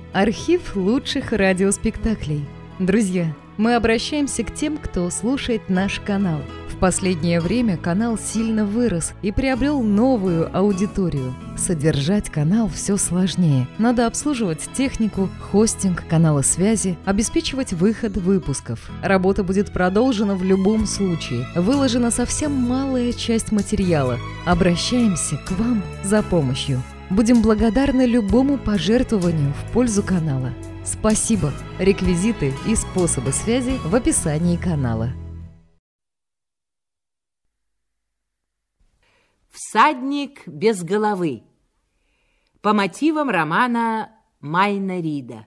Архив лучших радиоспектаклей. Друзья, мы обращаемся к тем, кто слушает наш канал. В последнее время канал сильно вырос и приобрел новую аудиторию. Содержать канал все сложнее. Надо обслуживать технику, хостинг, каналы связи, обеспечивать выход выпусков. Работа будет продолжена в любом случае. Выложена совсем малая часть материала. Обращаемся к вам за помощью. Будем благодарны любому пожертвованию в пользу канала. Спасибо! Реквизиты и способы связи в описании канала. «Всадник без головы» по мотивам романа Майна Рида.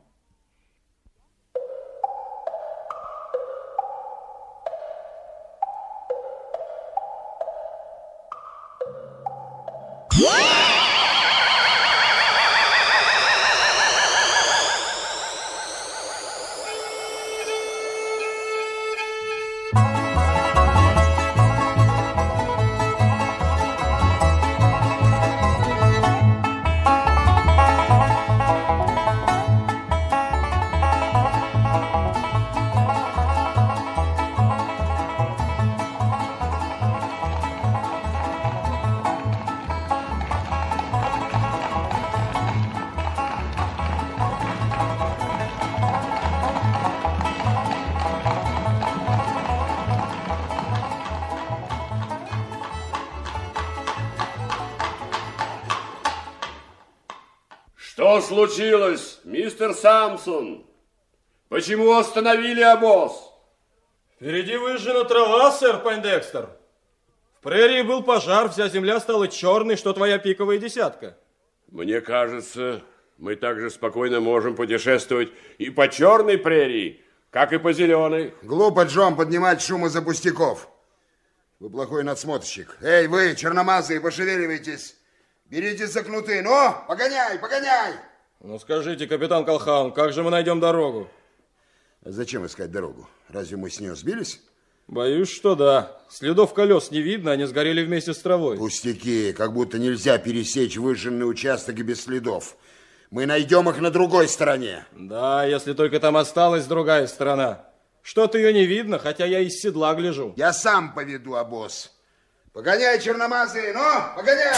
Что случилось, мистер Самсон? Почему остановили обоз? Впереди выжжена трава, сэр Пойндекстер. В прерии был пожар, вся земля стала черной, что твоя пиковая десятка. Мне кажется, мы также спокойно можем путешествовать и по черной прерии, как и по зеленой. Глупо, Джон, поднимать шум из-за пустяков. Вы плохой надсмотрщик. Эй, вы, черномазые, пошевеливайтесь. Берите за кнуты. Ну, погоняй, погоняй. Ну, скажите, капитан Колхаун, как же мы найдем дорогу? Зачем искать дорогу? Разве мы с нее сбились? Боюсь, что да. Следов колес не видно, они сгорели вместе с травой. Пустяки, как будто нельзя пересечь выжженный участок без следов. Мы найдем их на другой стороне. Да, если только там осталась другая сторона. Что-то ее не видно, хотя я из седла гляжу. Я сам поведу обоз. Погоняй, черномазые, ну, погоняй!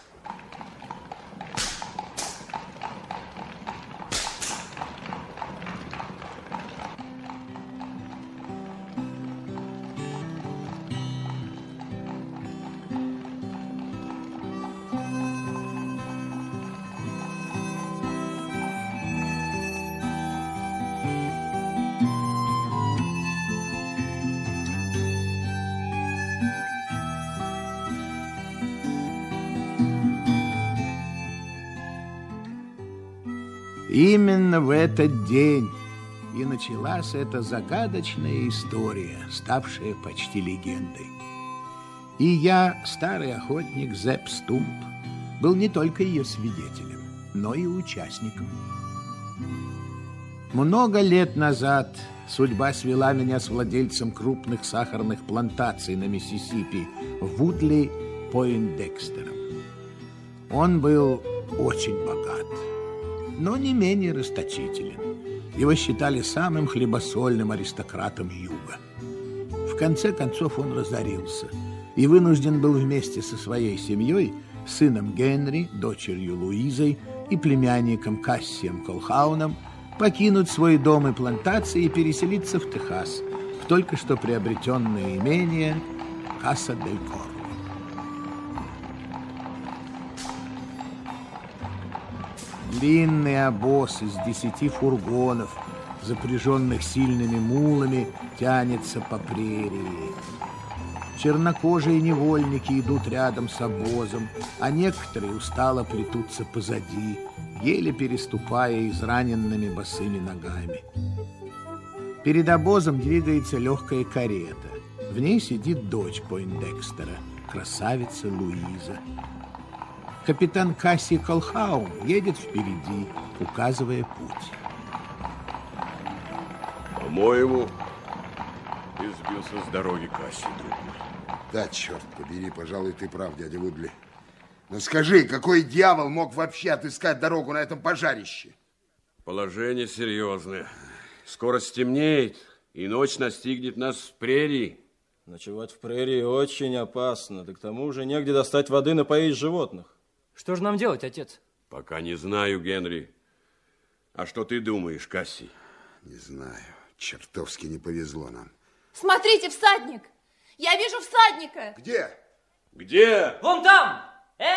Именно в этот день и началась эта загадочная история, ставшая почти легендой. И я, старый охотник Зепп Стумп, был не только ее свидетелем, но и участником. Много лет назад судьба свела меня с владельцем крупных сахарных плантаций на Миссисипи, Вудли Пойндекстером. Он был очень богат, но не менее расточителен. Его считали самым хлебосольным аристократом Юга. В конце концов он разорился и вынужден был вместе со своей семьей, сыном Генри, дочерью Луизой и племянником Кассием Колхауном покинуть свой дом и плантации и переселиться в Техас, в только что приобретенное имение Каса-дель-Корво. Длинный обоз из 10 фургонов, запряженных сильными мулами, тянется по прерии. Чернокожие невольники идут рядом с обозом, а некоторые устало плетутся позади, еле переступая израненными босыми ногами. Перед обозом двигается легкая карета. В ней сидит дочь Пойндекстера, красавица Луиза. Капитан Касси Колхаун едет впереди, указывая путь. По-моему, ты сбился с дороги, Касси, друг мой. Да, черт побери, пожалуй, ты прав, дядя Вудли. Но скажи, какой дьявол мог вообще отыскать дорогу на этом пожарище? Положение серьезное. Скоро стемнеет, и ночь настигнет нас в прерии. Ночевать в прерии очень опасно, да к тому же негде достать воды напоить животных. Что же нам делать, отец? Пока не знаю, Генри. А что ты думаешь, Кассий? Не знаю. Чертовски не повезло нам. Смотрите, всадник! Я вижу всадника! Где? Где? Вон там! Эй!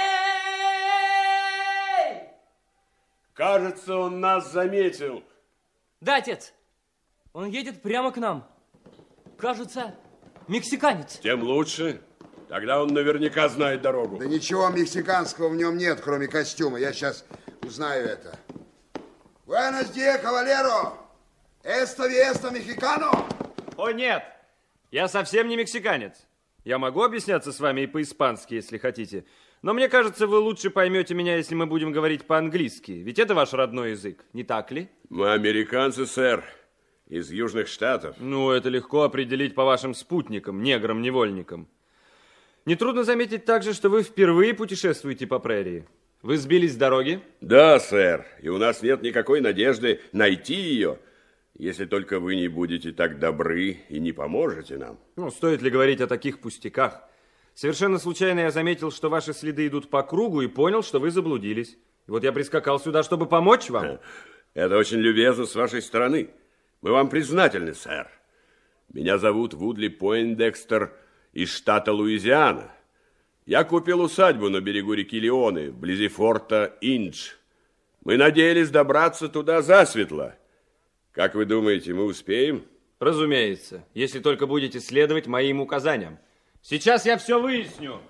Кажется, он нас заметил. Да, отец. Он едет прямо к нам. Кажется, мексиканец. Тем лучше. Тогда он наверняка знает дорогу. Да ничего мексиканского в нем нет, кроме костюма. Я сейчас узнаю это. Buenos días, caballero. Esto fiesta mexicano. О, нет. Я совсем не мексиканец. Я могу объясняться с вами и по-испански, если хотите. Но мне кажется, вы лучше поймете меня, если мы будем говорить по-английски. Ведь это ваш родной язык, не так ли? Мы американцы, сэр, из Южных Штатов. Ну, это легко определить по вашим спутникам, неграм-невольникам. Нетрудно заметить также, что вы впервые путешествуете по прерии. Вы сбились с дороги? Да, сэр, и у нас нет никакой надежды найти ее, если только вы не будете так добры и не поможете нам. Ну, стоит ли говорить о таких пустяках? Совершенно случайно я заметил, что ваши следы идут по кругу, и понял, что вы заблудились. И вот я прискакал сюда, чтобы помочь вам. Это очень любезно с вашей стороны. Мы вам признательны, сэр. Меня зовут Вудли Пойндекстер из штата Луизиана. Я купил усадьбу на берегу реки Леоны, вблизи форта Индж. Мы надеялись добраться туда засветло. Как вы думаете, мы успеем? Разумеется, если только будете следовать моим указаниям. Сейчас я все выясню.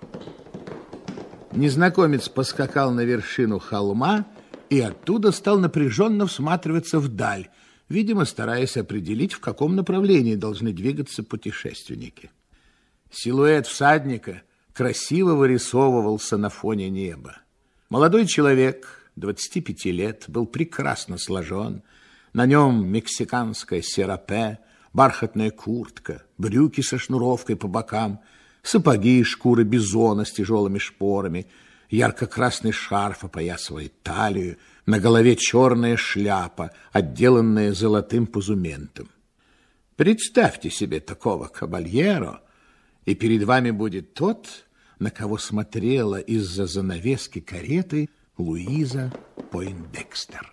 Незнакомец поскакал на вершину холма и оттуда стал напряженно всматриваться вдаль, видимо, стараясь определить, в каком направлении должны двигаться путешественники. Силуэт всадника красиво вырисовывался на фоне неба. Молодой человек, 25 лет, был прекрасно сложен. На нем мексиканское серапе, бархатная куртка, брюки со шнуровкой по бокам, сапоги из шкуры бизона с тяжелыми шпорами, ярко-красный шарф опоясывает талию, на голове черная шляпа, отделанная золотым позументом. Представьте себе такого кабальеро, и перед вами будет тот, на кого смотрела из-за занавески кареты Луиза Пойндекстер.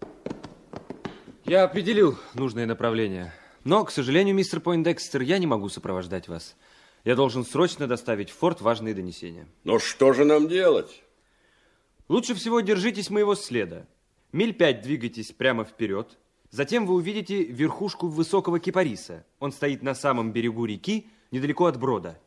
Я определил нужное направление. Но, к сожалению, мистер Пойндекстер, я не могу сопровождать вас. Я должен срочно доставить в форт важные донесения. Но что же нам делать? Лучше всего держитесь моего следа. Миль 5 двигайтесь прямо вперед. Затем вы увидите верхушку высокого кипариса. Он стоит на самом берегу реки, недалеко от брода.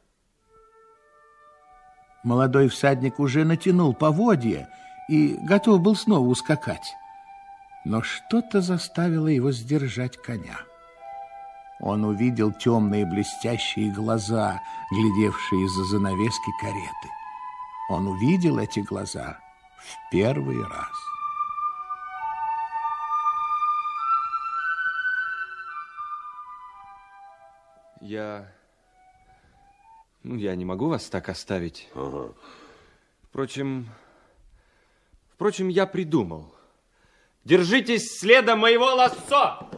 Молодой всадник уже натянул поводья и готов был снова ускакать. Но что-то заставило его сдержать коня. Он увидел темные блестящие глаза, глядевшие из-за занавески кареты. Он увидел эти глаза в первый раз. Я не могу вас так оставить. Ага. Впрочем, я придумал. Держитесь следа моего лассо!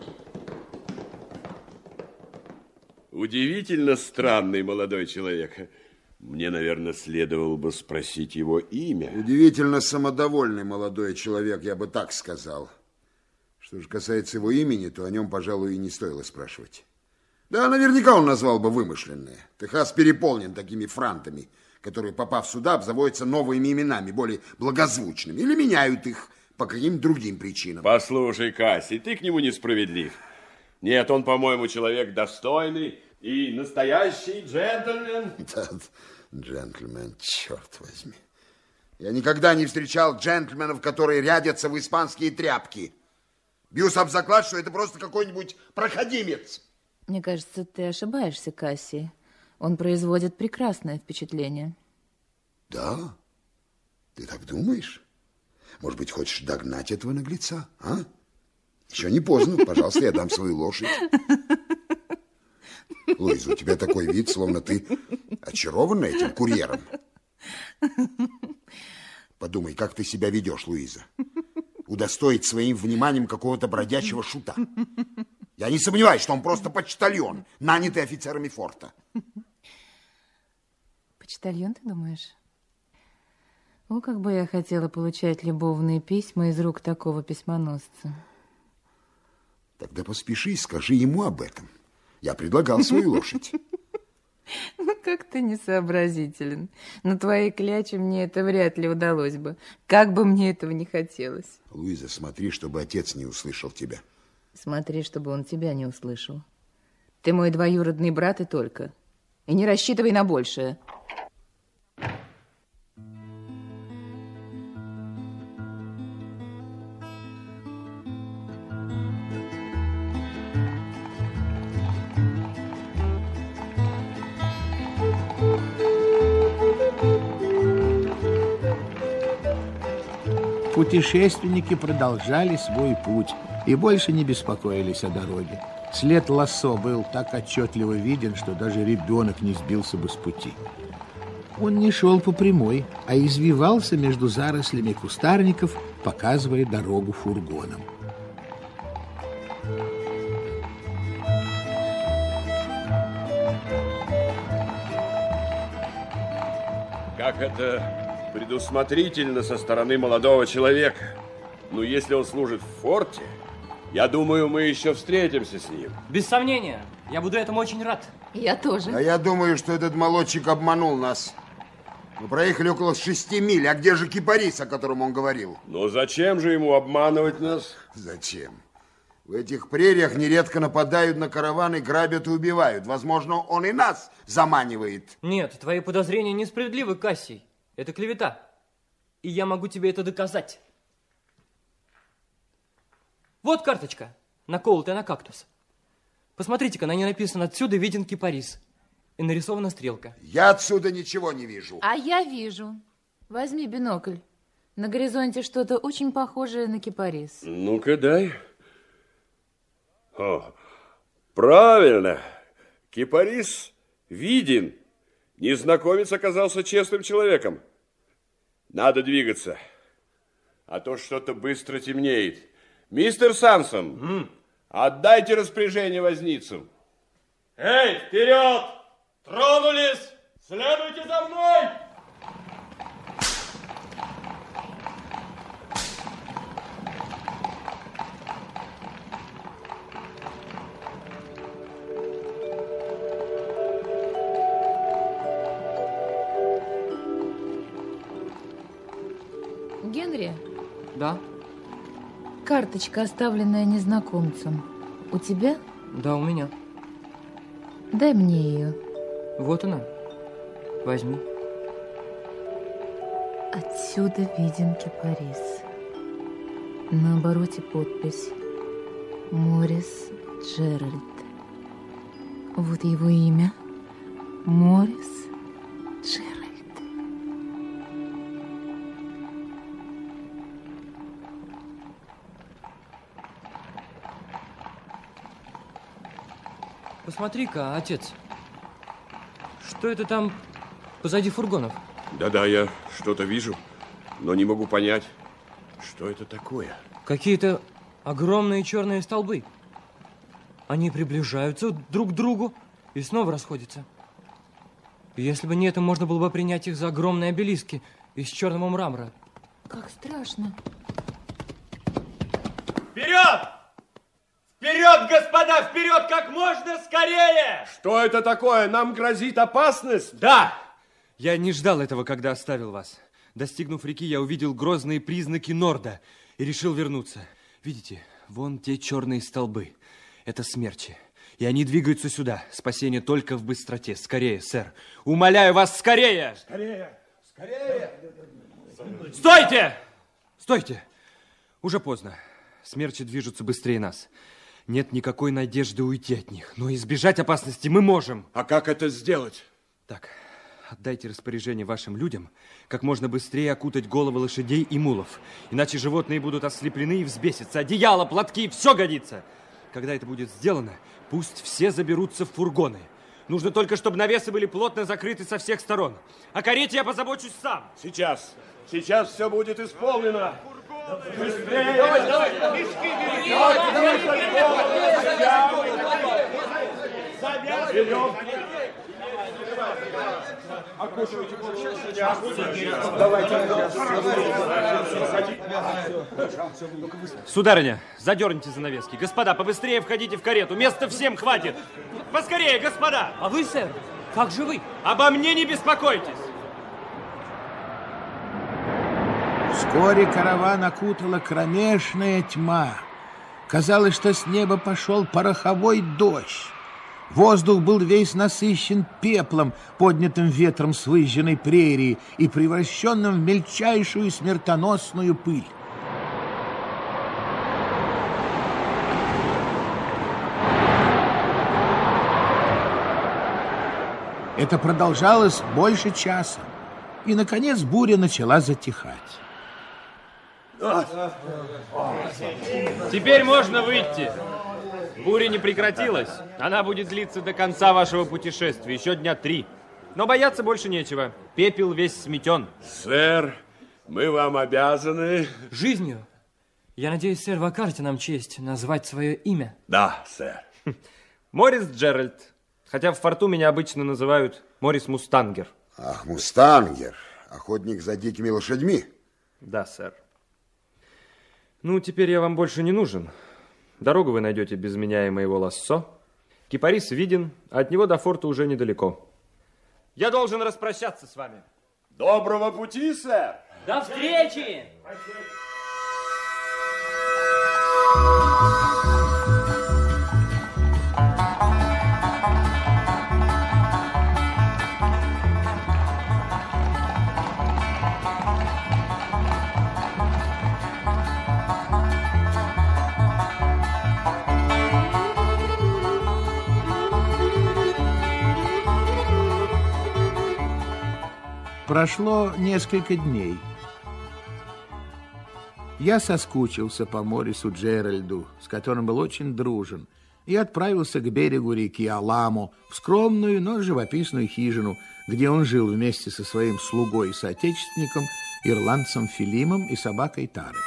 Удивительно странный молодой человек. Мне, наверное, следовало бы спросить его имя. Удивительно самодовольный молодой человек, я бы так сказал. Что же касается его имени, то о нем, пожалуй, и не стоило спрашивать. Да, наверняка он назвал бы вымышленное. Техас переполнен такими франтами, которые, попав сюда, обзаводятся новыми именами, более благозвучными, или меняют их по каким-то другим причинам. Послушай, Кассий, ты к нему несправедлив. Нет, он, по-моему, человек достойный и настоящий джентльмен. Да, джентльмен, черт возьми. Я никогда не встречал джентльменов, которые рядятся в испанские тряпки. Бьюсь об заклад, что это просто какой-нибудь проходимец. Мне кажется, ты ошибаешься, Кассий. Он производит прекрасное впечатление. Да? Ты так думаешь? Может быть, хочешь догнать этого наглеца, а? Еще не поздно. Пожалуйста, я дам свою лошадь. Луиза, у тебя такой вид, словно ты очарована этим курьером. Подумай, как ты себя ведешь, Луиза. удостоить своим вниманием какого-то бродячего шута. Я не сомневаюсь, что он просто почтальон, нанятый офицерами форта. Почтальон, ты думаешь? О, как бы я хотела получать любовные письма из рук такого письмоносца. Тогда поспеши и скажи ему об этом. Я предлагал свою лошадь. Ну, как ты несообразителен. На твоей кляче мне это вряд ли удалось бы. Как бы мне этого не хотелось. Луиза, смотри, чтобы отец не услышал тебя. Смотри, чтобы он тебя не услышал. Ты мой двоюродный брат и только. И не рассчитывай на большее. Путешественники продолжали свой путь и больше не беспокоились о дороге. След Лассо был так отчетливо виден, что даже ребенок не сбился бы с пути. Он не шел по прямой, а извивался между зарослями кустарников, показывая дорогу фургонам. Как это предусмотрительно со стороны молодого человека. Ну, если он служит в форте, я думаю, мы еще встретимся с ним. Без сомнения. Я буду этому очень рад. Я тоже. А я думаю, что этот молодчик обманул нас. Мы проехали около 6 миль. А где же кипарис, о котором он говорил? Но зачем же ему обманывать нас? Зачем? В этих прериях нередко нападают на караваны, грабят и убивают. Возможно, он и нас заманивает. Нет, твои подозрения несправедливы, Кассий. Это клевета. И я могу тебе это доказать. Вот карточка, наколотая на кактус. Посмотрите-ка, на ней написано: отсюда виден кипарис. И нарисована стрелка. Я отсюда ничего не вижу. А я вижу. Возьми бинокль. На горизонте что-то очень похожее на кипарис. Ну-ка, дай. О, правильно. Кипарис виден. Незнакомец оказался честным человеком. Надо двигаться, а то что-то быстро темнеет. Мистер Сансон, отдайте распоряжение возницам. Эй, вперед! Тронулись! Следуйте за мной! Генри? Да? Карточка, оставленная незнакомцем. У тебя? Да, у меня. Дай мне ее. Вот она. Возьми. Отсюда виден кипарис. На обороте подпись: Морис Джеральд. Вот его имя. Морис Джеральд. Посмотри-ка, отец. Что это там позади фургонов? Да-да, я что-то вижу, но не могу понять, что это такое. Какие-то огромные черные столбы. Они приближаются друг к другу и снова расходятся. И если бы не это, можно было бы принять их за огромные обелиски из черного мрамора. Как страшно. Вперед! Вперед, господа, вперед как можно скорее! Что это такое? Нам грозит опасность? Да! Я не ждал этого, когда оставил вас. Достигнув реки, я увидел грозные признаки Норда и решил вернуться. Видите, вон те черные столбы. Это смерчи. И они двигаются сюда. Спасение только в быстроте. Скорее, сэр. Умоляю вас, скорее! Скорее! Скорее! Стойте! Стойте! Уже поздно. Смерчи движутся быстрее нас. Нет никакой надежды уйти от них. Но избежать опасности мы можем. А как это сделать? Так, отдайте распоряжение вашим людям как можно быстрее окутать головы лошадей и мулов. Иначе животные будут ослеплены и взбесятся. Одеяло, платки, все годится. Когда это будет сделано, пусть все заберутся в фургоны. Нужно только, чтобы навесы были плотно закрыты со всех сторон. О карете я позабочусь сам. Сейчас все будет исполнено. Сударыня, задерните занавески. Господа, побыстрее входите в карету. Места всем хватит. Поскорее, господа. А вы, сэр, как же вы? Обо мне не беспокойтесь. Вскоре караван окутала кромешная тьма. Казалось, что с неба пошел пороховой дождь. Воздух был весь насыщен пеплом, поднятым ветром с выжженной прерии и превращенным в мельчайшую смертоносную пыль. Это продолжалось больше часа, и, наконец, буря начала затихать. Теперь можно выйти. Буря не прекратилась. Она будет длиться до конца вашего путешествия, еще дня 3. Но бояться больше нечего. Пепел весь сметен. Сэр, мы вам обязаны... Жизнью. Я надеюсь, сэр, вы окажете нам честь назвать свое имя. Да, сэр. Морис Джеральд. Хотя в форту меня обычно называют Морис Мустангер. Ах, Мустангер. Охотник за дикими лошадьми. Да, сэр. Ну, теперь я вам больше не нужен. Дорогу вы найдете без меня и моего лассо. Кипарис виден, а от него до форта уже недалеко. Я должен распрощаться с вами. Доброго пути, сэр. До встречи! Прошло несколько дней. Я соскучился по Морису Джеральду, с которым был очень дружен, и отправился к берегу реки Аламо, в скромную, но живописную хижину, где он жил вместе со своим слугой и соотечественником, ирландцем Филимом и собакой Тарой.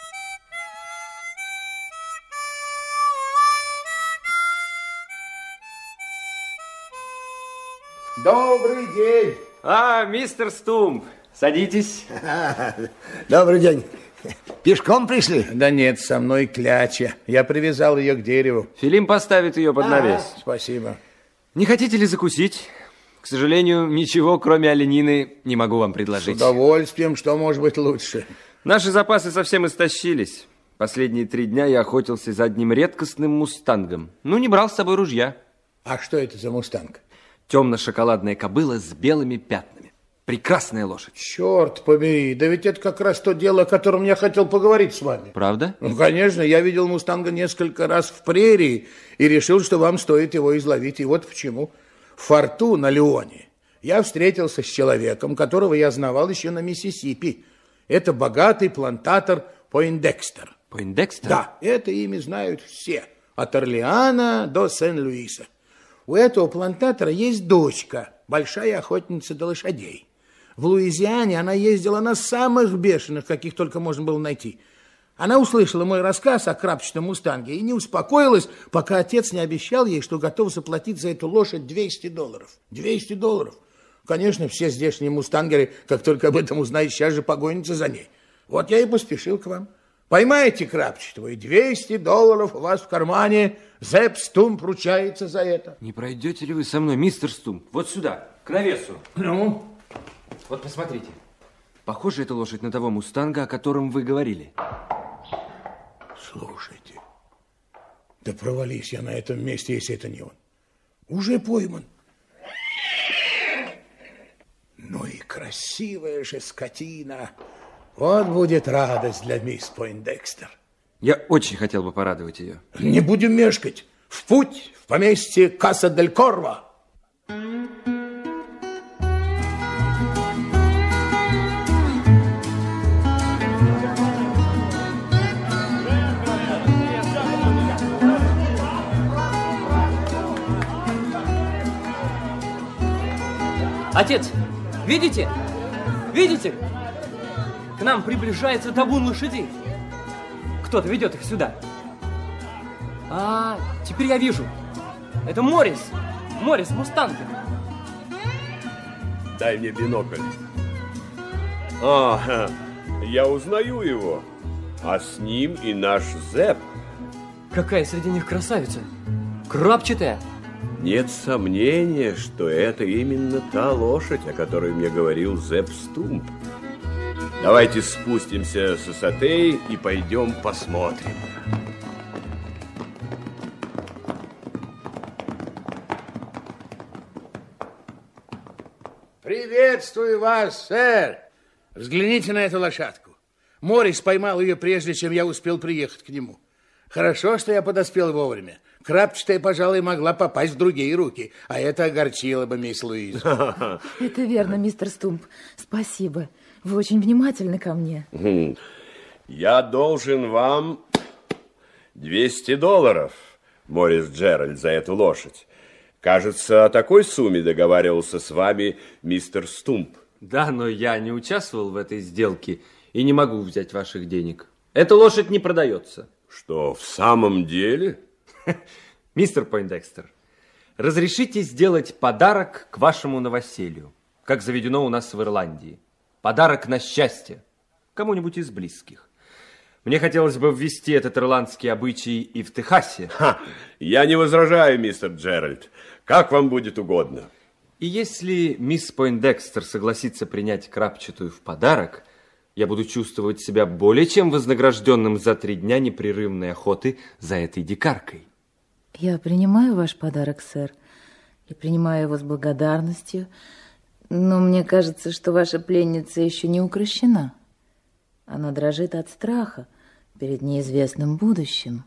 Добрый день! А, мистер Стумп, садитесь. Добрый день. Пешком пришли? Да нет, со мной кляча. Я привязал ее к дереву. Филим поставит ее под навес. Спасибо. Не хотите ли закусить? К сожалению, ничего, кроме оленины, не могу вам предложить. С удовольствием, что может быть лучше. Наши запасы совсем истощились. Последние 3 дня я охотился за одним редкостным мустангом. Ну, не брал с собой ружья. А что это за мустанг? Темно-шоколадная кобыла с белыми пятнами. Прекрасная лошадь. Черт побери, да ведь это как раз то дело, о котором я хотел поговорить с вами. Правда? Ну, конечно, я видел мустанга несколько раз в прерии и решил, что вам стоит его изловить. И вот почему. В форту на Леоне я встретился с человеком, которого я знавал еще на Миссисипи. Это богатый плантатор Пойндекстер. Пойндекстер? Да, это имя знают все. От Орлеана до Сен-Луиса. У этого плантатора есть дочка, большая охотница до лошадей. В Луизиане она ездила на самых бешеных, каких только можно было найти. Она услышала мой рассказ о крапчатом мустанге и не успокоилась, пока отец не обещал ей, что готов заплатить за эту лошадь $200. $200. Конечно, все здешние мустангеры, как только об этом узнают, сейчас же погонятся за ней. Вот я и поспешил к вам. Поймаете крапчатого, и $200 у вас в кармане. Зепп Стумп ручается за это. Не пройдете ли вы со мной, мистер Стумп? Вот сюда, к навесу. Ну? Вот посмотрите. Похожа эта лошадь на того мустанга, о котором вы говорили. Слушайте, да провались я на этом месте, если это не он. Уже пойман. Ну и красивая же скотина. Вот будет радость для мисс Пойндекстер. Я очень хотел бы порадовать ее. Не будем мешкать. В путь, в поместье Каса-дель-Корво. Отец, видите? Видите? К нам приближается табун лошадей. Кто-то ведет их сюда. А, теперь я вижу. Это Моррис. Моррис Мустангер. Дай мне бинокль. Я узнаю его. А с ним и наш Зепп. Какая среди них красавица. Крапчатая. Нет сомнения, что это именно та лошадь, о которой мне говорил Зепп Стумп. Давайте спустимся с высоты и пойдем посмотрим. Приветствую вас, сэр. Взгляните на эту лошадку. Моррис поймал ее, прежде чем я успел приехать к нему. Хорошо, что я подоспел вовремя. Крапчатая, пожалуй, могла попасть в другие руки, а это огорчило бы мисс Луизу. Это верно, мистер Стумп. Спасибо. Вы очень внимательны ко мне. Я должен вам $200, Моррис Джеральд, за эту лошадь. Кажется, о такой сумме договаривался с вами мистер Стумп. Да, но я не участвовал в этой сделке и не могу взять ваших денег. Эта лошадь не продается. Что, в самом деле? Мистер Пойндекстер, разрешите сделать подарок к вашему новоселью, как заведено у нас в Ирландии. Подарок на счастье кому-нибудь из близких. Мне хотелось бы ввести этот ирландский обычай и в Техасе. Я не возражаю, мистер Джеральд. Как вам будет угодно. И если мисс Пойндекстер согласится принять крапчатую в подарок, я буду чувствовать себя более чем вознагражденным за 3 дня непрерывной охоты за этой дикаркой. Я принимаю ваш подарок, сэр, и принимаю его с благодарностью, но мне кажется, что ваша пленница еще не укрощена. Она дрожит от страха перед неизвестным будущим.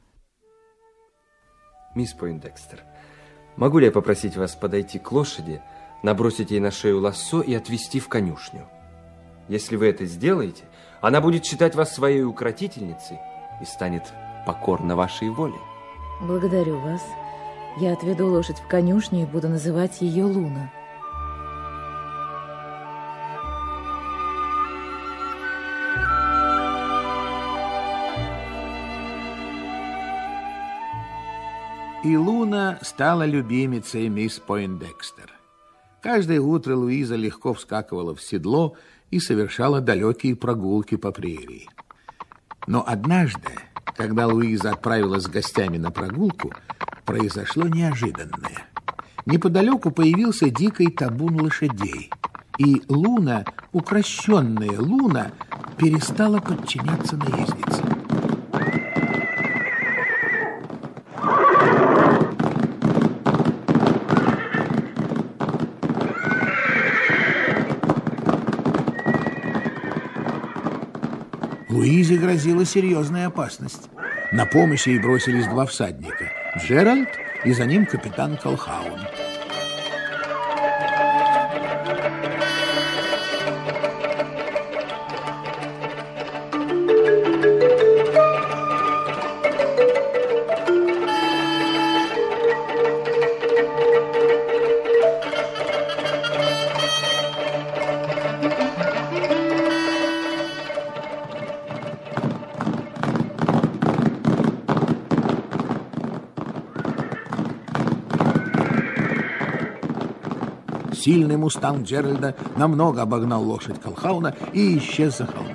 Мисс Пойндекстер, могу ли я попросить вас подойти к лошади, набросить ей на шею лассо и отвезти в конюшню? Если вы это сделаете, она будет считать вас своей укротительницей и станет покорна вашей воле. Благодарю вас. Я отведу лошадь в конюшню и буду называть ее Луна. И Луна стала любимицей мисс Пойндекстер. Каждое утро Луиза легко вскакивала в седло и совершала далекие прогулки по прерии. Но однажды, когда Луиза отправилась с гостями на прогулку, произошло неожиданное. Неподалеку появился дикий табун лошадей, и Луна, укращенная Луна, перестала подчиняться наезднице. Луизе грозила серьезная опасность. На помощь ей бросились 2 всадника – Джеральд и за ним капитан Колхаун. Сильный мустанг Джеральда намного обогнал лошадь Колхауна и исчез за холмом.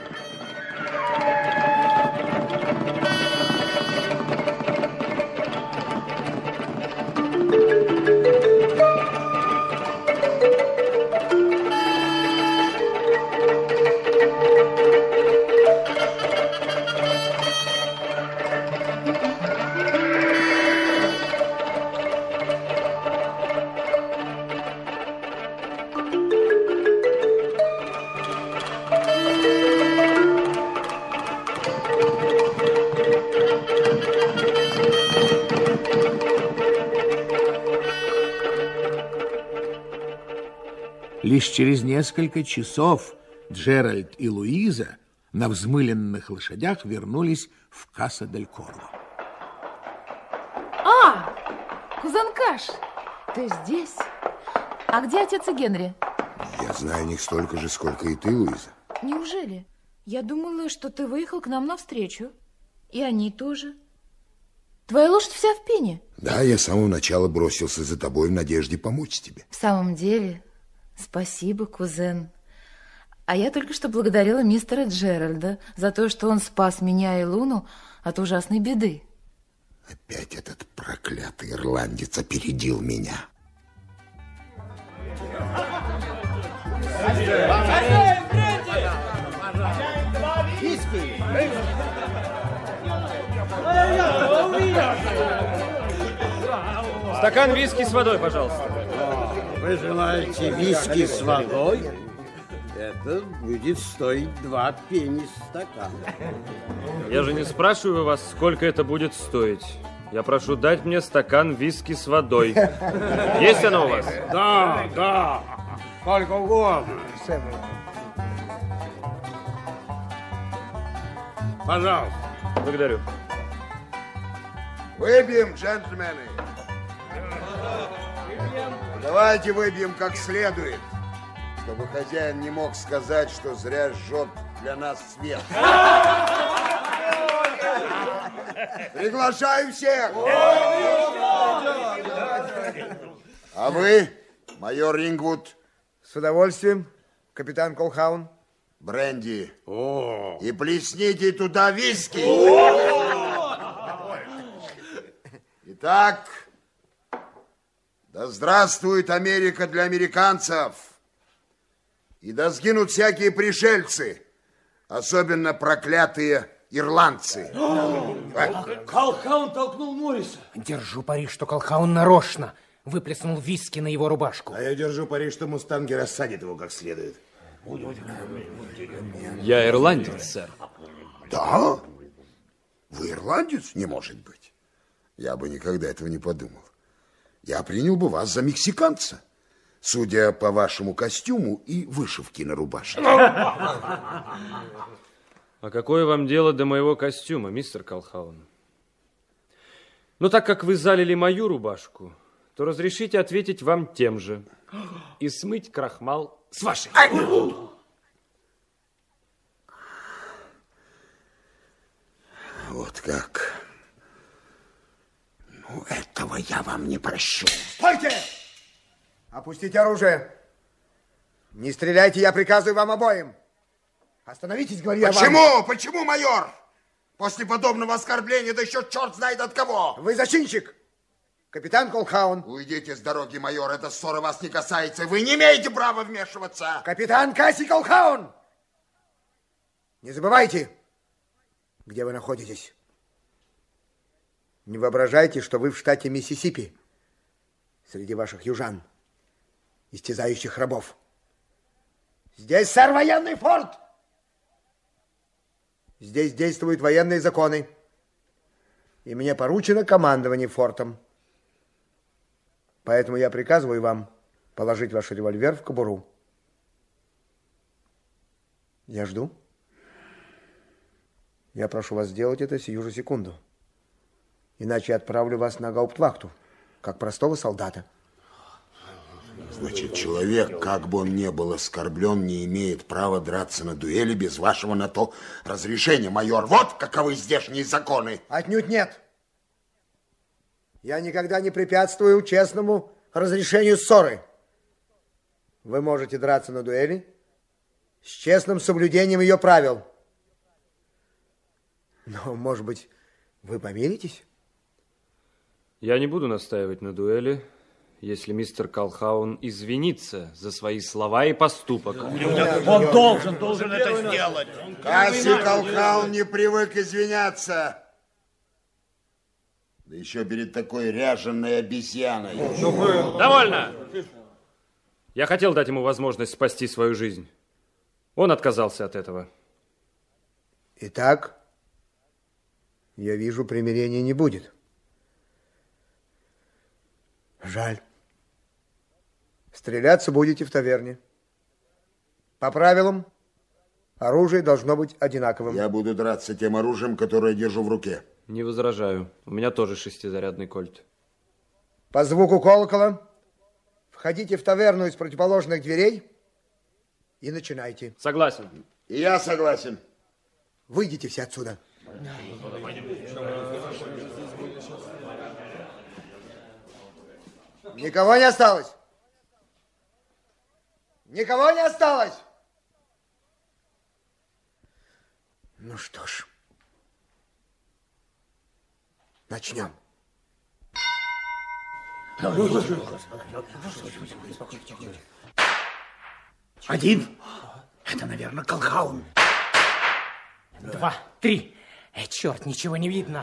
Лишь через несколько часов Джеральд и Луиза на взмыленных лошадях вернулись в Касса-дель-Корло. А, кузен Каш, ты здесь? А где отец и Генри? Я знаю о них столько же, сколько и ты, Луиза. Неужели? Я думала, что ты выехал к нам навстречу. И они тоже. Твоя лошадь вся в пене. Да, я с самого начала бросился за тобой в надежде помочь тебе. В самом деле, спасибо, кузен. А я только что благодарила мистера Джеральда за то, что он спас меня и Луну от ужасной беды. Опять этот проклятый ирландец опередил меня. Стакан виски с водой, пожалуйста. Вы желаете виски с водой? Это будет стоить 2 пенни стакана. Я же не спрашиваю вас, сколько это будет стоить. Я прошу дать мне стакан виски с водой. Есть оно у вас? Да, да. Сколько угодно. Пожалуйста. Благодарю. Выпьем, джентльмены. Давайте выпьем как следует, чтобы хозяин не мог сказать, что зря жжет для нас свет. Приглашаю всех. А вы, майор Рингвуд? С удовольствием, капитан Колхаун. Бренди. И плесните туда виски. Итак, да здравствует Америка для американцев. И да сгинут всякие пришельцы, особенно проклятые ирландцы. Колхаун толкнул Морриса. Держу пари, что Колхаун нарочно выплеснул виски на его рубашку. А я держу пари, что мустанги рассадят его как следует. Я ирландец, сэр. Да? Вы ирландец? Не может быть. Я бы никогда этого не подумал. Я принял бы вас за мексиканца, судя по вашему костюму и вышивке на рубашке. А какое вам дело до моего костюма, мистер Колхаун? Но так как вы залили мою рубашку, то разрешите ответить вам тем же и смыть крахмал с вашей. Вот как. Ну, этого я вам не прощу. Стойте! Опустите оружие. Не стреляйте, я приказываю вам обоим. Остановитесь, говорю я вам. Почему? Почему, майор? После подобного оскорбления, да еще черт знает от кого. Вы зачинщик. Капитан Колхаун. Уйдите с дороги, майор. Эта ссора вас не касается. Вы не имеете права вмешиваться. Капитан Касси Колхаун. Не забывайте, где вы находитесь. Не воображайте, что вы в штате Миссисипи, среди ваших южан, истязающих рабов. Здесь, сэр, военный форт. Здесь действуют военные законы. И мне поручено командование фортом. Поэтому я приказываю вам положить ваш револьвер в кобуру. Я жду. Я прошу вас сделать это сию же секунду. Иначе я отправлю вас на гауптвахту, как простого солдата. Значит, человек, как бы он ни был оскорблен, не имеет права драться на дуэли без вашего на то разрешения, майор. Вот каковы здешние законы. Отнюдь нет. Я никогда не препятствую честному разрешению ссоры. Вы можете драться на дуэли с честным соблюдением ее правил. Но, может быть, вы помиритесь? Я не буду настаивать на дуэли, если мистер Колхаун извинится за свои слова и поступок. Он должен это сделать. Касси Колхаун не привык извиняться. Да еще перед такой ряженой обезьяной. Довольно! Я хотел дать ему возможность спасти свою жизнь. Он отказался от этого. Итак, я вижу, примирения не будет. Жаль. Стреляться будете в таверне. По правилам, оружие должно быть одинаковым. Я буду драться тем оружием, которое держу в руке. Не возражаю. У меня тоже 6-зарядный кольт. По звуку колокола входите в таверну из противоположных дверей и начинайте. Согласен. И я согласен. Выйдите все отсюда. Никого не осталось? Никого не осталось? Ну что ж, начнем. Один. Это, наверное, Колхаун. 2, 3. Черт, ничего не видно.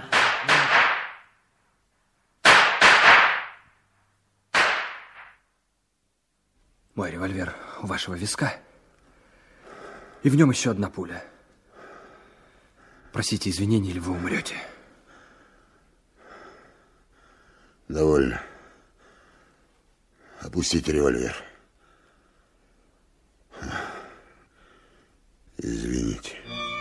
Мой револьвер у вашего виска. И в нем еще одна пуля. Просите извинений, или вы умрете. Довольно. Опустите револьвер. Извините.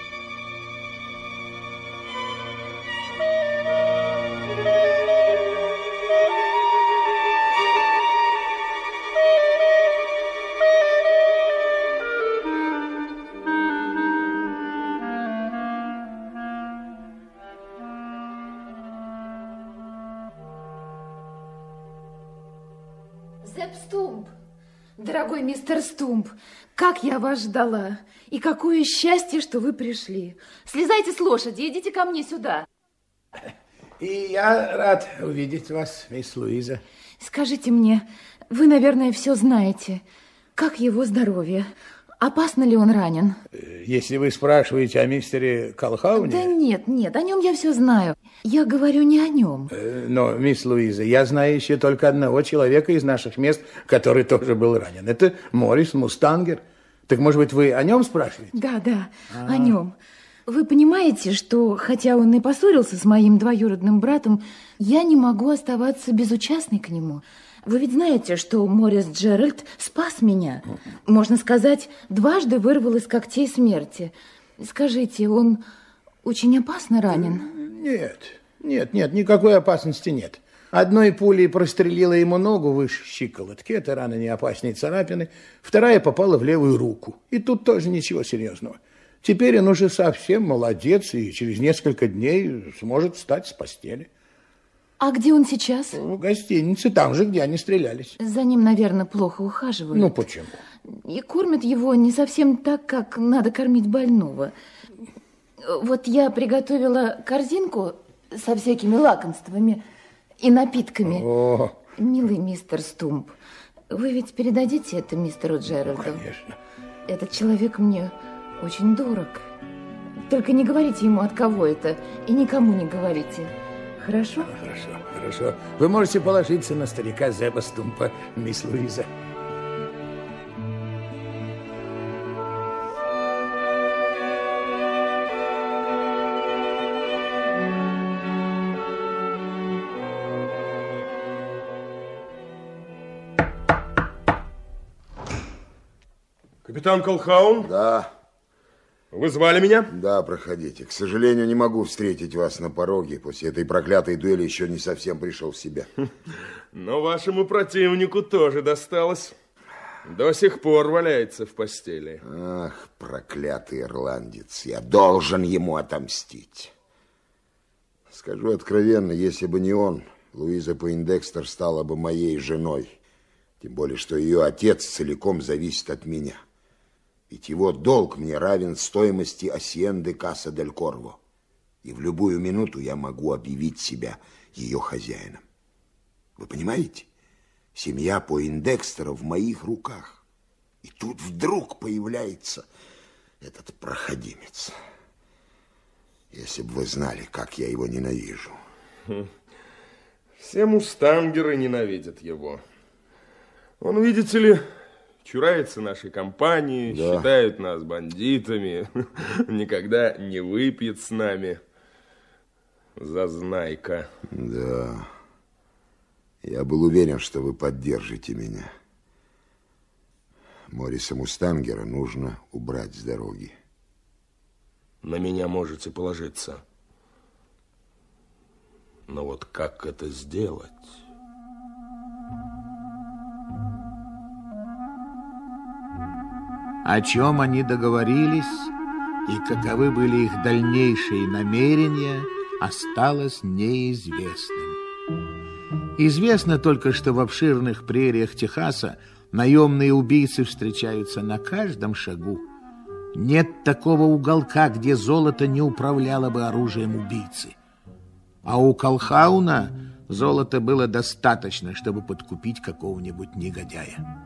Зепп Стумп, дорогой мистер Стумп, как я вас ждала. И какое счастье, что вы пришли. Слезайте с лошади, идите ко мне сюда. И я рад увидеть вас, мисс Луиза. Скажите мне, вы, наверное, все знаете. Как его здоровье? Опасно ли он ранен? Если вы спрашиваете о мистере Колхауне... Да нет, о нем я все знаю. Я говорю не о нем. Но, мисс Луиза, я знаю еще только одного человека из наших мест, который тоже был ранен. Это Моррис Мустангер. Так, может быть, вы о нем спрашиваете? Да, о нем. Вы понимаете, что, хотя он и поссорился с моим двоюродным братом, я не могу оставаться безучастной к нему. Вы ведь знаете, что Моррис Джеральд спас меня. Можно сказать, дважды вырвал из когтей смерти. Скажите, он очень опасно ранен? Нет, никакой опасности нет. Одной пулей прострелила ему ногу выше щиколотки, это рана не опаснее царапины. Вторая попала в левую руку, и тут тоже ничего серьезного. Теперь он уже совсем молодец и через несколько дней сможет встать с постели. А где он сейчас? В гостинице, там же, где они стрелялись. За ним, наверное, плохо ухаживают. Ну, почему? И кормят его не совсем так, как надо кормить больного. Вот я приготовила корзинку со всякими лакомствами и напитками. О. Милый мистер Стумп, вы ведь передадите это мистеру Джеральду? Конечно. Этот человек мне очень дорог. Только не говорите ему, от кого это, и никому не говорите. Хорошо? Хорошо. Вы можете положиться на старика Зеппа Стумпа, мисс Луиза. Капитан Колхаун? Да. Вы звали меня? Да, проходите. К сожалению, не могу встретить вас на пороге. После этой проклятой дуэли еще не совсем пришел в себя. Но вашему противнику тоже досталось. До сих пор валяется в постели. Ах, проклятый ирландец. Я должен ему отомстить. Скажу откровенно, если бы не он, Луиза Пойндекстер стала бы моей женой. Тем более, что ее отец целиком зависит от меня. Ведь его долг мне равен стоимости Асьенды Каса дель Корво. И в любую минуту я могу объявить себя ее хозяином. Вы понимаете? Семья Пойндекстеров в моих руках. И тут вдруг появляется этот проходимец. Если бы вы знали, как я его ненавижу. Все мустангеры ненавидят его. Он, видите ли, чурается нашей компании, да. Считает нас бандитами, никогда не выпьет с нами. Зазнайка. Да. Я был уверен, что вы поддержите меня. Морриса Мустангера нужно убрать с дороги. На меня можете положиться. Но вот как это сделать? О чем они договорились, и каковы были их дальнейшие намерения, осталось неизвестным. Известно только, что в обширных прериях Техаса наемные убийцы встречаются на каждом шагу. Нет такого уголка, где золото не управляло бы оружием убийцы. А у Колхауна золота было достаточно, чтобы подкупить какого-нибудь негодяя.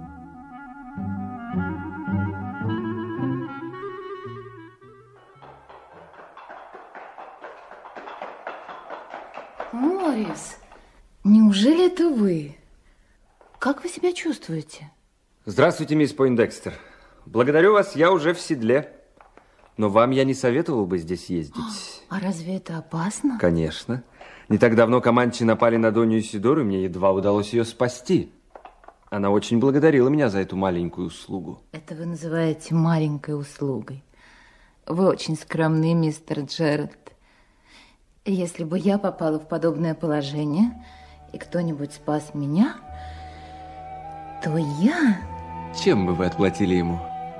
Моррис, неужели это вы? Как вы себя чувствуете? Здравствуйте, мисс Пойндекстер. Благодарю вас, я уже в седле. Но вам я не советовал бы здесь ездить. А разве это опасно? Конечно. Не так давно команчи напали на Донью Исидору, и мне едва удалось ее спасти. Она очень благодарила меня за эту маленькую услугу. Это вы называете маленькой услугой. Вы очень скромный, мистер Джеральд. Если бы я попала в подобное положение, и кто-нибудь спас меня, то я... Чем бы вы отплатили ему?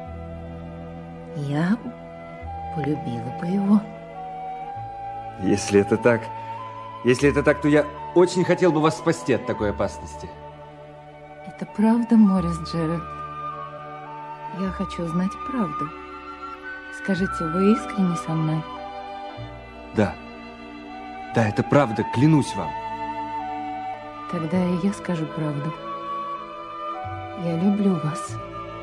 Я полюбила бы его. Если это так, то я очень хотел бы вас спасти от такой опасности. Это правда, Моррис Джеральд? Я хочу знать правду. Скажите, вы искренне со мной? Да. Да, это правда, клянусь вам. Тогда и я скажу правду. Я люблю вас.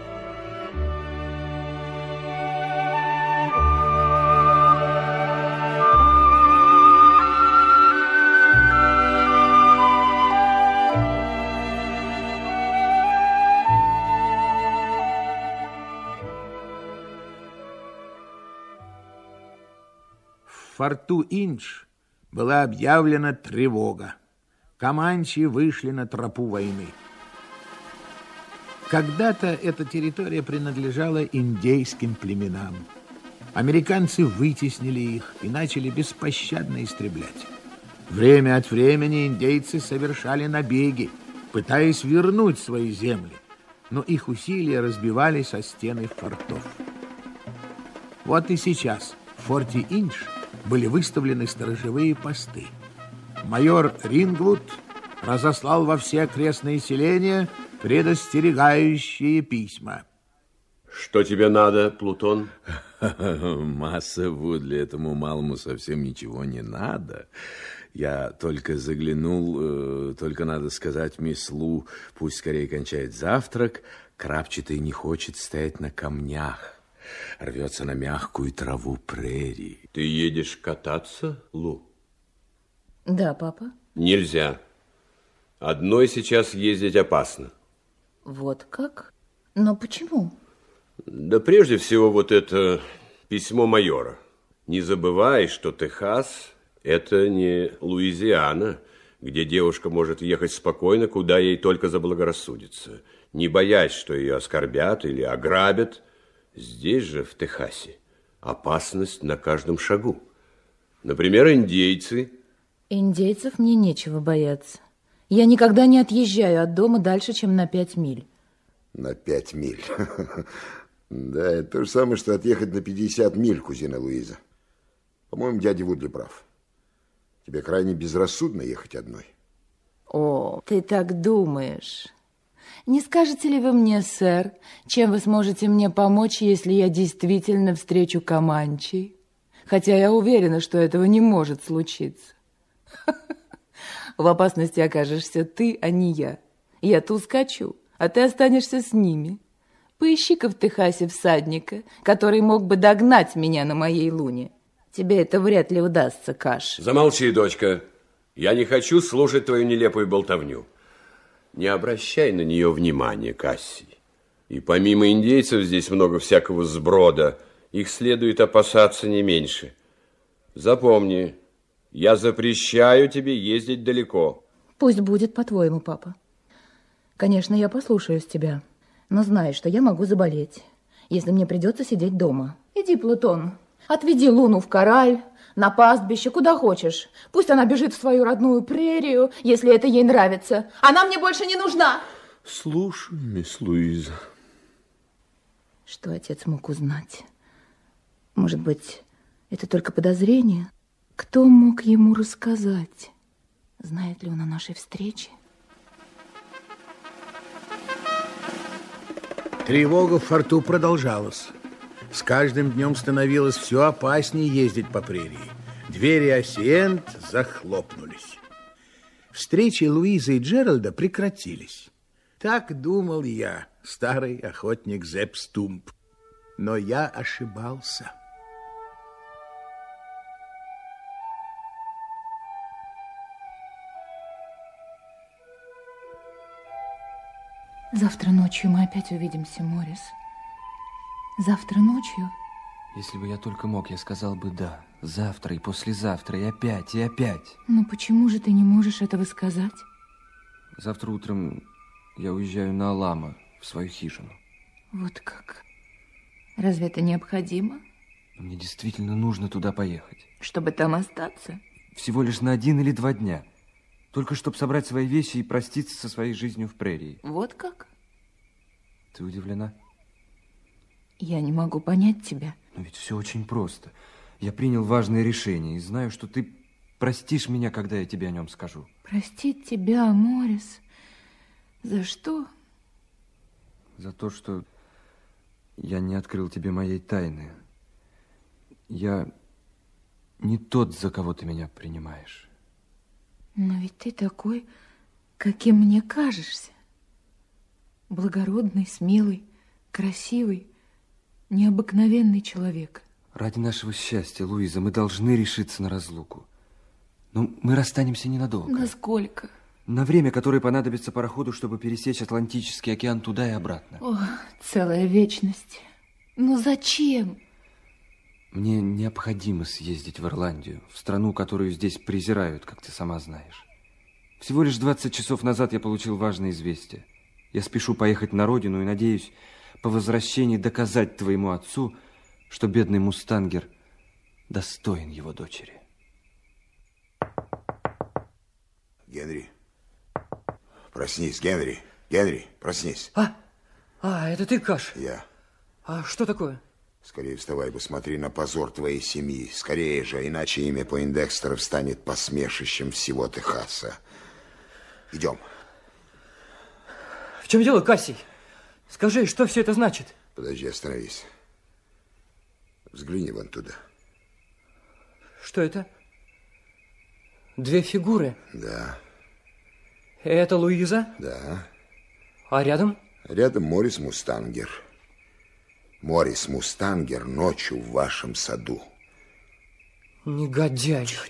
В форту Индж была объявлена тревога. Команчи вышли на тропу войны. Когда-то эта территория принадлежала индейским племенам. Американцы вытеснили их и начали беспощадно истреблять. Время от времени индейцы совершали набеги, пытаясь вернуть свои земли, но их усилия разбивались о стены фортов. Вот и сейчас в форте Индж были выставлены сторожевые посты. Майор Рингвуд разослал во все окрестные селения предостерегающие письма. Что тебе надо, Плутон? Масса Вудли, этому малому совсем ничего не надо. Я только заглянул, только надо сказать мисс Лу, пусть скорее кончает завтрак. Крапчатый не хочет стоять на камнях. Рвется на мягкую траву прерии. Ты едешь кататься, Лу? Да, папа. Нельзя. Одной сейчас ездить опасно. Вот как? Но почему? Да прежде всего вот это письмо майора. Не забывай, что Техас – это не Луизиана, где девушка может ехать спокойно, куда ей только заблагорассудится, не боясь, что ее оскорбят или ограбят. Здесь же, в Техасе, опасность на каждом шагу. Например, индейцы. Индейцев мне нечего бояться. Я никогда не отъезжаю от дома дальше, чем на 5 миль. На 5 миль? Да, это то же самое, что отъехать на 50 миль, кузина Луиза. По-моему, дядя Вудли прав. Тебе крайне безрассудно ехать одной. О, ты так думаешь. Не скажете ли вы мне, сэр, чем вы сможете мне помочь, если я действительно встречу команчей? Хотя я уверена, что этого не может случиться. В опасности окажешься ты, а не я. Я-то ускочу, а ты останешься с ними. Поищи-ка в Техасе всадника, который мог бы догнать меня на моей луне. Тебе это вряд ли удастся, Каш. Замолчи, дочка. Я не хочу слушать твою нелепую болтовню. Не обращай на нее внимания, Кассий. И помимо индейцев здесь много всякого сброда. Их следует опасаться не меньше. Запомни, я запрещаю тебе ездить далеко. Пусть будет по-твоему, папа. Конечно, я послушаюсь тебя, но знай, что я могу заболеть, если мне придется сидеть дома. Иди, Плутон, отведи Луну в кораль, на пастбище, куда хочешь. Пусть она бежит в свою родную прерию, если это ей нравится. Она мне больше не нужна. Слушай, мисс Луиза. Что отец мог узнать? Может быть, это только подозрение? Кто мог ему рассказать? Знает ли он о нашей встрече? Тревога в форту продолжалась. С каждым днем становилось все опаснее ездить по прерии. Двери Асиент захлопнулись. Встречи Луизы и Джеральда прекратились. Так думал я, старый охотник Зепп Стумп. Но я ошибался. Завтра ночью мы опять увидимся, Моррис. Завтра ночью? Если бы я только мог, я сказал бы да. Завтра и послезавтра, и опять, и опять. Но почему же ты не можешь этого сказать? Завтра утром я уезжаю на Алама, в свою хижину. Вот как? Разве это необходимо? Мне действительно нужно туда поехать. Чтобы там остаться? Всего лишь на 1 или 2 дня. Только чтобы собрать свои вещи и проститься со своей жизнью в прерии. Вот как? Ты удивлена? Я не могу понять тебя. Но ведь все очень просто. Я принял важное решение и знаю, что ты простишь меня, когда я тебе о нем скажу. Простить тебя, Моррис? За что? За то, что я не открыл тебе моей тайны. Я не тот, за кого ты меня принимаешь. Но ведь ты такой, каким мне кажешься. Благородный, смелый, красивый, необыкновенный человек. Ради нашего счастья, Луиза, мы должны решиться на разлуку. Но мы расстанемся ненадолго. Насколько? На время, которое понадобится пароходу, чтобы пересечь Атлантический океан туда и обратно. О, целая вечность. Ну зачем? Мне необходимо съездить в Ирландию, в страну, которую здесь презирают, как ты сама знаешь. Всего лишь 20 часов назад я получил важное известие. Я спешу поехать на родину и надеюсь по возвращении доказать твоему отцу, что бедный мустангер достоин его дочери. Генри, проснись, Генри. Генри, проснись. Это ты, Каш? Я. А что такое? Скорее вставай, посмотри на позор твоей семьи. Скорее же, иначе имя Пойндекстеров станет посмешищем всего Техаса. Идем. В чем дело, Кассий? Скажи, что все это значит? Подожди, остановись. Взгляни вон туда. Что это? 2 фигуры? Да. Это Луиза? Да. А рядом? Рядом Моррис Мустангер. Моррис Мустангер ночью в вашем саду. Негодяй. Тихо.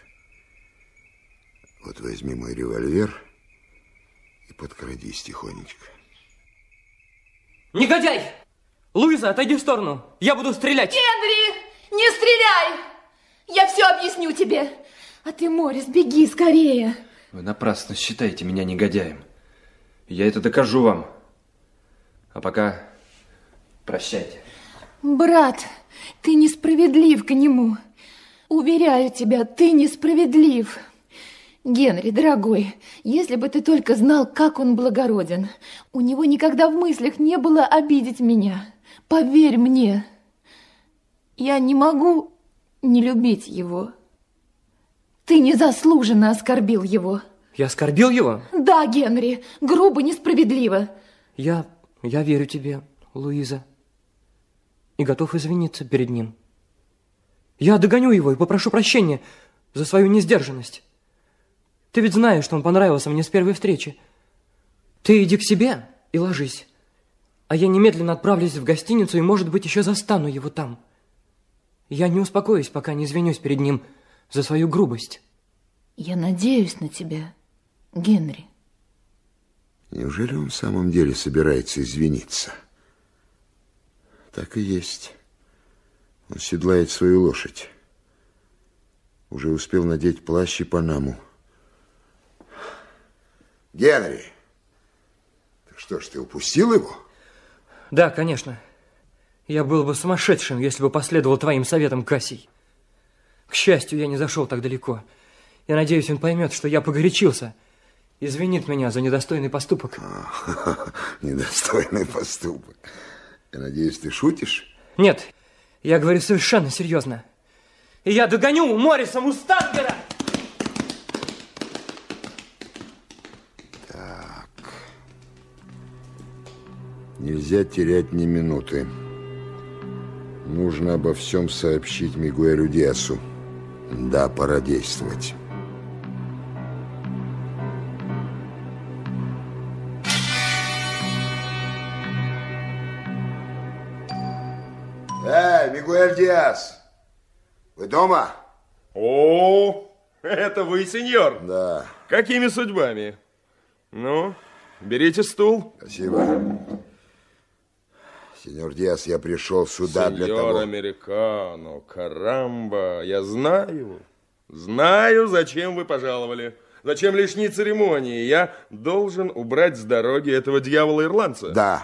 Вот возьми мой револьвер и подкрадись тихонечко. Негодяй! Луиза, отойди в сторону. Я буду стрелять. Генри, не стреляй! Я все объясню тебе. А ты, Моррис, беги скорее. Вы напрасно считаете меня негодяем. Я это докажу вам. А пока прощайте. Брат, ты несправедлив к нему. Уверяю тебя, ты несправедлив. Генри, дорогой, если бы ты только знал, как он благороден. У него никогда в мыслях не было обидеть меня. Поверь мне. Я не могу не любить его. Ты незаслуженно оскорбил его. Я оскорбил его? Да, Генри, грубо, несправедливо. Я верю тебе, Луиза, и готов извиниться перед ним. Я догоню его и попрошу прощения за свою несдержанность. Ты ведь знаешь, что он понравился мне с первой встречи. Ты иди к себе и ложись, а я немедленно отправлюсь в гостиницу и, может быть, еще застану его там. Я не успокоюсь, пока не извинюсь перед ним за свою грубость. Я надеюсь на тебя, Генри. Неужели он в самом деле собирается извиниться? Так и есть. Он седлает свою лошадь. Уже успел надеть плащ и панаму. Генри, так что ж, ты упустил его? Да, конечно. Я был бы сумасшедшим, если бы последовал твоим советам, Кассий. К счастью, я не зашел так далеко. Я надеюсь, он поймет, что я погорячился. Извинит меня за недостойный поступок. Недостойный поступок. Я надеюсь, ты шутишь? Нет, Я говорю совершенно серьезно. И я догоню Морриса Мустангера. Так. Нельзя терять ни минуты. Нужно обо всем сообщить Мигуэлю Диасу. Да, пора действовать. Мигуэль Диас, вы дома? О, это вы, сеньор? Да. Какими судьбами? Ну, берите стул. Спасибо. Сеньор Диас, я пришел сюда для того... Сеньор Американо, карамба, я знаю, зачем вы пожаловали. Зачем лишние церемонии? Я должен убрать с дороги этого дьявола-ирландца. Да.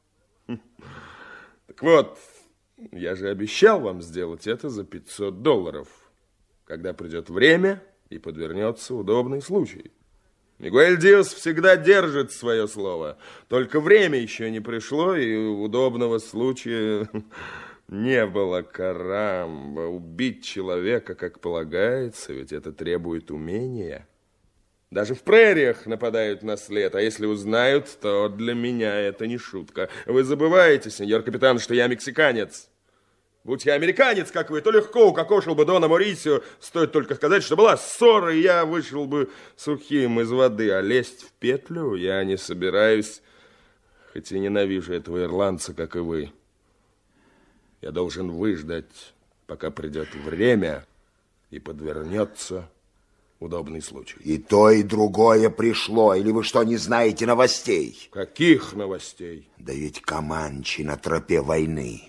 Так вот, я же обещал вам сделать это за $500, когда придет время и подвернется удобный случай. Мигуэль Диас всегда держит свое слово. Только время еще не пришло, и удобного случая не было. Карамба, убить человека, как полагается, ведь это требует умения. Даже в прериях нападают на след, а если узнают, то для меня это не шутка. Вы забываете, сеньор капитан, что я мексиканец. Будь я американец, как вы, то легко укокошил бы Дона Морисио. Стоит только сказать, что была ссора, и я вышел бы сухим из воды. А лезть в петлю я не собираюсь, хоть и ненавижу этого ирландца, как и вы. Я должен выждать, пока придет время и подвернется удобный случай. И то, и другое пришло. Или вы что, не знаете новостей? Каких новостей? Да ведь Команчи на тропе войны.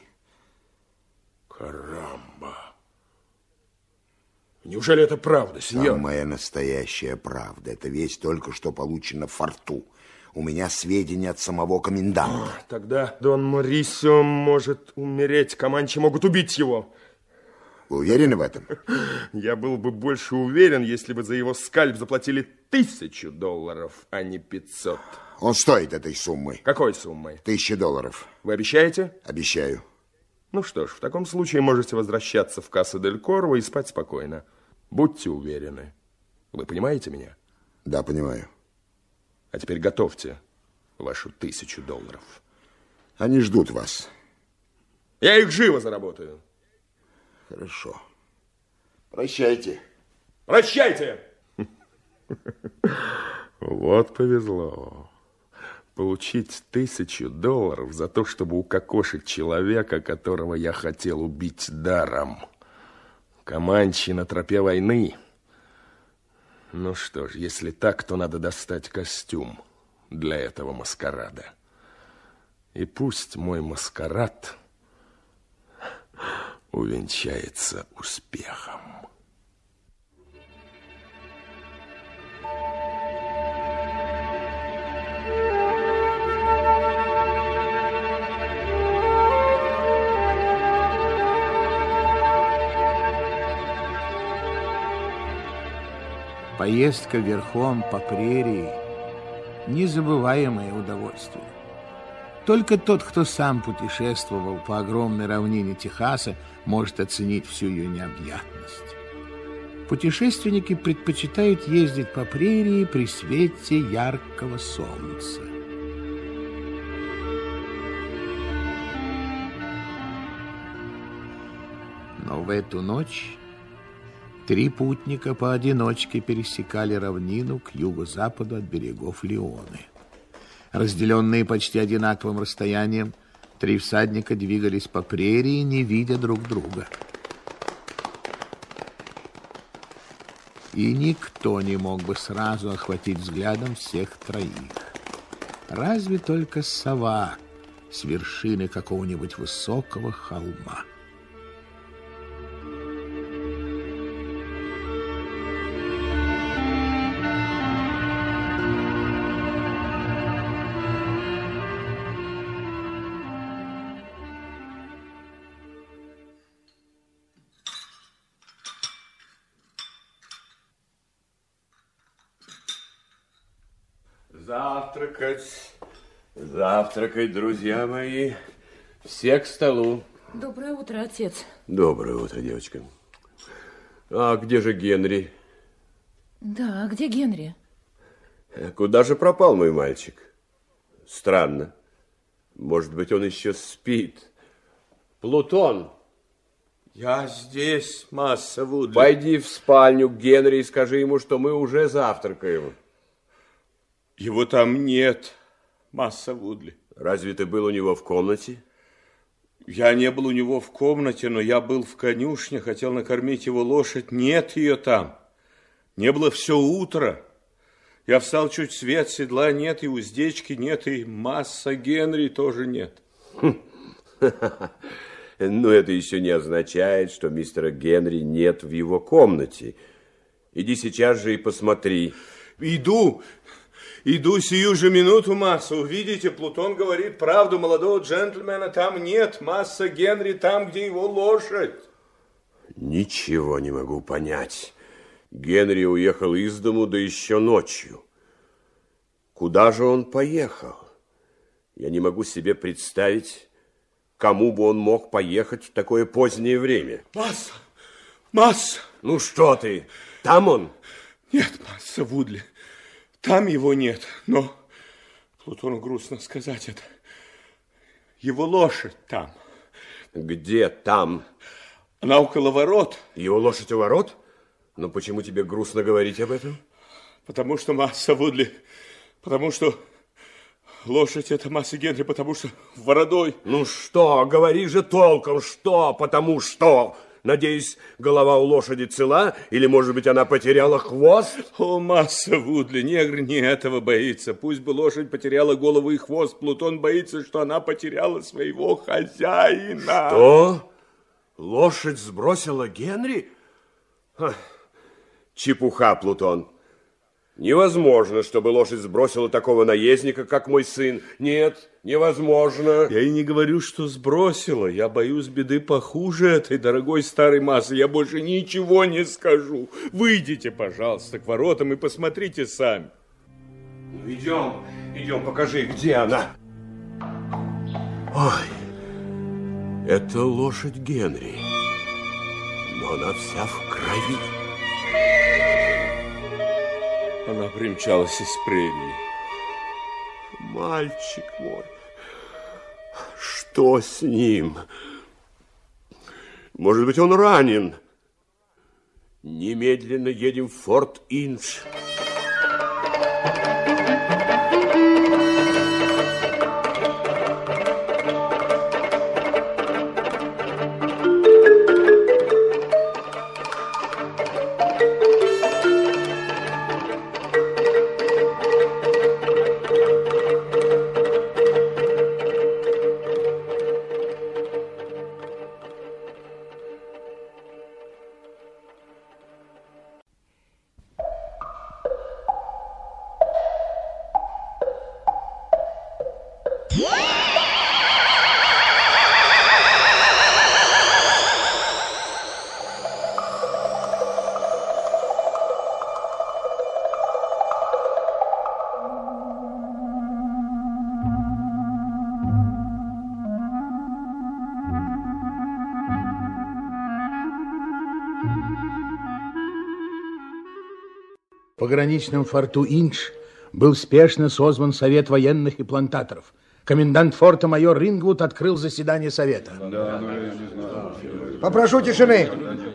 Карамба. Неужели это правда, сеньор? Самая настоящая правда. Эта весть только что получена в форту. У меня сведения от самого коменданта. Тогда Дон Морисио может умереть. Команчи могут убить его. Вы уверены в этом? Я был бы больше уверен, если бы за его скальп заплатили $1000, а не 500. Он стоит этой суммы. Какой суммы? $1000. Вы обещаете? Обещаю. Ну что ж, в таком случае можете возвращаться в Касса-дель-Корво и спать спокойно. Будьте уверены. Вы понимаете меня? Да, понимаю. А теперь готовьте вашу $1000. Они ждут вас. Я их живо заработаю. Хорошо. Прощайте. Прощайте! Вот повезло. Получить $1000 за то, чтобы укокошить человека, которого я хотел убить даром. Команчи на тропе войны. Ну что ж, если так, то надо достать костюм для этого маскарада. И пусть мой маскарад увенчается успехом. Поездка верхом по прерии – незабываемое удовольствие. Только тот, кто сам путешествовал по огромной равнине Техаса, может оценить всю ее необъятность. Путешественники предпочитают ездить по прерии при свете яркого солнца. Но в эту ночь 3 путника поодиночке пересекали равнину к юго-западу от берегов Леоны. Разделенные почти одинаковым расстоянием, 3 всадника двигались по прерии, не видя друг друга. И никто не мог бы сразу охватить взглядом всех 3. Разве только сова с вершины какого-нибудь высокого холма. Завтракать, завтракать, друзья мои. Все к столу. Доброе утро, отец. Доброе утро, девочка. А где же Генри? Да, а где Генри? Куда же пропал мой мальчик? Странно. Может быть, он еще спит. Плутон! Я здесь, масса Вудли. Пойди в спальню к Генри и скажи ему, что мы уже завтракаем. Его там нет, масса Вудли. Разве ты был у него в комнате? Я не был у него в комнате, но я был в конюшне, хотел накормить его лошадь. Нет ее там. Не было все утро. Я встал чуть свет, седла нет, и уздечки нет, и масса Генри тоже нет. Но это еще не означает, что мистера Генри нет в его комнате. Иди сейчас же и посмотри. Иду сию же минуту, масса. Увидите, Плутон говорит правду, молодого джентльмена там нет. Масса Генри там, где его лошадь. Ничего не могу понять. Генри уехал из дому, да еще ночью. Куда же он поехал? Я не могу себе представить, кому бы он мог поехать в такое позднее время. Масса! Ну что ты, там он? Нет, масса Вудли, там его нет, но Плутону грустно сказать это. Его лошадь там. Где там? Она около ворот. Его лошадь у ворот? Но почему тебе грустно говорить об этом? Потому что масса Вудли, потому что лошадь это масса Генри, потому что вородой. Ну что, говори же толком, что, потому что... Надеюсь, голова у лошади цела, или, может быть, она потеряла хвост? О, масса Вудли, негр не этого боится. Пусть бы лошадь потеряла голову и хвост, Плутон боится, что она потеряла своего хозяина. Что? Лошадь сбросила Генри? Чепуха, Плутон. Невозможно, чтобы лошадь сбросила такого наездника, как мой сын. Нет, невозможно. Я и не говорю, что сбросила. Я боюсь беды похуже этой дорогой старой массы. Я больше ничего не скажу. Выйдите, пожалуйста, к воротам и посмотрите сами. Ну, идем, покажи, где она. Ой, это лошадь Генри. Но она вся в крови. Она примчалась из прерии. Мальчик мой, что с ним? Может быть, он ранен? Немедленно едем в Форт Индж. В пограничном форту Индж был спешно созван совет военных и плантаторов. Комендант форта майор Рингвуд открыл заседание совета. Попрошу тишины.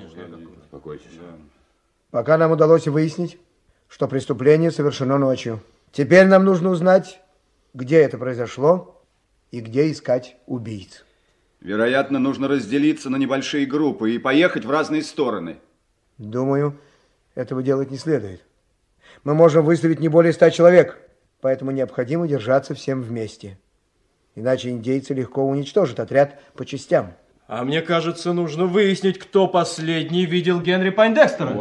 Пока нам удалось выяснить, что преступление совершено ночью. Теперь нам нужно узнать, где это произошло и где искать убийц. Вероятно, нужно разделиться на небольшие группы и поехать в разные стороны. Думаю, этого делать не следует. Мы можем выставить не более 100 человек, поэтому необходимо держаться всем вместе. Иначе индейцы легко уничтожат отряд по частям. А мне кажется, нужно выяснить, кто последний видел Генри Пойндекстера.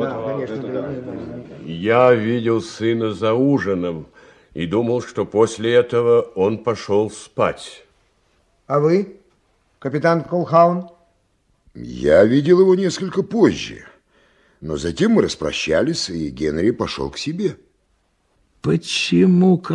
Я видел сына за ужином и думал, что после этого он пошел спать. А вы, капитан Колхаун? Я видел его несколько позже. Но затем мы распрощались, и Генри пошел к себе. Почему Колхаун скрыл, что действительно произошло?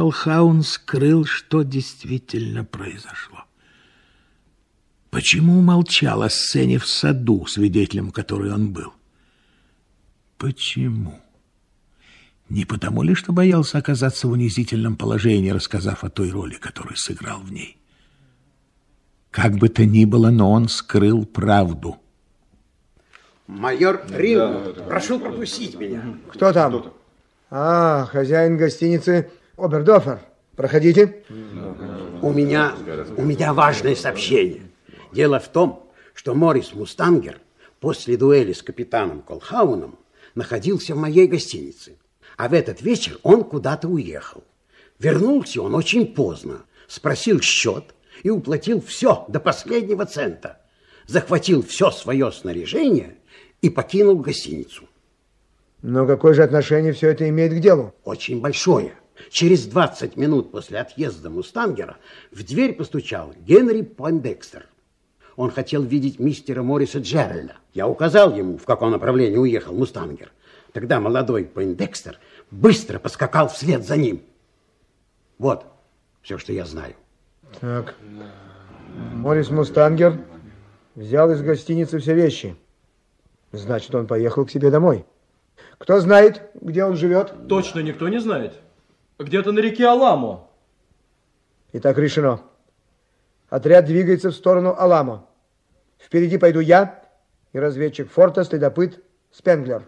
Почему молчал о сцене в саду, свидетелем которой он был? Почему? Не потому ли, что боялся оказаться в унизительном положении, рассказав о той роли, которую сыграл в ней? Как бы то ни было, но он скрыл правду. Майор Рингвуд, прошу пропустить меня. Кто там? А, хозяин гостиницы Обердофер. Проходите. У меня важное сообщение. Дело в том, что Морис Мустангер после дуэли с капитаном Колхауном находился в моей гостинице. А в этот вечер он куда-то уехал. Вернулся он очень поздно, спросил счет и уплатил все до последнего цента. Захватил все свое снаряжение и покинул гостиницу. Но какое же отношение все это имеет к делу? Очень большое. Через 20 минут после отъезда Мустангера в дверь постучал Генри Пойндекстер. Он хотел видеть мистера Мориса Джеральда. Я указал ему, в каком направлении уехал Мустангер. Тогда молодой Пойндекстер быстро поскакал вслед за ним. Вот все, что я знаю. Так, Морис Мустангер взял из гостиницы все вещи. Значит, он поехал к себе домой. Кто знает, где он живет? Точно никто не знает. Где-то на реке Аламо. Итак, решено. Отряд двигается в сторону Аламо. Впереди пойду я и разведчик форта, следопыт Спенглер.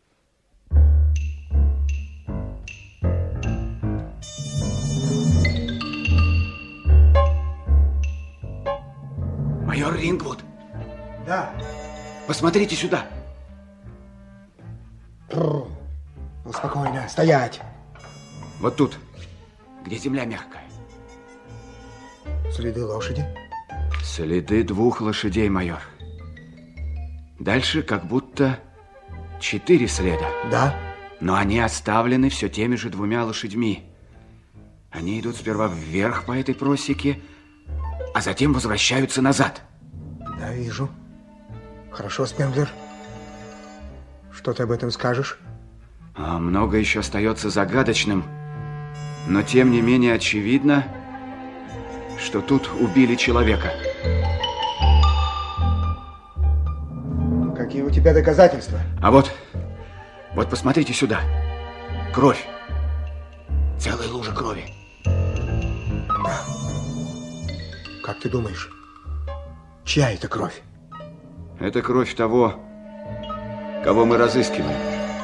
Майор Рингвуд. Да. Посмотрите сюда. Ну, спокойно, стоять. Вот тут, где земля мягкая. Следы лошади? Следы 2 лошадей, майор. Дальше как будто 4 следа. Да. Но они оставлены все теми же 2 лошадьми. Они идут сперва вверх по этой просеке, а затем возвращаются назад. Да, вижу. Хорошо, Спенглер. Что ты об этом скажешь? Много еще остается загадочным, но тем не менее очевидно, что тут убили человека. Какие у тебя доказательства? А вот посмотрите сюда. Кровь. Целая лужа крови. Да. Как ты думаешь, чья это кровь? Это кровь того, кого мы разыскиваем.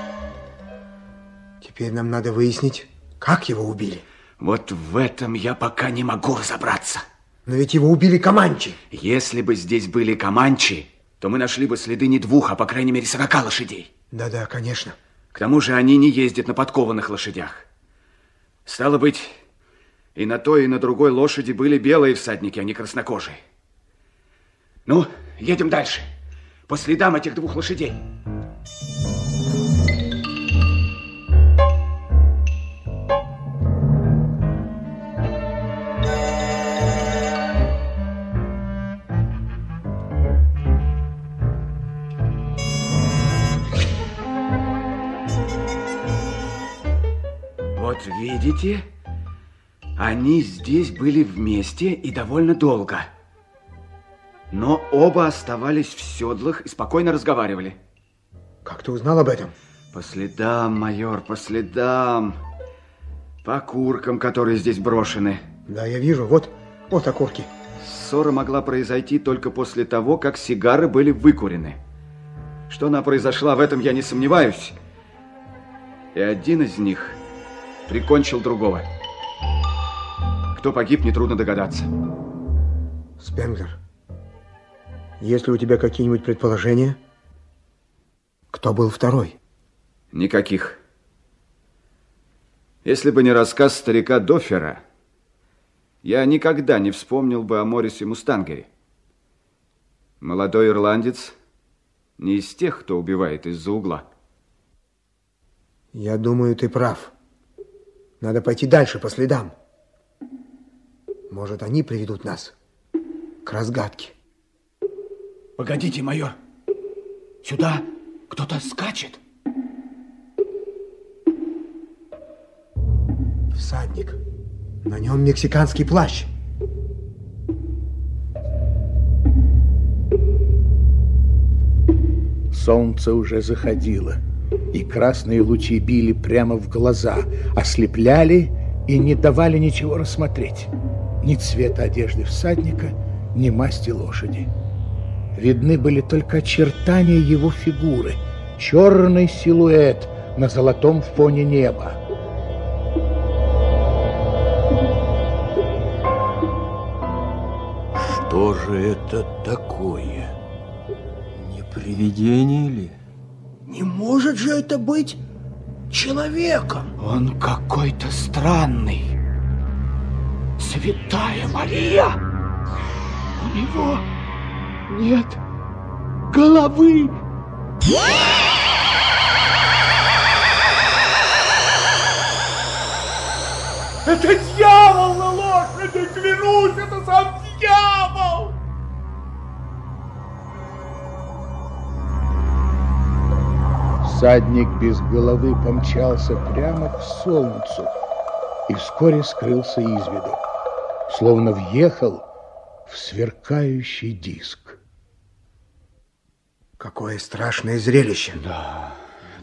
Теперь нам надо выяснить, как его убили. Вот в этом я пока не могу разобраться. Но ведь его убили команчи. Если бы здесь были команчи, то мы нашли бы следы не 2, а по крайней мере 40 лошадей. Да-да, конечно. К тому же они не ездят на подкованных лошадях. Стало быть, и на той, и на другой лошади были белые всадники, а не краснокожие. Ну, едем дальше. По следам этих 2 лошадей. Вот видите, они здесь были вместе и довольно долго. Но оба оставались в седлах и спокойно разговаривали. Как ты узнал об этом? По следам, майор, по следам. По окуркам, которые здесь брошены. Да, я вижу. Вот окурки. Ссора могла произойти только после того, как сигары были выкурены. Что она произошла, в этом я не сомневаюсь. И один из них прикончил другого. Кто погиб, нетрудно догадаться. Спенглер, есть ли у тебя какие-нибудь предположения? Кто был второй? Никаких. Если бы не рассказ старика Дофера, я никогда не вспомнил бы о Морисе Мустангере. Молодой ирландец не из тех, кто убивает из-за угла. Я думаю, ты прав. Надо пойти дальше по следам. Может, они приведут нас к разгадке. Погодите, майор. Сюда кто-то скачет. Всадник. На нем мексиканский плащ. Солнце уже заходило, и красные лучи били прямо в глаза, ослепляли и не давали ничего рассмотреть. Ни цвета одежды всадника, ни масти лошади. Видны были только очертания его фигуры, черный силуэт на золотом фоне неба. Что же это такое? Не привидение ли? Не может же это быть человеком? Он какой-то странный. Святая Мария! У него нет головы! Это дьявол на лошади! Клянусь, это сам дьявол! Всадник без головы помчался прямо к солнцу и вскоре скрылся из виду, словно въехал в сверкающий диск. Какое страшное зрелище. Да.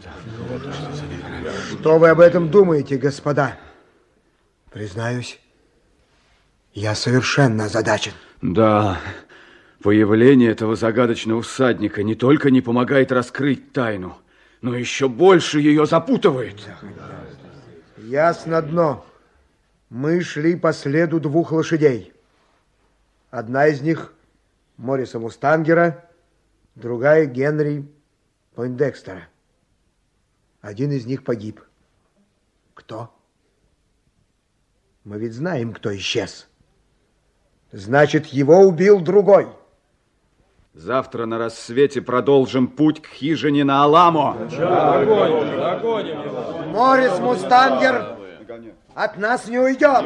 Что вы об этом думаете, господа? Признаюсь, я совершенно озадачен. Да, появление этого загадочного всадника не только не помогает раскрыть тайну, но еще больше ее запутывает. Ясно одно. Мы шли по следу двух лошадей. Одна из них Мориса Мустангера, другая Генри Пойндекстера. Один из них погиб. Кто? Мы ведь знаем, кто исчез. Значит, его убил другой. Завтра на рассвете продолжим путь к хижине на Аламо. Догоним его. Морис Мустангер от нас не уйдет.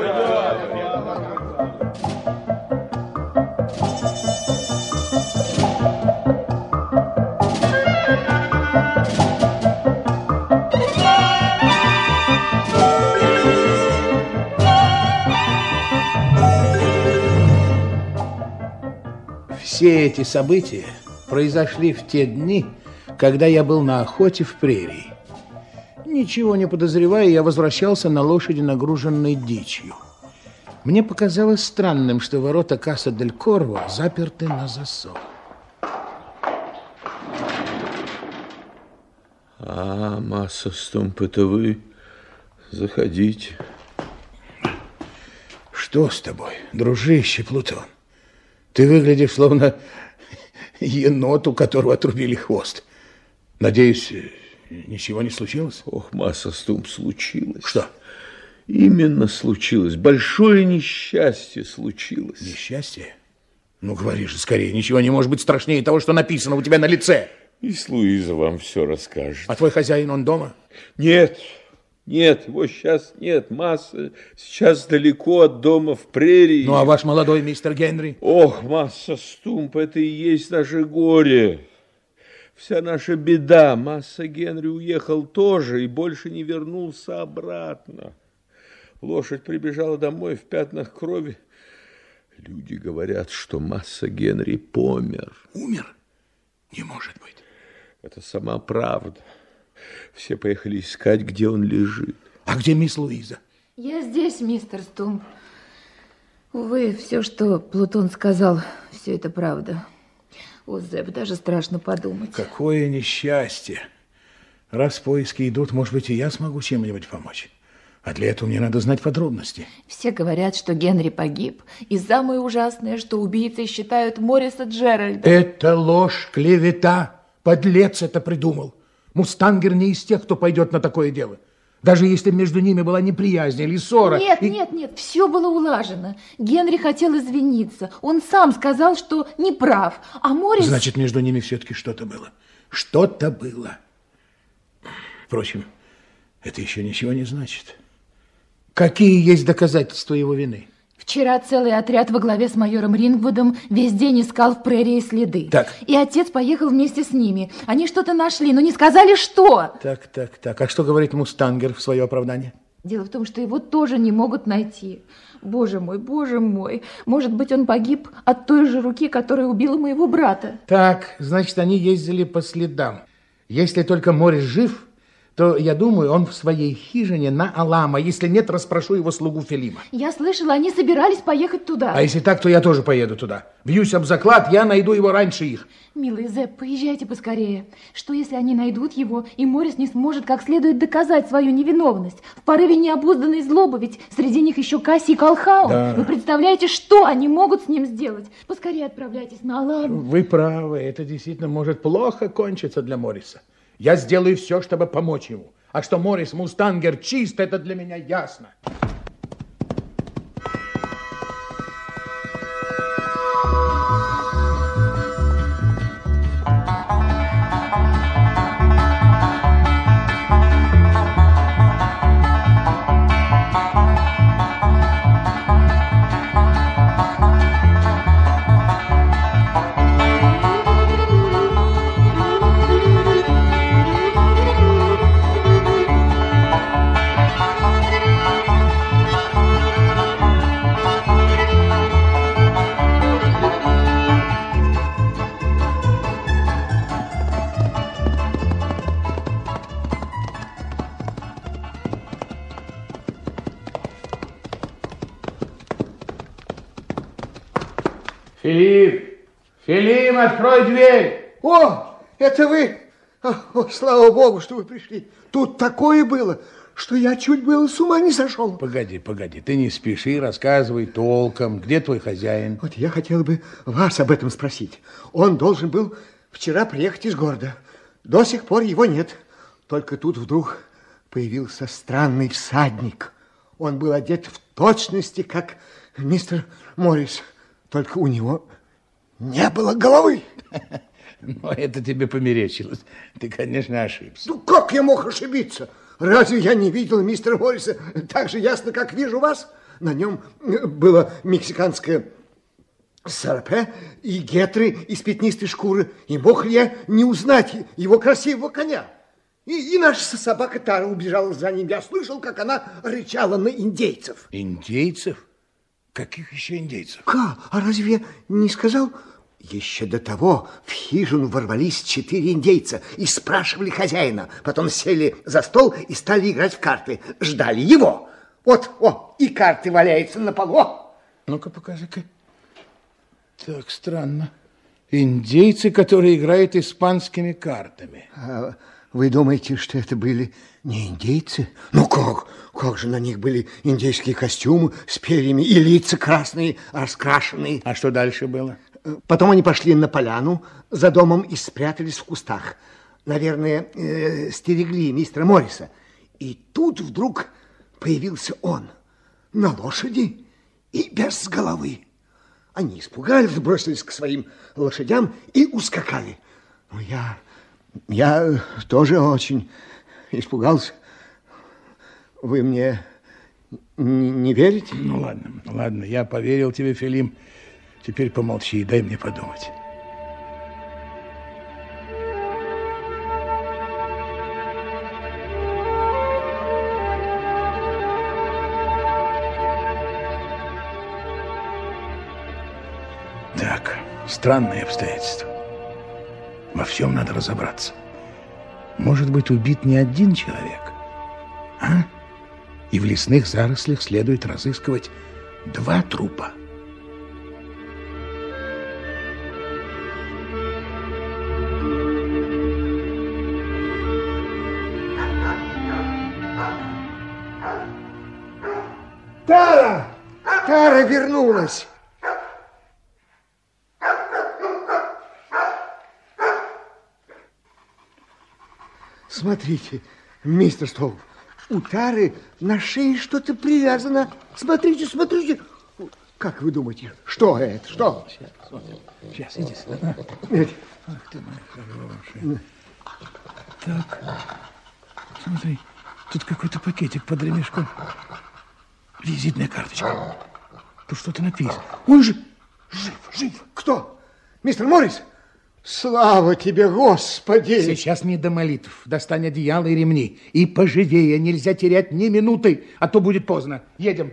Все эти события произошли в те дни, когда я был на охоте в прерии. Ничего не подозревая, я возвращался на лошади, нагруженной дичью. Мне показалось странным, что ворота Каса-дель-Корво заперты на засов. Масса Стумп, это вы? Заходите. Что с тобой, дружище Плутон? Ты выглядишь словно енот, у которого отрубили хвост. Надеюсь, ничего не случилось? Ох, Масса Стумп, случилось. Что? Именно случилось. Большое несчастье случилось. Несчастье? Ну, говори же скорее. Ничего не может быть страшнее того, что написано у тебя на лице. Мисс Луиза вам все расскажет. А твой хозяин, он дома? Нет. Нет, его сейчас нет, Масса сейчас далеко от дома в прерии. Ну, а ваш молодой мистер Генри? Ох, Масса Стумп, это и есть наше горе. Вся наша беда. Масса Генри уехал тоже и больше не вернулся обратно. Лошадь прибежала домой в пятнах крови. Люди говорят, что Масса Генри помер. Умер? Не может быть. Это сама правда. Все поехали искать, где он лежит. А где мисс Луиза? Я здесь, мистер Стумп. Увы, все, что Плутон сказал, все это правда. О, Зэб, даже страшно подумать. Какое несчастье. Раз поиски идут, может быть, и я смогу чем-нибудь помочь. А для этого мне надо знать подробности. Все говорят, что Генри погиб. И самое ужасное, что убийцей считают Мориса Джеральда. Это ложь, клевета. Подлец это придумал. Мустангер не из тех, кто пойдет на такое дело. Даже если между ними была неприязнь или ссора. Нет, все было улажено. Генри хотел извиниться. Он сам сказал, что не прав. А Морис... Значит, между ними все-таки что-то было. Что-то было. Впрочем, это еще ничего не значит. Какие есть доказательства его вины? Вчера целый отряд во главе с майором Рингвудом весь день искал в прерии следы. Так. И отец поехал вместе с ними. Они что-то нашли, но не сказали, что. Так. А что говорит Мустангер в свое оправдание? Дело в том, что его тоже не могут найти. Боже мой, может быть, он погиб от той же руки, которая убила моего брата. Так, значит, они ездили по следам. Если только Морис жив, то, я думаю, он в своей хижине на Алама. Если нет, расспрошу его слугу Фелима. Я слышала, они собирались поехать туда. А если так, то я тоже поеду туда. Бьюсь об заклад, я найду его раньше их. Милый Зепп, поезжайте поскорее. Что, если они найдут его, и Морис не сможет как следует доказать свою невиновность? В порыве необузданной злобы, ведь среди них еще Касси и Колхаун. Да. Вы представляете, что они могут с ним сделать? Поскорее отправляйтесь на Аламу. Вы правы, это действительно может плохо кончиться для Мориса. Я сделаю все, чтобы помочь ему. А что Морис Мустангер чист, это для меня ясно. Филим, открой дверь! О, это вы! О, слава богу, что вы пришли. Тут такое было, что я чуть было с ума не сошел. Погоди, ты не спеши, рассказывай толком. Где твой хозяин? Вот я хотел бы вас об этом спросить. Он должен был вчера приехать из города. До сих пор его нет. Только тут вдруг появился странный всадник. Он был одет в точности, как мистер Моррис. Только у него не было головы. Но это тебе померещилось. Ты, конечно, ошибся. Ну, как я мог ошибиться? Разве я не видел мистера Морриса так же ясно, как вижу вас? На нем было мексиканское сарапе и гетры из пятнистой шкуры. И мог ли я не узнать его красивого коня? И наша собака Тара убежала за ним. Я слышал, как она рычала на индейцев. Индейцев? Каких еще индейцев? А разве я не сказал? Еще до того в хижину ворвались 4 индейца и спрашивали хозяина. Потом сели за стол и стали играть в карты. Ждали его. Вот, и карты валяются на полу. Ну-ка, покажи-ка. Так, странно. Индейцы, которые играют испанскими картами. А вы думаете, что это были не индейцы? Ну как же на них были индейские костюмы с перьями и лица красные, раскрашенные. А что дальше было? Потом они пошли на поляну за домом и спрятались в кустах. Наверное, стерегли мистера Морриса. И тут вдруг появился он на лошади и без головы. Они испугались, бросились к своим лошадям и ускакали. Ну, я тоже очень испугался. Вы мне не верите? Ну, ладно, я поверил тебе, Филим. Теперь помолчи и дай мне подумать. Так, странные обстоятельства. Во всем надо разобраться. Может быть, убит не один человек, а? И в лесных зарослях следует разыскивать 2 трупа. Тара вернулась. Смотрите, мистер Стоуп, у Тары на шее что-то привязано. Смотрите. Как вы думаете, что это? Что? Сейчас, иди сюда. Ах ты моя хорошая. Так, смотри, тут какой-то пакетик под ремешком. Визитная карточка. Тут что-то написано. Он же жив. Кто? Мистер Моррис? Слава тебе, Господи! Сейчас не до молитв. Достань одеяло и ремни. И поживее, нельзя терять ни минуты, а то будет поздно. Едем.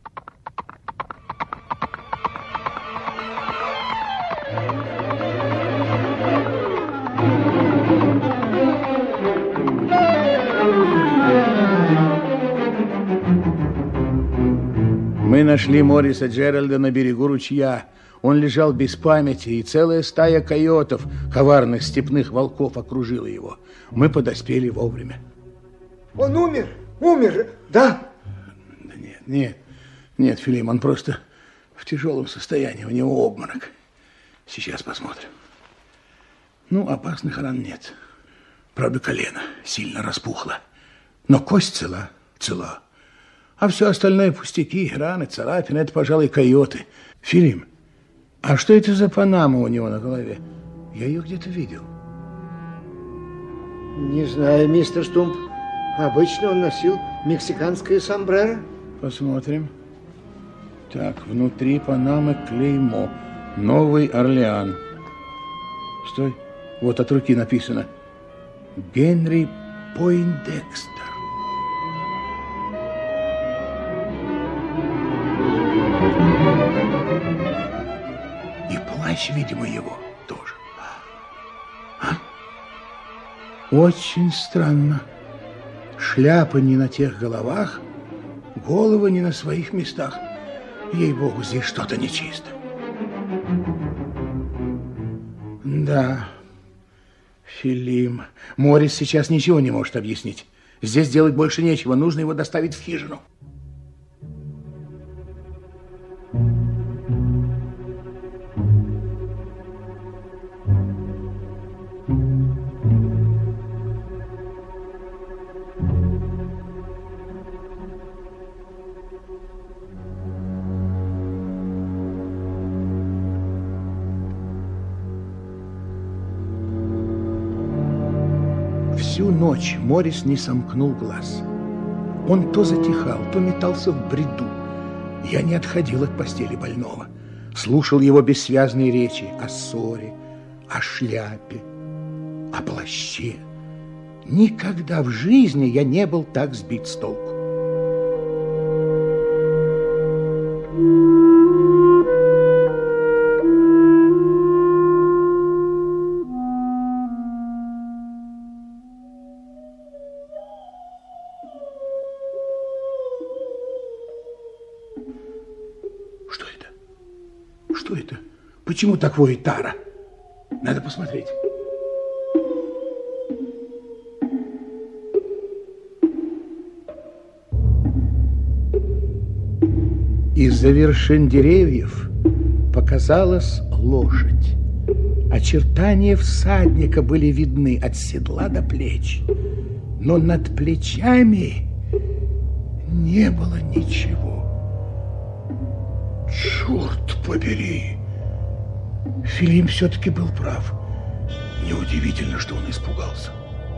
Мы нашли Мориса Джеральда на берегу ручья. Он лежал без памяти, и целая стая койотов, коварных степных волков, окружила его. Мы подоспели вовремя. Он умер? Умер, да? Да нет, Филим, он просто в тяжелом состоянии, у него обморок. Сейчас посмотрим. Ну, опасных ран нет. Правда, колено сильно распухло. Но кость цела. А все остальное пустяки, раны, царапины, это, пожалуй, койоты. Филим, а что это за панама у него на голове? Я ее где-то видел. Не знаю, мистер Стумп. Обычно он носил мексиканское сомбреро. Посмотрим. Так, внутри панамы клеймо. Новый Орлеан. Стой. Вот от руки написано. Генри Пойндекстер. И плащ, видимо, его тоже. Очень странно. Шляпа не на тех головах, головы не на своих местах. Ей-богу, здесь что-то нечисто. Да, Филим. Морис сейчас ничего не может объяснить. Здесь делать больше нечего. Нужно его доставить в хижину. Всю ночь Морис не сомкнул глаз. Он то затихал, то метался в бреду. Я не отходил от постели больного. Слушал его бессвязные речи о ссоре, о шляпе, о плаще. Никогда в жизни я не был так сбит с толку. Что это? Почему так воет Тара? Надо посмотреть. Из-за вершин деревьев показалась лошадь. Очертания всадника были видны от седла до плеч, но над плечами не было ничего. Черт побери! Филим все-таки был прав. Неудивительно, что он испугался.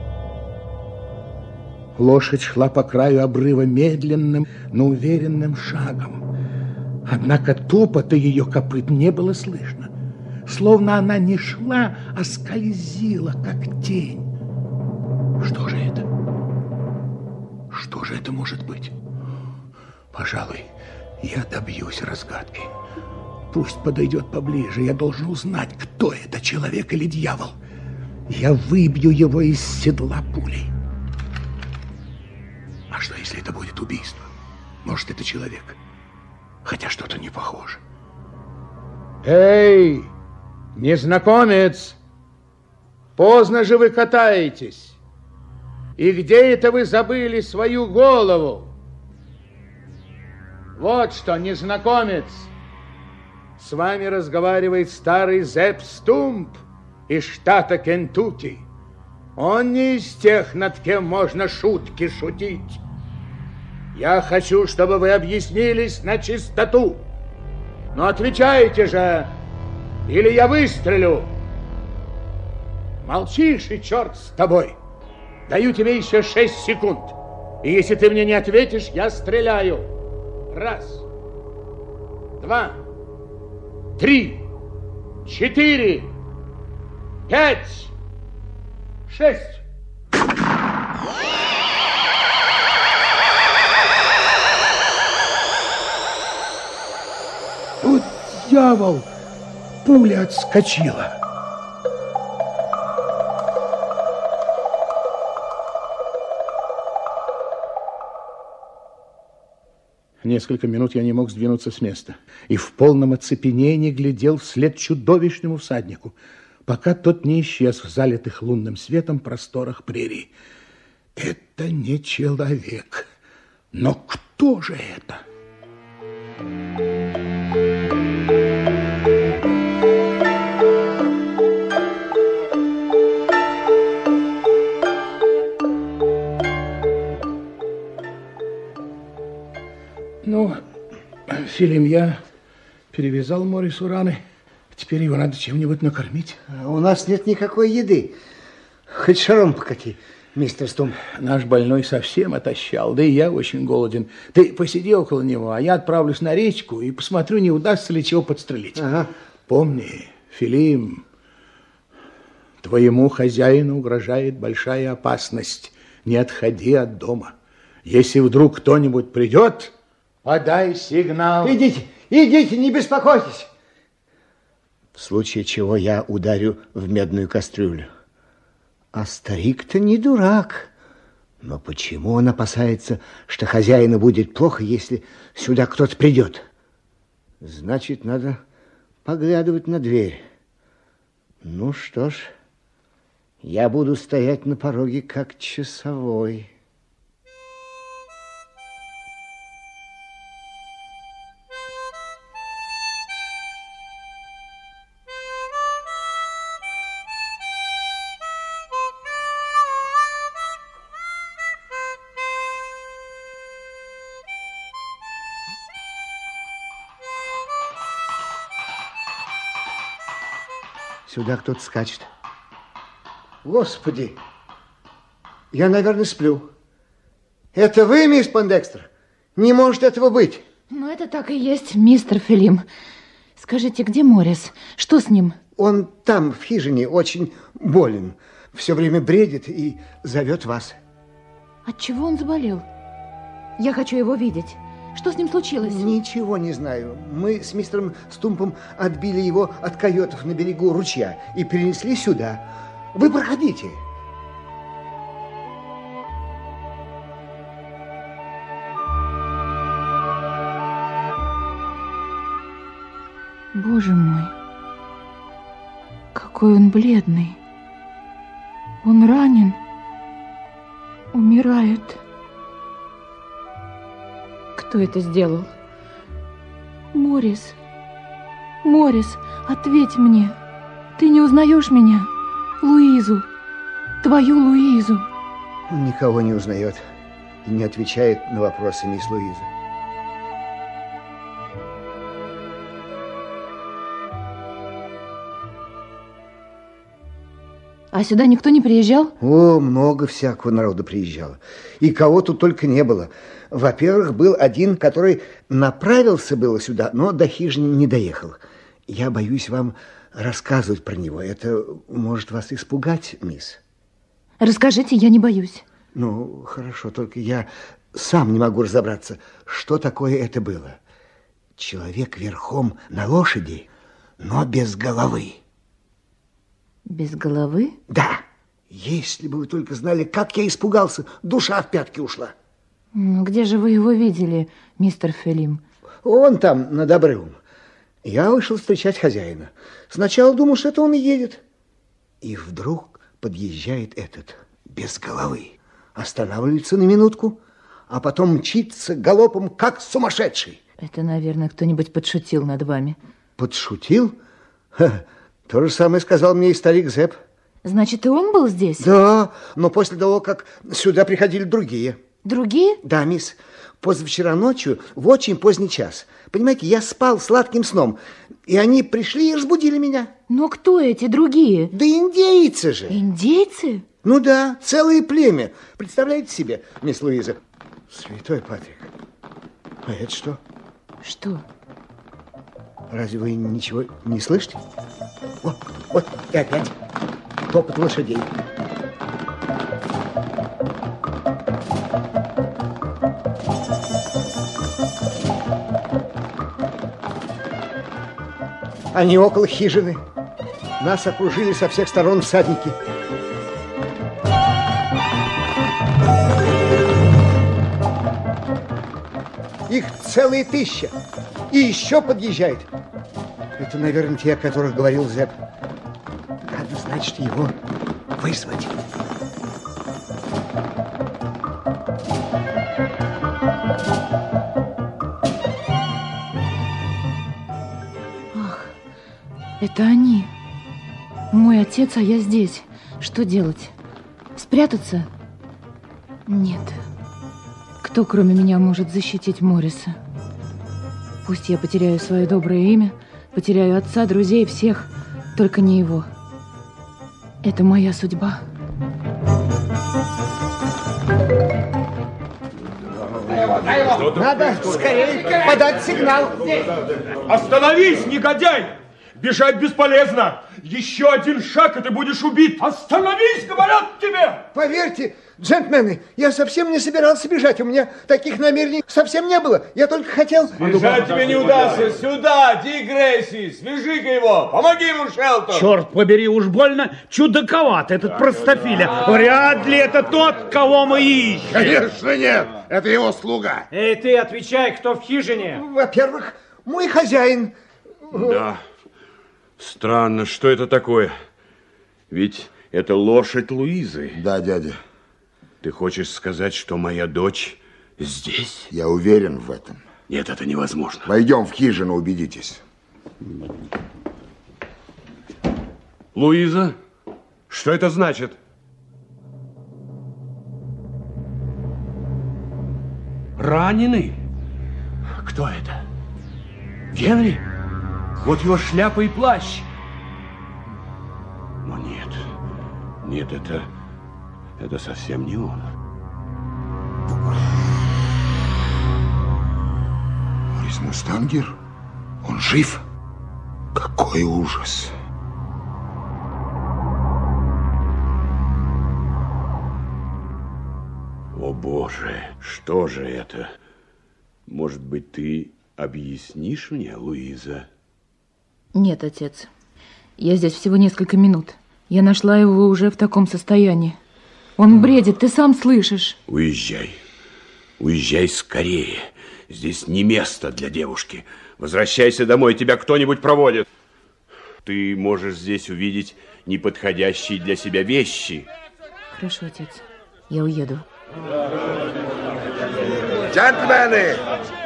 Лошадь шла по краю обрыва медленным, но уверенным шагом. Однако топота ее копыт не было слышно. Словно она не шла, а скользила, как тень. Что же это? Что же это может быть? Пожалуй, я добьюсь разгадки. Пусть подойдет поближе. Я должен узнать, кто это, человек или дьявол. Я выбью его из седла пулей. А что, если это будет убийство? Может, это человек? Хотя что-то не похоже. Эй, незнакомец! Поздно же вы катаетесь. И где это вы забыли свою голову? Вот что, незнакомец, с вами разговаривает старый Зепп Стумп из штата Кентукки. Он не из тех, над кем можно шутки шутить. Я хочу, чтобы вы объяснились на чистоту. Но отвечайте же, или я выстрелю. Молчишь, и черт с тобой. Даю тебе еще 6 секунд. И если ты мне не ответишь, я стреляю. 1, 2, 3, 4. 5, 6. Вот дьявол! Пуля отскочила. Несколько минут я не мог сдвинуться с места и в полном оцепенении глядел вслед чудовищному всаднику, пока тот не исчез в залитых лунным светом просторах прерий. Это не человек. Но кто же это? Ну, Филим, я перевязал Морису раны. Теперь его надо чем-нибудь накормить. У нас нет никакой еды. Хоть шаром покати, мистер Стумп. Наш больной совсем отощал, да и я очень голоден. Ты посиди около него, а я отправлюсь на речку и посмотрю, не удастся ли чего подстрелить. Ага. Помни, Филим, твоему хозяину угрожает большая опасность. Не отходи от дома. Если вдруг кто-нибудь придет, подай сигнал. Идите, идите, не беспокойтесь. В случае чего я ударю в медную кастрюлю. А старик-то не дурак. Но почему он опасается, что хозяину будет плохо, если сюда кто-то придет? Значит, надо поглядывать на дверь. Ну что ж, я буду стоять на пороге как часовой. Сюда кто-то скачет. Господи, я, наверное, сплю. Это вы, мисс Пойндекстер? Не может этого быть. Ну, это так и есть, мистер Филим. Скажите, где Морис? Что с ним? Он там, в хижине, очень болен. Все время бредит и зовет вас. Отчего он заболел? Я хочу его видеть. Что с ним случилось? Ничего не знаю. Мы с мистером Стумпом отбили его от койотов на берегу ручья и перенесли сюда. Вы проходите. Боже мой, какой он бледный. Он ранен, умирает. Кто это сделал? Морис. Морис, ответь мне. Ты не узнаешь меня? Луизу. Твою Луизу. Он никого не узнает и не отвечает на вопросы мисс Луизы. А сюда никто не приезжал? О, много всякого народу приезжало. И кого тут только не было. Во-первых, был один, который направился было сюда, но до хижины не доехал. Я боюсь вам рассказывать про него. Это может вас испугать, мисс. Расскажите, я не боюсь. Ну, хорошо, только я сам не могу разобраться, что такое это было. Человек верхом на лошади, но без головы. Без головы? Да. Если бы вы только знали, как я испугался, душа в пятки ушла. Ну, где же вы его видели, мистер Филим? Он там, над обрывом. Я вышел встречать хозяина. Сначала думал, что это он и едет. И вдруг подъезжает этот, без головы. Останавливается на минутку, а потом мчится галопом, как сумасшедший. Это, наверное, кто-нибудь подшутил над вами. Подшутил? Ха, то же самое сказал мне и старик Зепп. Значит, и он был здесь? Да, но после того, как сюда приходили другие. Другие? Да, мисс. Позавчера ночью в очень поздний час. Понимаете, я спал сладким сном, и они пришли и разбудили меня. Но кто эти другие? Да индейцы же. Индейцы? Ну да, целое племя. Представляете себе, мисс Луиза? Святой Патрик. А это что? Что? Разве вы ничего не слышите? Вот, и опять. топот лошадей. Они около хижины. Нас окружили со всех сторон всадники. Их целые 1000. И еще подъезжает. Это, наверное, те, о которых говорил Зэп. Надо, значит, его вызвать. Ах, это они. Мой отец, а я здесь. Что делать? Спрятаться? Нет. Кто, кроме меня, может защитить Морриса? Пусть я потеряю свое доброе имя, потеряю отца, друзей, всех, только не его. Это моя судьба. Надо скорее подать сигнал. Остановись, негодяй! Бежать бесполезно. Еще один шаг, и ты будешь убит. Остановись, говорят тебе! Поверьте, джентльмены, я совсем не собирался бежать. У меня таких намерений совсем не было. Я только хотел... Бежать тебе не удастся. Сюда, Дик Грейси, свяжи-ка его. Помоги ему, Шелтон. Черт побери, уж больно чудаковат этот простофиля. Вряд ли это тот, кого мы ищем. Конечно нет, это его слуга. Эй, ты отвечай, кто в хижине? Во-первых, мой хозяин. Да. Странно, что это такое? Ведь это лошадь Луизы. Да, дядя. Ты хочешь сказать, что моя дочь здесь? Я уверен в этом. Нет, это невозможно. Войдем в хижину, убедитесь. Луиза, что это значит? Раненый? Кто это? Генри? Вот его шляпа и плащ. Но нет, это совсем не он. Моррис Мустангер? Он жив? Какой ужас! О, Боже, что же это? Может быть, ты объяснишь мне, Луиза? Нет, отец. Я здесь всего несколько минут. Я нашла его уже в таком состоянии. Он бредит, ты сам слышишь. Уезжай. Уезжай скорее. Здесь не место для девушки. Возвращайся домой, тебя кто-нибудь проводит. Ты можешь здесь увидеть неподходящие для себя вещи. Хорошо, отец. Я уеду. Джентльмены!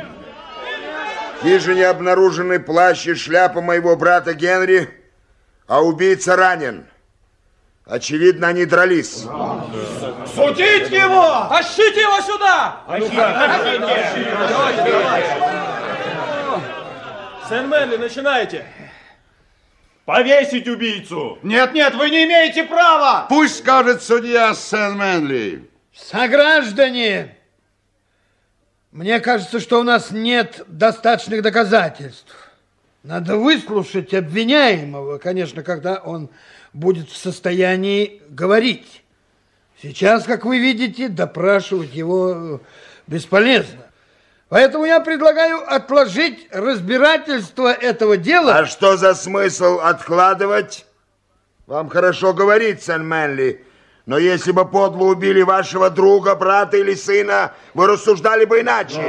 В хижине обнаружены плащ и шляпа моего брата Генри, а убийца ранен. Очевидно, они дрались. Судить его! Тащите его сюда! Сен-Мэнли, начинайте. Повесить убийцу! Нет, вы не имеете права! Пусть скажет судья Сен-Мэнли. Сограждане, мне кажется, что у нас нет достаточных доказательств. Надо выслушать обвиняемого, конечно, когда он будет в состоянии говорить. Сейчас, как вы видите, допрашивать его бесполезно. Поэтому я предлагаю отложить разбирательство этого дела. А что за смысл откладывать? Вам хорошо говорить, Сен-Мэнли, но если бы подло убили вашего друга, брата или сына, вы рассуждали бы иначе.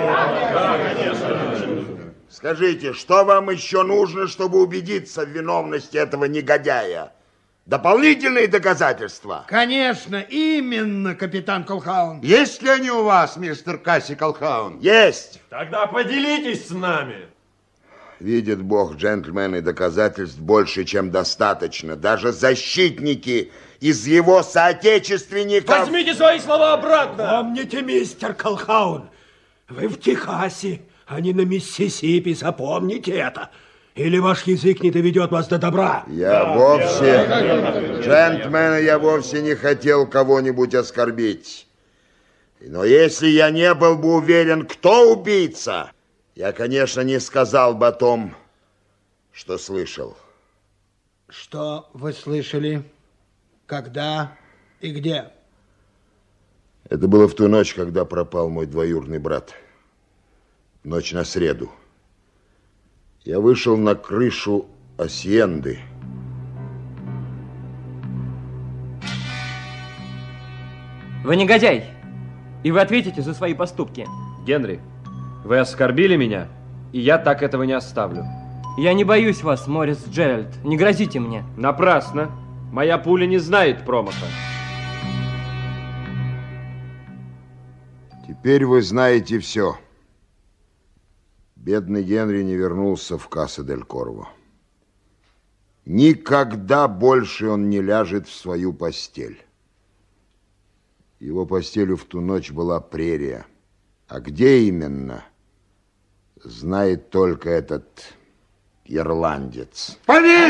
Скажите, что вам еще нужно, чтобы убедиться в виновности этого негодяя? Дополнительные доказательства? Конечно, именно, капитан Колхаун. Есть ли они у вас, мистер Касси Колхаун? Есть. Тогда поделитесь с нами. Видит Бог, джентльмены, доказательств больше, чем достаточно. Даже защитники из его соотечественников... Возьмите свои слова обратно. Помните, мистер Колхаун, вы в Техасе, а не на Миссисипи, запомните это. Или ваш язык не доведет вас до добра? Джентльмены, я вовсе не хотел кого-нибудь оскорбить. Но если я не был бы уверен, кто убийца, я, конечно, не сказал бы о том, что слышал. Что вы слышали? Когда и где? Это было в ту ночь, когда пропал мой двоюродный брат. Ночь на среду. Я вышел на крышу Асьенды. Вы негодяй, и вы ответите за свои поступки. Генри, вы оскорбили меня, и я так этого не оставлю. Я не боюсь вас, Морис Джеральд. Не грозите мне. Напрасно. Моя пуля не знает промаха. Теперь вы знаете все. Бедный Генри не вернулся в Касса-дель-Корво. Никогда больше он не ляжет в свою постель. Его постелью в ту ночь была прерия. А где именно, знает только этот ирландец.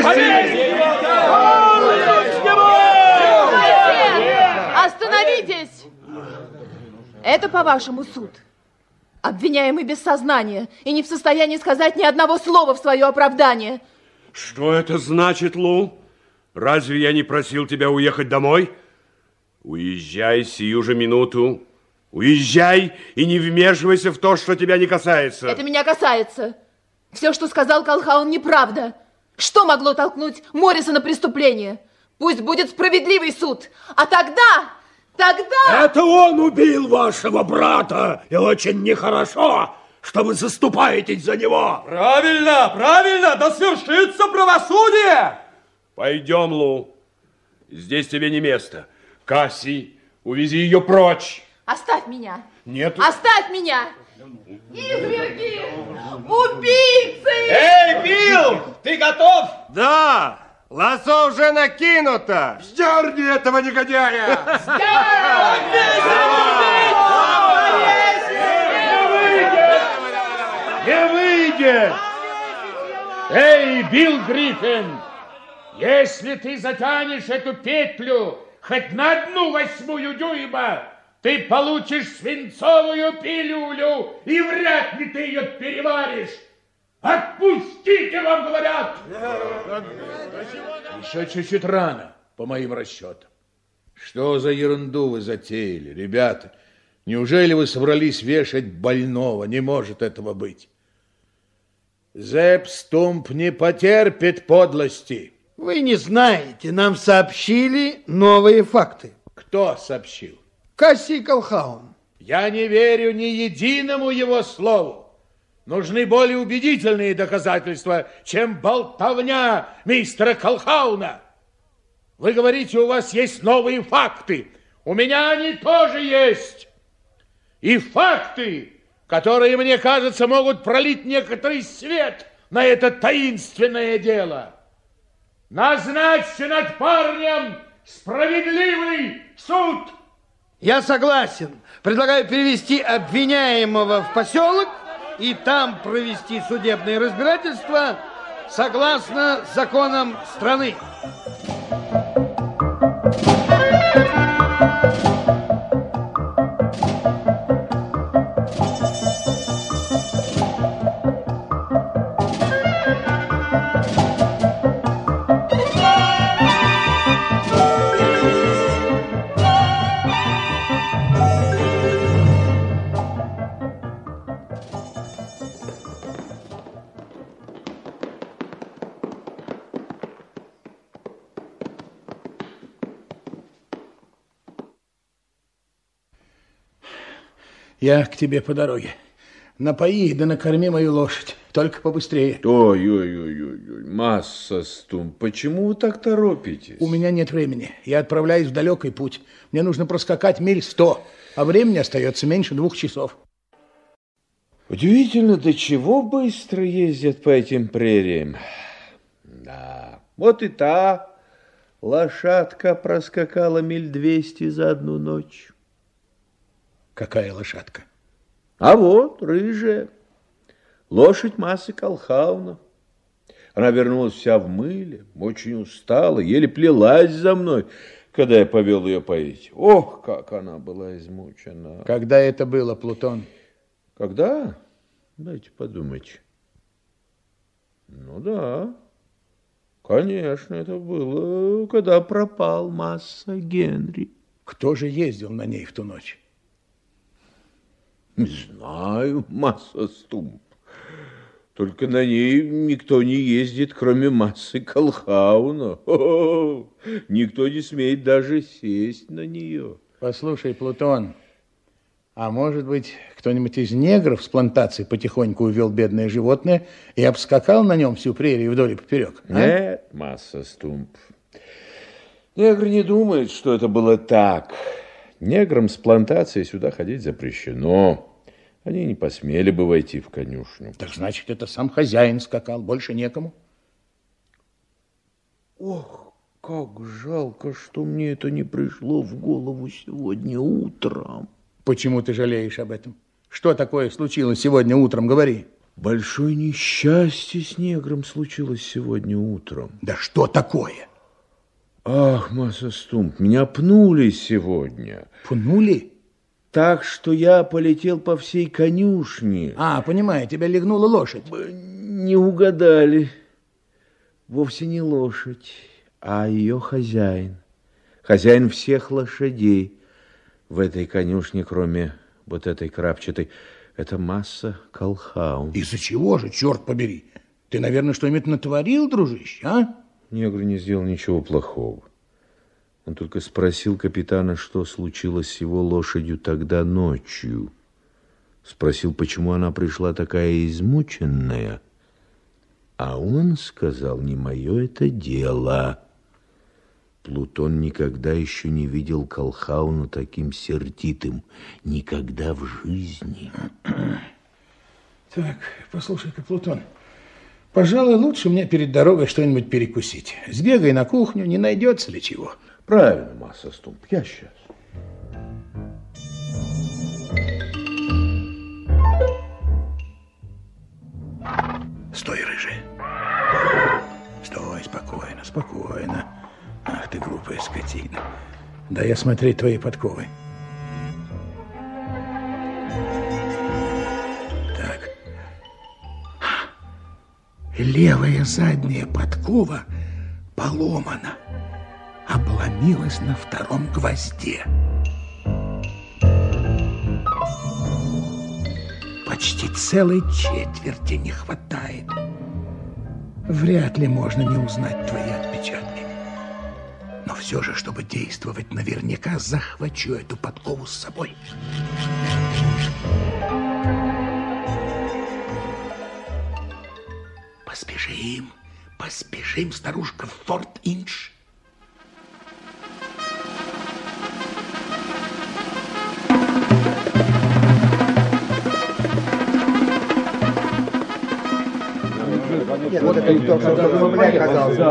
Остановитесь! Это, по-вашему, суд. Обвиняемый без сознания и не в состоянии сказать ни одного слова в свое оправдание. Что это значит, Лу? Разве я не просил тебя уехать домой? Уезжай сию же минуту. Уезжай и не вмешивайся в то, что тебя не касается. Это меня касается. Все, что сказал Колхаун, неправда. Что могло толкнуть Морриса на преступление? Пусть будет справедливый суд. А тогда... Это он убил вашего брата, и очень нехорошо, что вы заступаетесь за него. Правильно, правильно, да свершится правосудие. Пойдем, Лу. Здесь тебе не место. Касси, увези ее прочь. Оставь меня. Нет. Оставь меня. Изверги! Убийцы! Эй, Билл, ты готов? Да. Лассо уже накинуто. Сдерни этого негодяя! Не выйдет! Эй, Билл Гриффин, если ты затянешь эту петлю хоть на 1/8 дюйма, ты получишь свинцовую пилюлю, и вряд ли ты ее переваришь. Отпустите, вам говорят! Еще чуть-чуть рано, по моим расчетам. Что за ерунду вы затеяли, ребята? Неужели вы собрались вешать больного? Не может этого быть. Зепп Стумп не потерпит подлости. Вы не знаете, нам сообщили новые факты. Кто сообщил? Касси Колхаун. Я не верю ни единому его слову. Нужны более убедительные доказательства, чем болтовня мистера Колхауна. Вы говорите, у вас есть новые факты. У меня они тоже есть. И факты, которые, мне кажется, могут пролить некоторый свет на это таинственное дело. Назначьте над парнем справедливый суд. Я согласен. Предлагаю перевести обвиняемого в поселок и там провести судебное разбирательство согласно законам страны. Я к тебе по дороге. Напои да накорми мою лошадь. Только побыстрее. Ой, масса Стумп, почему вы так торопитесь? У меня нет времени. Я отправляюсь в далекий путь. Мне нужно проскакать миль 100, а времени остается меньше 2 часов. Удивительно, до чего быстро ездят по этим прериям. Да, вот и та лошадка проскакала миль 200 за одну ночь. Какая лошадка? А вот, рыжая. Лошадь массы Колхауна. Она вернулась вся в мыле, очень устала, еле плелась за мной, когда я повел ее поить. Ох, как она была измучена. Когда это было, Плутон? Когда? Дайте подумать. Ну да, Конечно, это было, когда пропал Масса Генри. Кто же ездил на ней в ту ночь? Не знаю, Масса Стумп. Только на ней никто не ездит, кроме Массы Колхауна. О-о-о! Никто не смеет даже сесть на нее. Послушай, Плутон, а может быть, кто-нибудь из негров с плантации потихоньку увел бедное животное и обскакал на нем всю прерию вдоль и поперек? А? Нет, Масса Стумп. Негр не думает, что это было так. Неграм с плантации сюда ходить запрещено. Они не посмели бы войти в конюшню. Так значит, это сам хозяин скакал, больше некому? Ох, как жалко, что мне это не пришло в голову сегодня утром. Почему ты жалеешь об этом? Что такое случилось сегодня утром, говори. Большое несчастье с негром случилось сегодня утром. Да что такое? Ах, Масса Стумп, меня пнули сегодня. Пнули? Так, что я полетел по всей конюшне. А, понимаю, тебя легнула лошадь. Не угадали. Вовсе не лошадь, а ее хозяин. Хозяин всех лошадей в этой конюшне, кроме вот этой крапчатой. Это Масса Колхаун. Из-за чего же, черт побери? Ты, наверное, что-нибудь натворил, дружище, а? Негр не сделал ничего плохого. Он только спросил капитана, что случилось с его лошадью тогда ночью. Спросил, почему она пришла такая измученная. А он сказал, не мое это дело. Плутон никогда еще не видел Колхауна таким сердитым. Никогда в жизни. Так, послушай-ка, Плутон, пожалуй, лучше мне перед дорогой что-нибудь перекусить. Сбегай на кухню, не найдется ли чего. Правильно, Масса Стумп, я сейчас. Стой, рыжий. Стой, спокойно, спокойно. Ах ты, глупая скотина. Дай осмотреть твои подковы. Так. Левая задняя подкова поломана. Обломилась на втором гвозде. Почти целой четверти не хватает. Вряд ли можно не узнать твои отпечатки. Но все же, чтобы действовать наверняка, захвачу эту подкову с собой. Поспешим, поспешим, старушка, в Форт Индж. Нет, вот это не то, что выпрямлять казалось.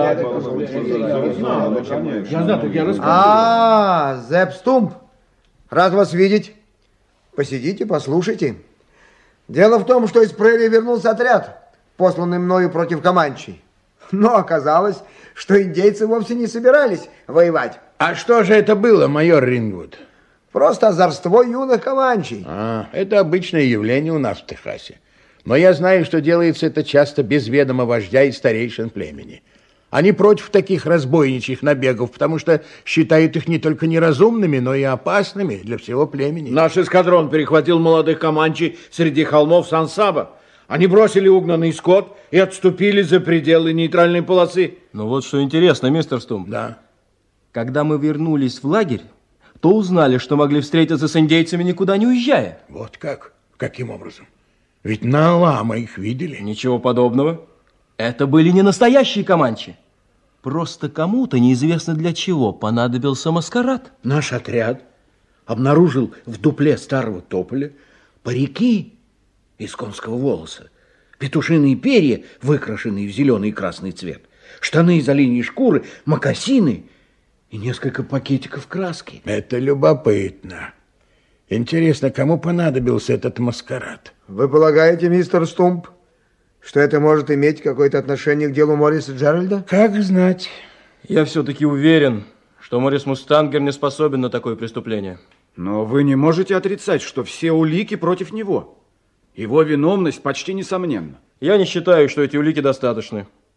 А, Зепп Стумп, рад вас видеть. Посидите, послушайте. Дело в том, что из прерии вернулся отряд, посланный мною против Команчей. Но оказалось, что индейцы вовсе не собирались воевать. А что же это было, майор Рингвуд? Просто озорство юных Команчей. Это обычное явление у нас в Техасе. Но я знаю, что делается это часто без ведома вождя и старейшин племени. Они против таких разбойничьих набегов, потому что считают их не только неразумными, но и опасными для всего племени. Наш эскадрон перехватил молодых команчей среди холмов Сан-Саба. Они бросили угнанный скот и отступили за пределы нейтральной полосы. Ну вот что интересно, мистер Стумп. Да. Когда мы вернулись в лагерь, то узнали, что могли встретиться с индейцами, никуда не уезжая. Вот как? Каким образом? Ведь на Алама их видели. Ничего подобного. Это были не настоящие команчи. Просто кому-то, неизвестно для чего, понадобился маскарад. Наш отряд обнаружил в дупле старого тополя парики из конского волоса, петушиные перья, выкрашенные в зеленый и красный цвет, штаны из оленьей шкуры, мокасины и несколько пакетиков краски. Это любопытно. Интересно, кому понадобился этот маскарад? Вы полагаете, мистер Стумп, что это может иметь какое-то отношение к делу Морриса Джеральда? Как знать. Я все-таки уверен, что Моррис Мустангер не способен на такое преступление. Но вы не можете отрицать, что все улики против него. Его виновность почти несомненна. Я не считаю, что эти улики достаточны.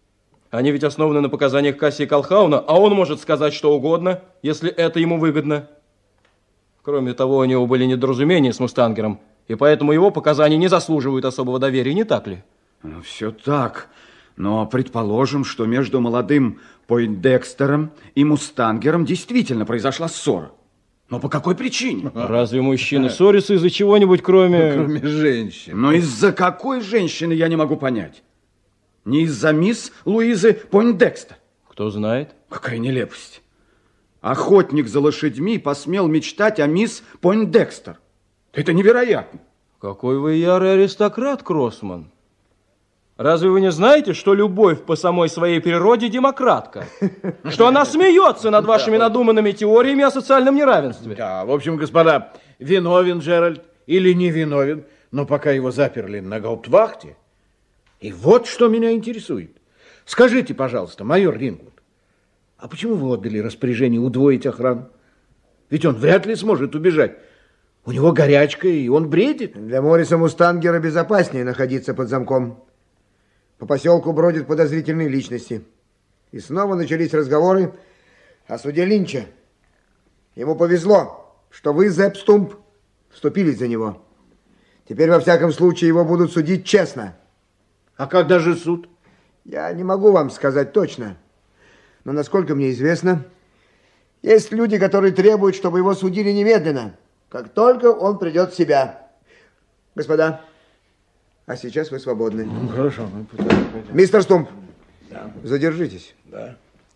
Они ведь основаны на показаниях Кассии Колхауна, а он может сказать что угодно, если это ему выгодно. Кроме того, у него были недоразумения с Мустангером, и поэтому его показания не заслуживают особого доверия, не так ли? Все так, но предположим, что между молодым Пойндекстером и Мустангером действительно произошла ссора. Но по какой причине? Разве мужчины ссорятся из-за чего-нибудь, кроме женщин? Но из-за какой женщины, я не могу понять. Не из-за мисс Луизы Пойндекстер. Кто знает? Какая нелепость. Охотник за лошадьми посмел мечтать о мисс Пойндекстер. Это невероятно. Какой вы ярый аристократ, Кроссман. Разве вы не знаете, что любовь по самой своей природе демократка? Что она смеется над вашими надуманными теориями о социальном неравенстве? Да, в общем, господа, виновен Джеральд или не виновен, но пока его заперли на гауптвахте. И вот что меня интересует. Скажите, пожалуйста, майор Рингвуд, а почему вы отдали распоряжение удвоить охрану? Ведь он вряд ли сможет убежать. У него горячка, и он бредит. Для Морриса Мустангера безопаснее находиться под замком. По поселку бродят подозрительные личности. И снова начались разговоры о суде Линча. Ему повезло, что вы, Зепп Стумп, вступились за него. Теперь, во всяком случае, его будут судить честно. А когда же суд? Я не могу вам сказать точно. Но, насколько мне известно, есть люди, которые требуют, чтобы его судили немедленно, как только он придет в себя. Господа, а сейчас вы свободны. Хорошо. Мистер Стумп, да. Задержитесь. Да.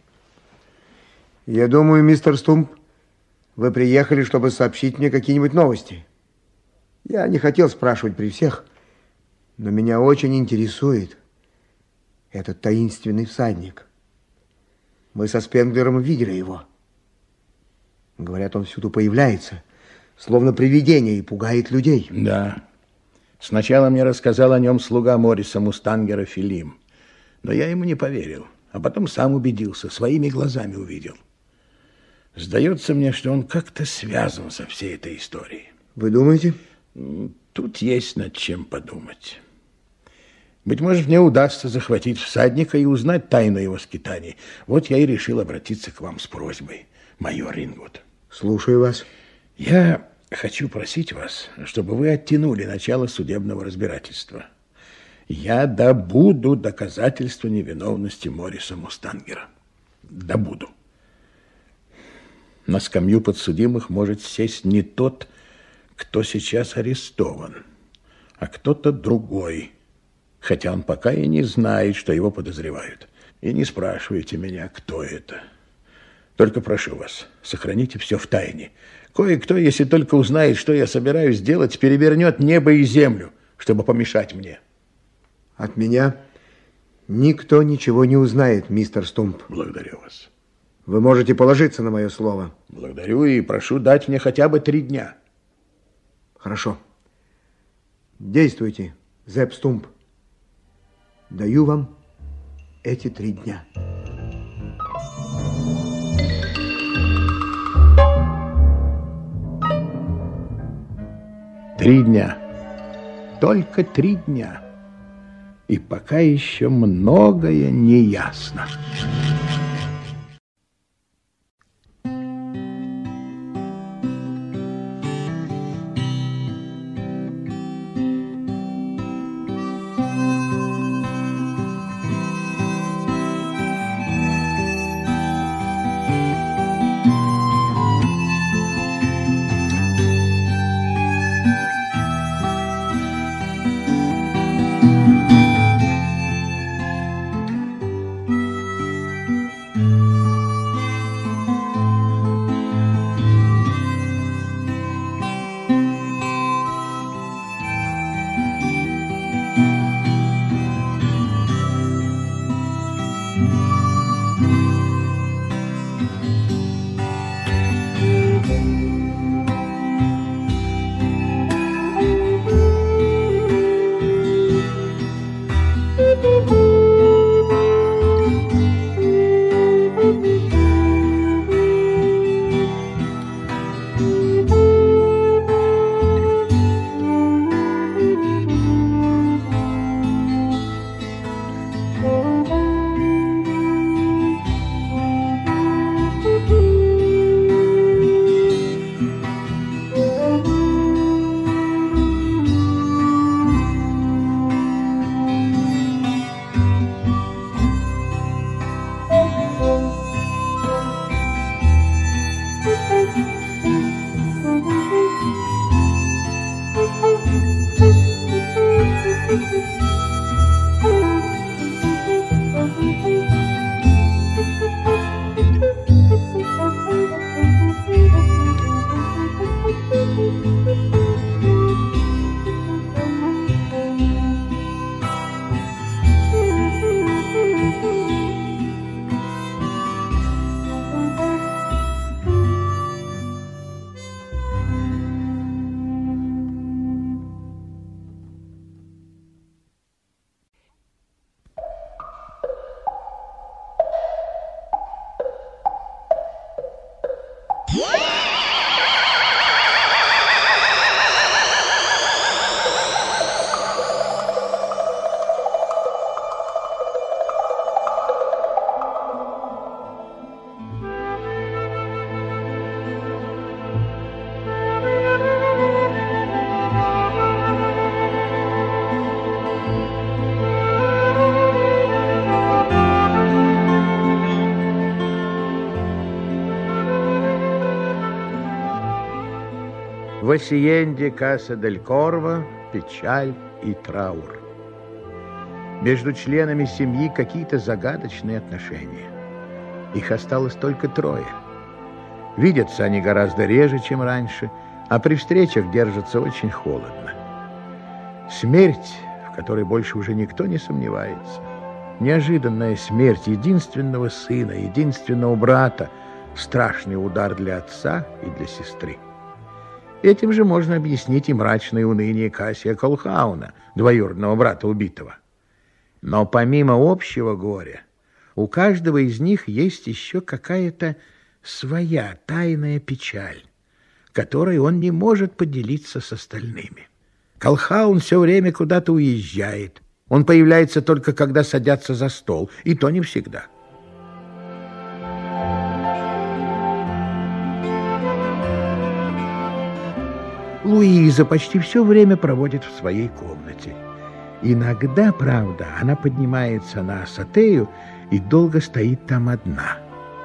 Я думаю, мистер Стумп, вы приехали, чтобы сообщить мне какие-нибудь новости. Я не хотел спрашивать при всех, но меня очень интересует этот таинственный всадник. Мы со Спенглером видели его. Говорят, он всюду появляется, словно привидение, и пугает людей. Да. Сначала мне рассказал о нем слуга Морриса Мустангера Филим, но я ему не поверил, а потом сам убедился, своими глазами увидел. Сдается мне, что он как-то связан со всей этой историей. Вы думаете? Тут есть над чем подумать. Быть может, мне удастся захватить всадника и узнать тайну его скитаний. Вот я и решил обратиться к вам с просьбой, майор Рингвуд. Слушаю вас. Я хочу просить вас, чтобы вы оттянули начало судебного разбирательства. Я добуду доказательства невиновности Морриса Мустангера. Добуду. На скамью подсудимых может сесть не тот, кто сейчас арестован, а кто-то другой, хотя он пока и не знает, что его подозревают. И не спрашивайте меня, кто это. Только прошу вас, сохраните все в тайне. Кое-кто, если только узнает, что я собираюсь делать, перевернет небо и землю, чтобы помешать мне. От меня никто ничего не узнает, мистер Стумп. Благодарю вас. Вы можете положиться на мое слово. Благодарю и прошу дать мне хотя бы 3 дня. Хорошо. Действуйте, Зепп Стумп. Даю вам эти 3 дня. Три дня. Только 3 дня. И пока еще многое не ясно. Асиенде Каса дель Корво печаль и траур. Между членами семьи какие-то загадочные отношения. Их осталось только 3. Видятся они гораздо реже, чем раньше, а при встречах держатся очень холодно. Смерть, в которой больше уже никто не сомневается. Неожиданная смерть единственного сына, единственного брата. Страшный удар для отца и для сестры. Этим же можно объяснить и мрачное уныние Кассия Колхауна, двоюродного брата убитого. Но помимо общего горя, у каждого из них есть еще какая-то своя тайная печаль, которой он не может поделиться с остальными. Колхаун все время куда-то уезжает. Он появляется только когда садятся за стол, и то не всегда. Луиза почти все время проводит в своей комнате. Иногда, правда, она поднимается на асатею и долго стоит там одна.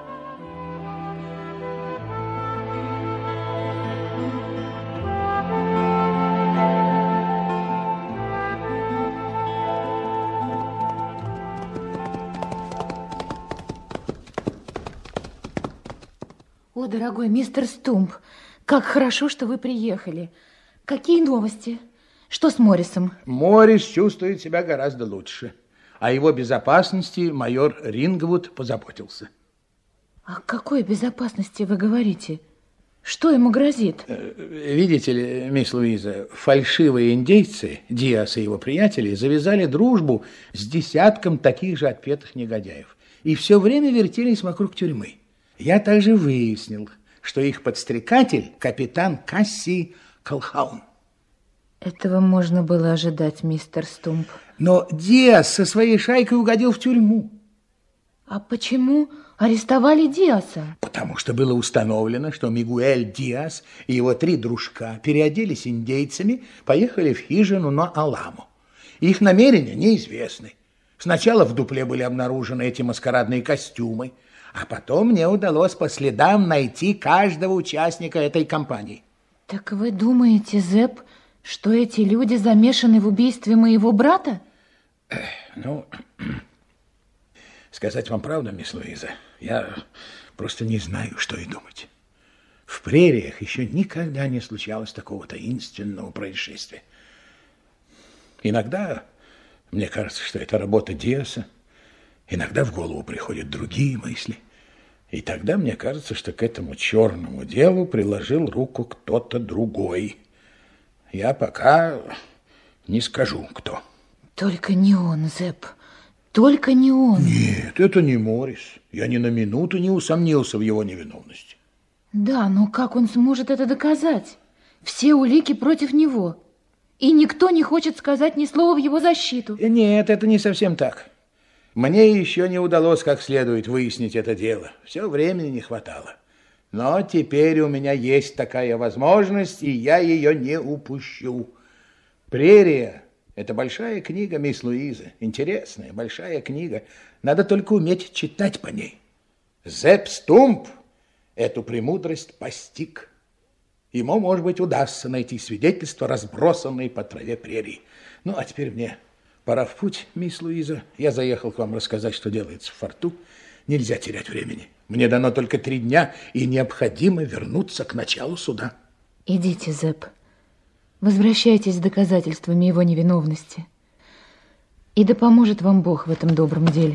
О, дорогой мистер Стумп, как хорошо, что вы приехали. Какие новости? Что с Моррисом? Моррис чувствует себя гораздо лучше. О его безопасности майор Рингвуд позаботился. О какой безопасности вы говорите? Что ему грозит? Видите ли, мисс Луиза, фальшивые индейцы, Диас и его приятели, завязали дружбу с десятком таких же отпетых негодяев. И все время вертелись вокруг тюрьмы. Я также выяснил, что их подстрекатель капитан Кассий Колхаун. Этого можно было ожидать, мистер Стумп. Но Диас со своей шайкой угодил в тюрьму. А почему арестовали Диаса? Потому что было установлено, что Мигуэль Диас и его 3 дружка переоделись индейцами, поехали в хижину на Аламу. Их намерения неизвестны. Сначала в дупле были обнаружены эти маскарадные костюмы, а потом мне удалось по следам найти каждого участника этой кампании. Так вы думаете, Зепп, что эти люди замешаны в убийстве моего брата? Ну, сказать вам правду, мисс Луиза, я просто не знаю, что и думать. В прериях еще никогда не случалось такого таинственного происшествия. Иногда мне кажется, что это работа Диаса. Иногда в голову приходят другие мысли. И тогда мне кажется, что к этому черному делу приложил руку кто-то другой. Я пока не скажу, кто. Только не он, Зепп. Только не он. Нет, это не Моррис. Я ни на минуту не усомнился в его невиновности. Да, но как он сможет это доказать? Все улики против него. И никто не хочет сказать ни слова в его защиту. Нет, это не совсем так. Мне еще не удалось как следует выяснить это дело. Все времени не хватало. Но теперь у меня есть такая возможность, и я ее не упущу. «Прерия» — это большая книга, мисс Луиза. Интересная, большая книга. Надо только уметь читать по ней. Зепп Стумп эту премудрость постиг. Ему, может быть, удастся найти свидетельства, разбросанные по траве прерий. Ну, а теперь мне пора в путь, мисс Луиза. Я заехал к вам рассказать, что делается в форту. Нельзя терять времени. Мне дано только 3 дня, и необходимо вернуться к началу суда. Идите, Зепп. Возвращайтесь с доказательствами его невиновности. И да поможет вам Бог в этом добром деле.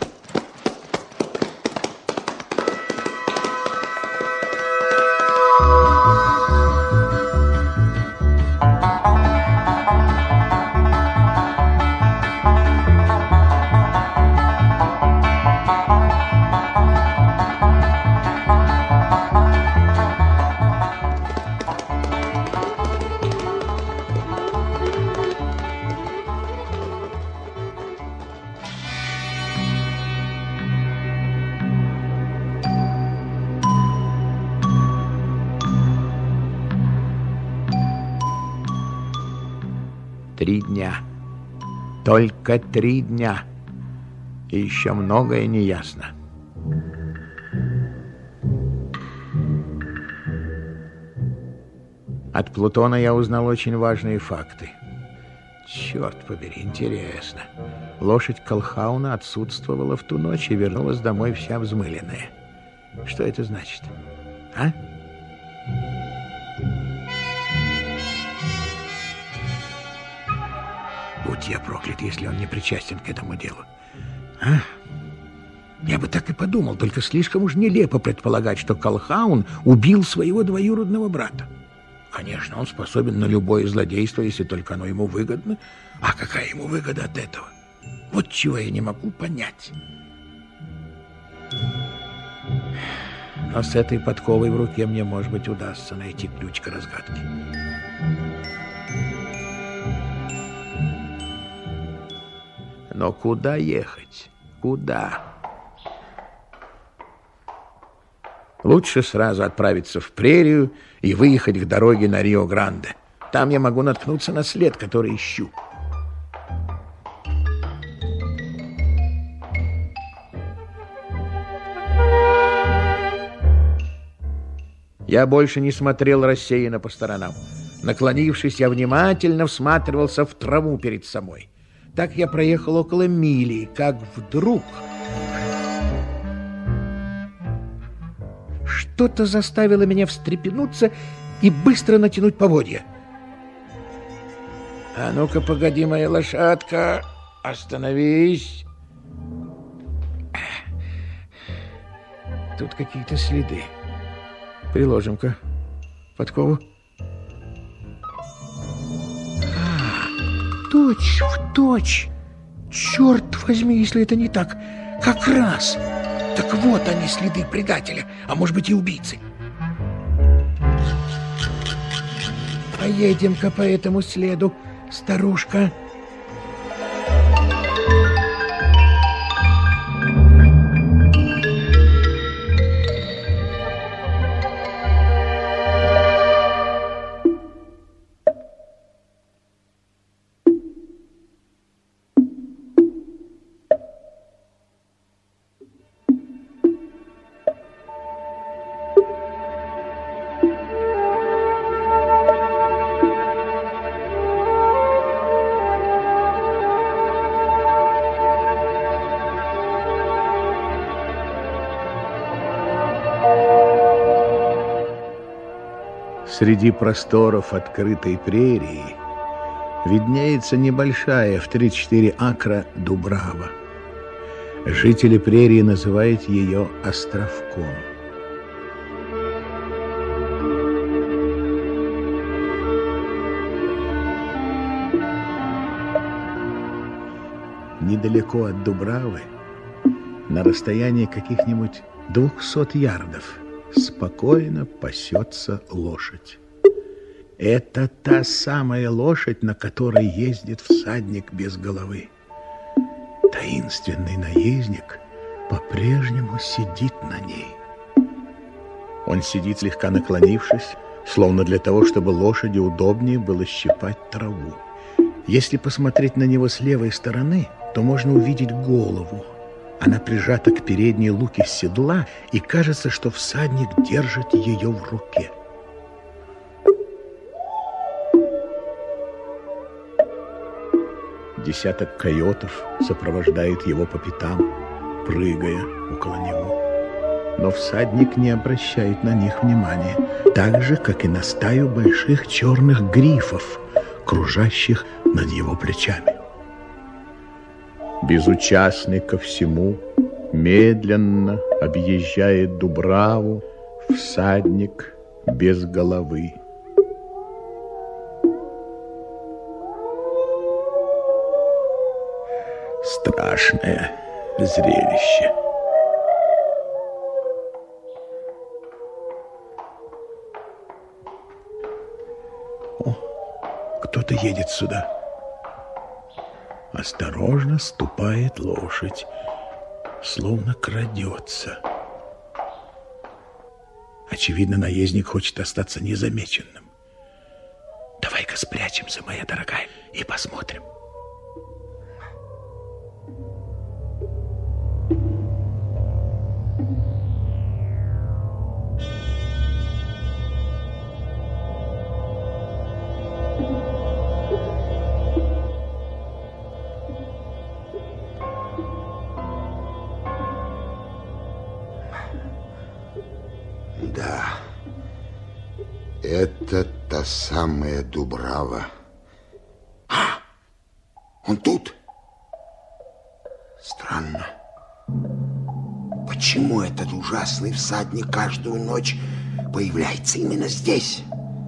Только 3 дня. И еще многое не ясно. От Плутона я узнал очень важные факты. Черт побери, интересно. Лошадь Колхауна отсутствовала в ту ночь и вернулась домой вся взмыленная. Что это значит? А? Будь я проклят, если он не причастен к этому делу. А? Я бы так и подумал, только слишком уж нелепо предполагать, что Колхаун убил своего двоюродного брата. Конечно, он способен на любое злодейство, если только оно ему выгодно. А какая ему выгода от этого? Вот чего я не могу понять. Но с этой подковой в руке мне, может быть, удастся найти ключ к разгадке. Но куда ехать? Куда? Лучше сразу отправиться в прерию и выехать к дороге на Рио-Гранде. Там я могу наткнуться на след, который ищу. Я больше не смотрел рассеянно по сторонам. Наклонившись, я внимательно всматривался в траву перед собой. Так я проехал около мили, как вдруг... Что-то заставило меня встрепенуться и быстро натянуть поводья. А ну-ка, погоди, моя лошадка, остановись. Тут какие-то следы. Приложим-ка подкову. Точь в точь. Черт возьми, если это не так. Как раз. Так вот они, следы предателя, а может быть и убийцы. Поедем-ка по этому следу, старушка. Среди просторов открытой прерии виднеется небольшая в 3-4 акра дубрава. Жители прерии называют ее островком. Недалеко от дубравы, на расстоянии каких-нибудь 200 ярдов, спокойно пасется лошадь. Это та самая лошадь, на которой ездит всадник без головы. Таинственный наездник по-прежнему сидит на ней. Он сидит, слегка наклонившись, словно для того, чтобы лошади удобнее было щипать траву. Если посмотреть на него с левой стороны, то можно увидеть голову. Она прижата к передней луке седла, и кажется, что всадник держит ее в руке. Десяток койотов сопровождает его по пятам, прыгая около него. Но всадник не обращает на них внимания, так же, как и на стаю больших черных грифов, кружащих над его плечами. Безучастный ко всему, медленно объезжает дубраву всадник без головы. Страшное зрелище. О, кто-то едет сюда. Осторожно ступает лошадь, словно крадется. Очевидно, наездник хочет остаться незамеченным. Давай-ка спрячемся, моя дорогая, и посмотрим. самая Дубрава. А! Он тут? Странно. Почему этот ужасный всадник каждую ночь появляется именно здесь?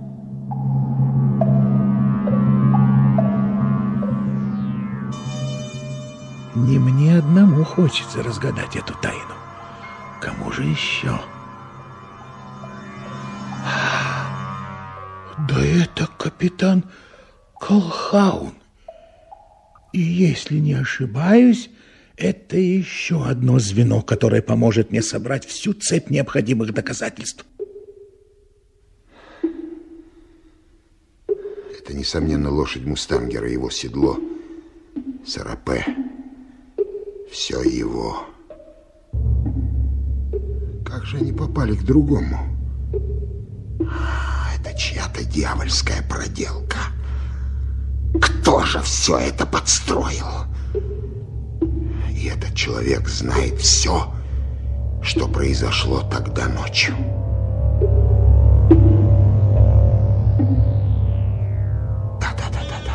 Не мне одному хочется разгадать эту тайну. Кому же еще? Да это капитан Колхаун. И если не ошибаюсь, это еще одно звено, которое поможет мне собрать всю цепь необходимых доказательств. Это, несомненно, лошадь Мустангера, его седло, сарапе. Все его. Как же они попали к другому? Это чья-то дьявольская проделка. Кто же все это подстроил? И этот человек знает все, что произошло тогда ночью. Да.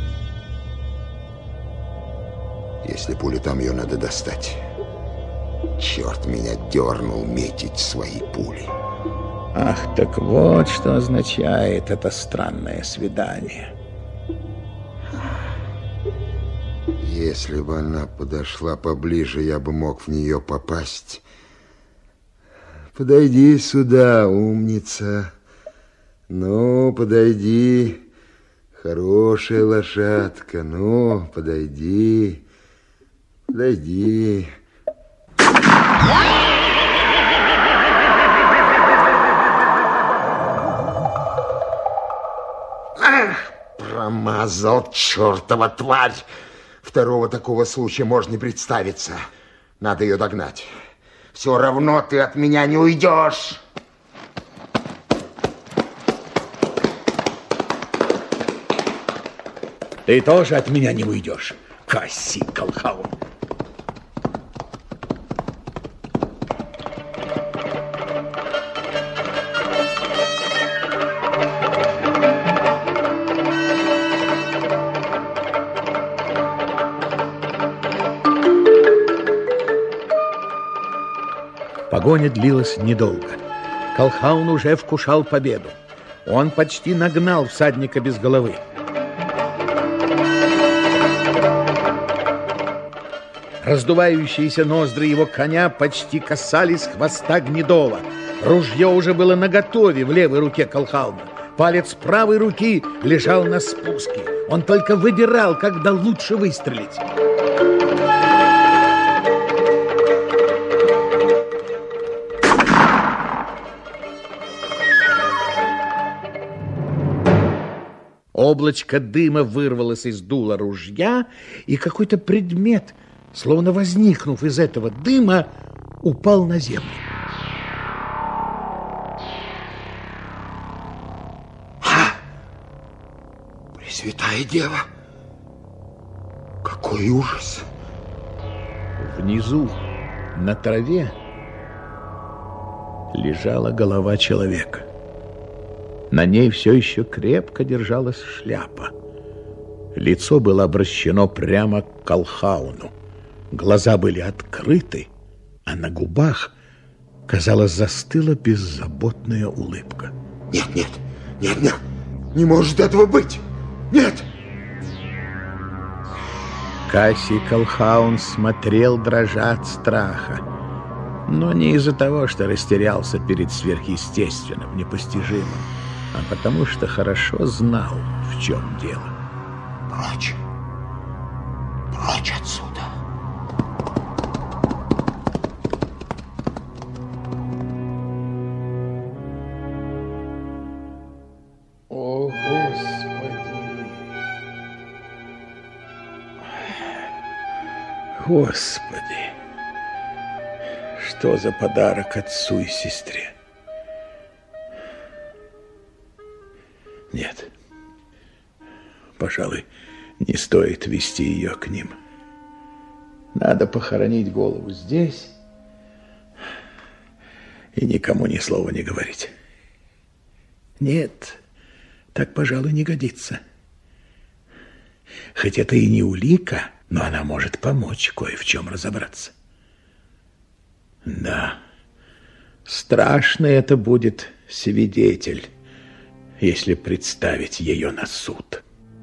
Если пуля там, ее надо достать. Черт меня дернул метить свои пули. Ах, так вот, что означает это странное свидание. Если бы она подошла поближе, я бы мог в нее попасть. Подойди сюда, умница. Ну, подойди. Хорошая лошадка. Ну, подойди. Подойди. Ах, промазал, чертова тварь. Второго такого случая может не представиться. Надо ее догнать. Все равно ты от меня не уйдешь. Ты тоже от меня не уйдешь, Касси Колхаун. Погоня длилась недолго. Колхаун уже вкушал победу. Он почти нагнал всадника без головы. Раздувающиеся ноздри его коня почти касались хвоста Гнедова. Ружье уже было наготове в левой руке Колхауна. Палец правой руки лежал на спуске. Он только выбирал, когда лучше выстрелить. Облачко дыма вырвалось из дула ружья, и какой-то предмет, словно возникнув из этого дыма, упал на землю. Пресвятая Дева! Какой ужас! Внизу, на траве, лежала голова человека. На ней все еще крепко держалась шляпа. Лицо было обращено прямо к Колхауну. Глаза были открыты, а на губах, казалось, застыла беззаботная улыбка. Нет, не может этого быть! Нет! Касси Колхаун смотрел, дрожа от страха, но не из-за того, что растерялся перед сверхъестественным, непостижимым, а потому что хорошо знал, в чем дело. Прочь! Прочь отсюда! О, Господи! Господи! Что за подарок отцу и сестре? Нет, пожалуй, не стоит вести ее к ним. Надо похоронить голову здесь и никому ни слова не говорить. Нет, так, пожалуй, не годится. Хоть это и не улика, но она может помочь кое в чем разобраться. Да, страшный это будет свидетель, если представить ее на суд.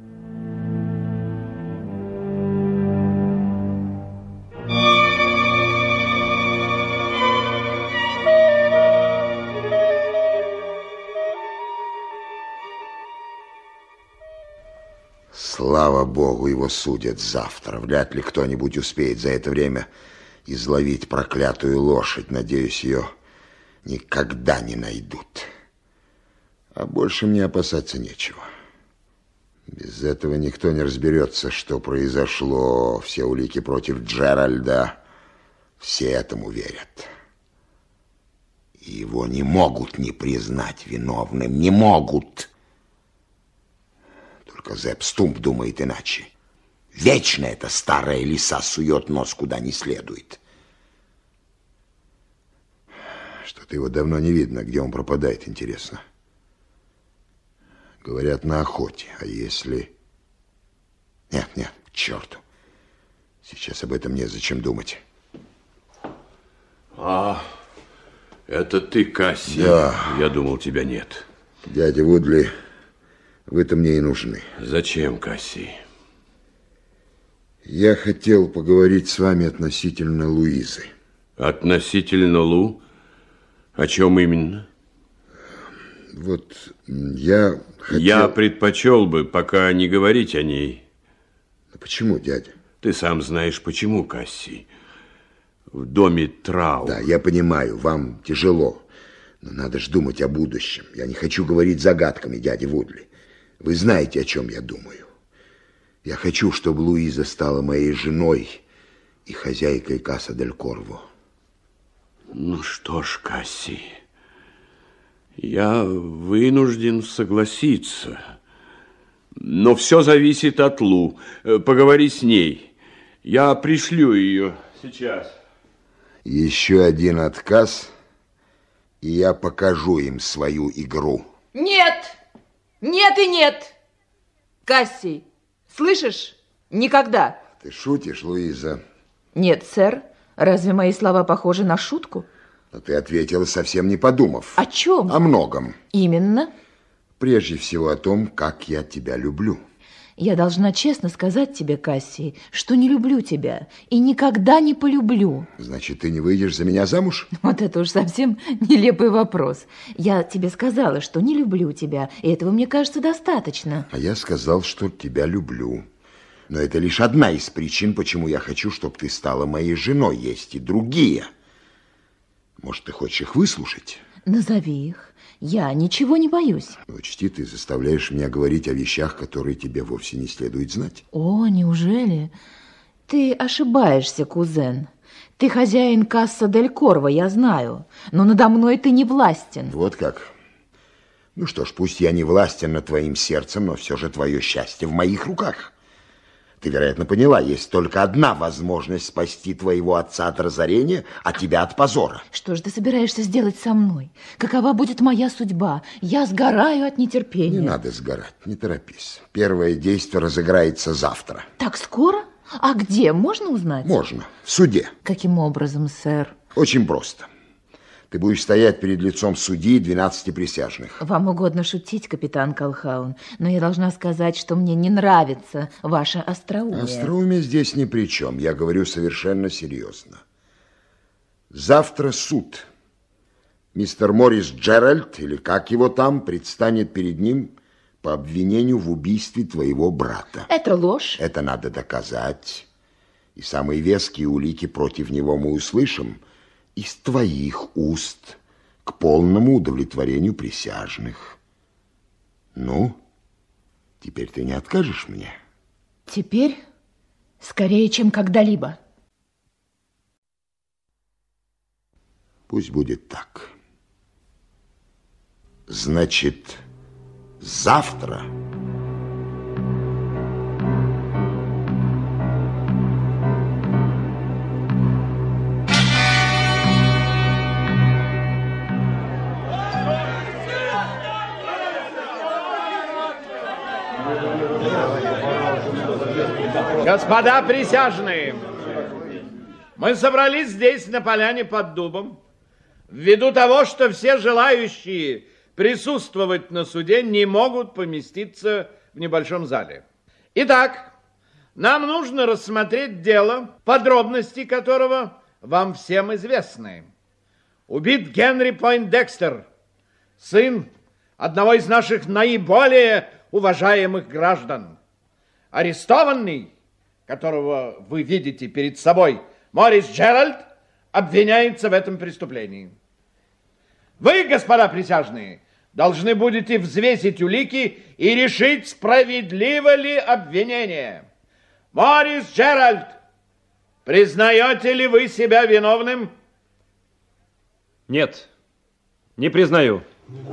Слава богу, его судят завтра. Вряд ли кто-нибудь успеет за это время изловить проклятую лошадь. Надеюсь, ее никогда не найдут. А больше мне опасаться нечего. Без этого никто не разберется, что произошло. Все улики против Джеральда. Все этому верят. И его не могут не признать виновным. Не могут. Только Зепп Стумп думает иначе. Вечно эта старая лиса сует нос куда не следует. Что-то его давно не видно. Где он пропадает, интересно. Говорят, на охоте. А если... Нет, к черту. Сейчас об этом незачем думать. А, это ты, Касси? Да. Я думал, тебя нет. Дядя Вудли, вы-то мне и нужны. Зачем, Касси? Я хотел поговорить с вами относительно Луизы. Относительно Лу? О чем именно? Вот я хотел... Я предпочел бы пока не говорить о ней. Почему, дядя? Ты сам знаешь, почему, Касси. В доме Трау. Да, я понимаю, вам тяжело. Но надо ж думать о будущем. Я не хочу говорить загадками, дядя Вудли. Вы знаете, о чем я думаю. Я хочу, чтобы Луиза стала моей женой и хозяйкой Каса дель Корво. Ну что ж, Касси, я вынужден согласиться. Но все зависит от Лу. Поговори с ней. Я пришлю ее сейчас. Еще один отказ, и я покажу им свою игру. Нет! Нет и нет! Кассий, слышишь? Никогда. Ты шутишь, Луиза? Нет, сэр. Разве мои слова похожи на шутку? Но ты ответила, совсем не подумав. О чем? О многом. Именно? Прежде всего о том, как я тебя люблю. Я должна честно сказать тебе, Кассий, что не люблю тебя и никогда не полюблю. Значит, ты не выйдешь за меня замуж? Вот это уж совсем нелепый вопрос. Я тебе сказала, что не люблю тебя, и этого, мне кажется, достаточно. А я сказал, что тебя люблю. Но это лишь одна из причин, почему я хочу, чтобы ты стала моей женой. Есть и другие. Может, ты хочешь их выслушать? Назови их. Я ничего не боюсь. Учти, ты заставляешь меня говорить о вещах, которые тебе вовсе не следует знать. О, неужели? Ты ошибаешься, кузен. Ты хозяин Касса дель Корво, я знаю. Но надо мной ты не властен. Вот как? Ну что ж, пусть я не властен над твоим сердцем, но все же твое счастье в моих руках. Ты, вероятно, поняла, есть только одна возможность спасти твоего отца от разорения, а тебя от позора. Что же ты собираешься сделать со мной? Какова будет моя судьба? Я сгораю от нетерпения. Не надо сгорать, не торопись. Первое действие разыграется завтра. Так скоро? А где? Можно узнать? Можно. В суде. Каким образом, сэр? Очень просто. Ты будешь стоять перед лицом судьи и 12 присяжных. Вам угодно шутить, капитан Колхаун, но я должна сказать, что мне не нравится ваше остроумие. Остроумие здесь ни при чем. Я говорю совершенно серьезно. Завтра суд. Мистер Моррис Джеральд, или как его там, предстанет перед ним по обвинению в убийстве твоего брата. Это ложь. Это надо доказать. И самые веские улики против него мы услышим из твоих уст к полному удовлетворению присяжных. Ну, теперь ты не откажешь мне? Теперь скорее, чем когда-либо. Пусть будет так. Значит, завтра... Господа присяжные, мы собрались здесь, на поляне под дубом, ввиду того, что все желающие присутствовать на суде не могут поместиться в небольшом зале. Итак, нам нужно рассмотреть дело, подробности которого вам всем известны. Убит Генри Пойндекстер, сын одного из наших наиболее уважаемых граждан. Арестованный, которого вы видите перед собой, Морис Джеральд, обвиняется в этом преступлении. Вы, господа присяжные, должны будете взвесить улики и решить, справедливо ли обвинение. Морис Джеральд, признаете ли вы себя виновным? Нет, не признаю.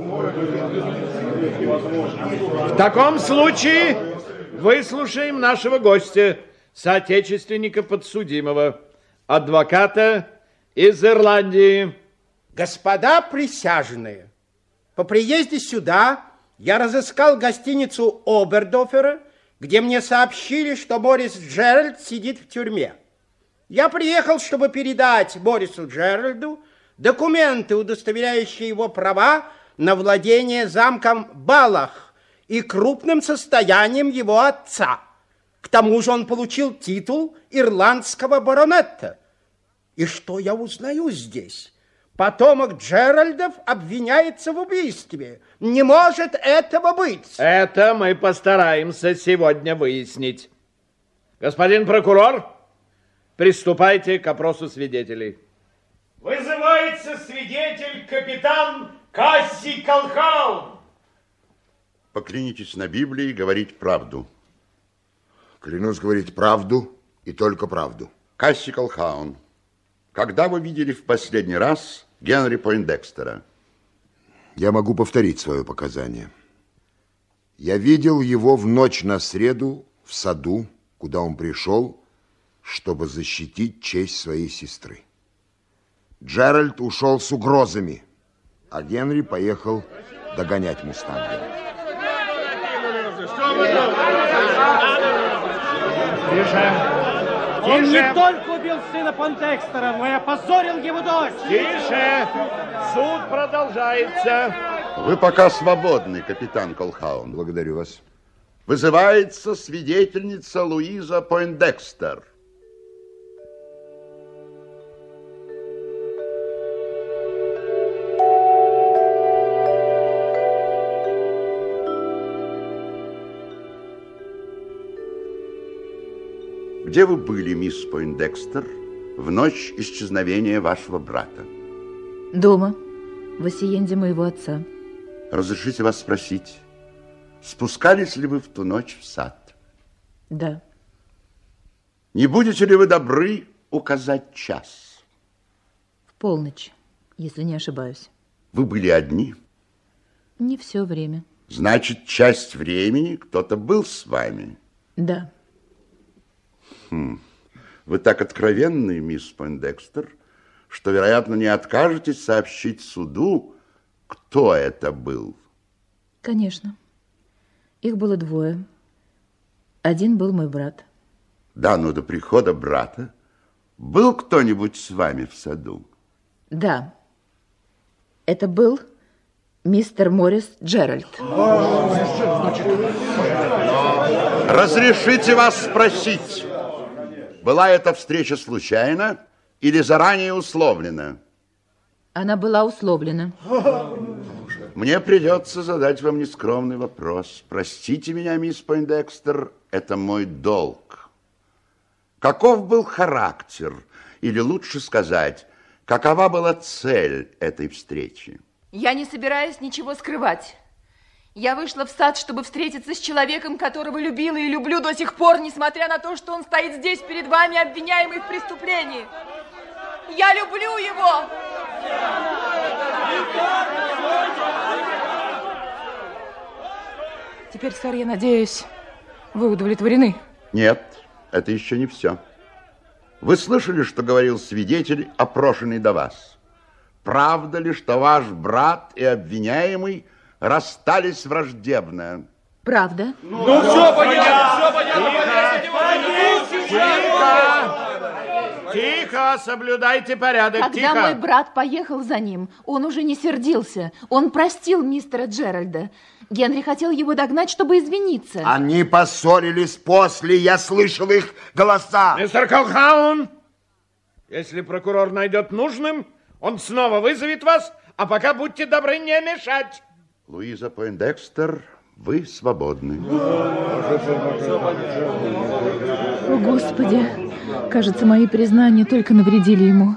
В таком случае выслушаем нашего гостя, соотечественника подсудимого, адвоката из Ирландии. Господа присяжные, по приезде сюда я разыскал гостиницу Обердофера, где мне сообщили, что Морис Джеральд сидит в тюрьме. Я приехал, чтобы передать Морису Джеральду документы, удостоверяющие его права на владение замком Балах и крупным состоянием его отца. К тому же он получил титул ирландского баронета. И что я узнаю здесь? Потомок Джеральдов обвиняется в убийстве. Не может этого быть. Это мы постараемся сегодня выяснить. Господин прокурор, приступайте к опросу свидетелей. Вызывается свидетель капитан Касси Колхаун. Поклянитесь на Библии говорить правду. Клянусь говорить правду и только правду. Касси Колхаун, когда вы видели в последний раз Генри Пойндекстера? Я могу повторить свое показание. Я видел его в ночь на среду в саду, куда он пришел, чтобы защитить честь своей сестры. Джеральд ушел с угрозами, а Генри поехал догонять мустанга. Он не только убил сына Пойндекстера, но и опозорил его дочь. Тише! Суд продолжается. Вы пока свободны, капитан Колхаун. Благодарю вас. Вызывается свидетельница Луиза Пойндекстер. Где вы были, мисс Пойндекстер, в ночь исчезновения вашего брата? Дома, в осиенде моего отца. Разрешите вас спросить, спускались ли вы в ту ночь в сад? Да. Не будете ли вы добры указать час? В полночь, если не ошибаюсь. Вы были одни? Не все время. Значит, часть времени кто-то был с вами? Да. Вы так откровенны, мисс Пойндекстер, что, вероятно, не откажетесь сообщить суду, кто это был. Конечно. Их было двое. Один был мой брат. Да, но до прихода брата был кто-нибудь с вами в саду? Да. Это был мистер Морис Джеральд. Разрешите вас спросить, была эта встреча случайна или заранее условлена? Она была условлена. Мне придется задать вам нескромный вопрос. Простите меня, мисс Пойндекстер, это мой долг. Каков был характер, или лучше сказать, какова была цель этой встречи? Я не собираюсь ничего скрывать. Я вышла в сад, чтобы встретиться с человеком, которого любила и люблю до сих пор, несмотря на то, что он стоит здесь перед вами, обвиняемый в преступлении. Я люблю его! Теперь, сэр, я надеюсь, вы удовлетворены? Нет, это еще не все. Вы слышали, что говорил свидетель, опрошенный до вас? Правда ли, что ваш брат и обвиняемый расстались враждебно? Правда. Ну, все понятно, все понятно. Тихо, соблюдайте порядок, Когда тихо. мой брат поехал за ним, он уже не сердился. Он простил мистера Джеральда. Генри хотел его догнать, чтобы извиниться. Они поссорились после, я слышал их голоса. Мистер Колхаун, если прокурор найдет нужным, он снова вызовет вас, а пока будьте добры не мешать. Луиза Пойндекстер, вы свободны. О, Господи, кажется, мои признания только навредили ему.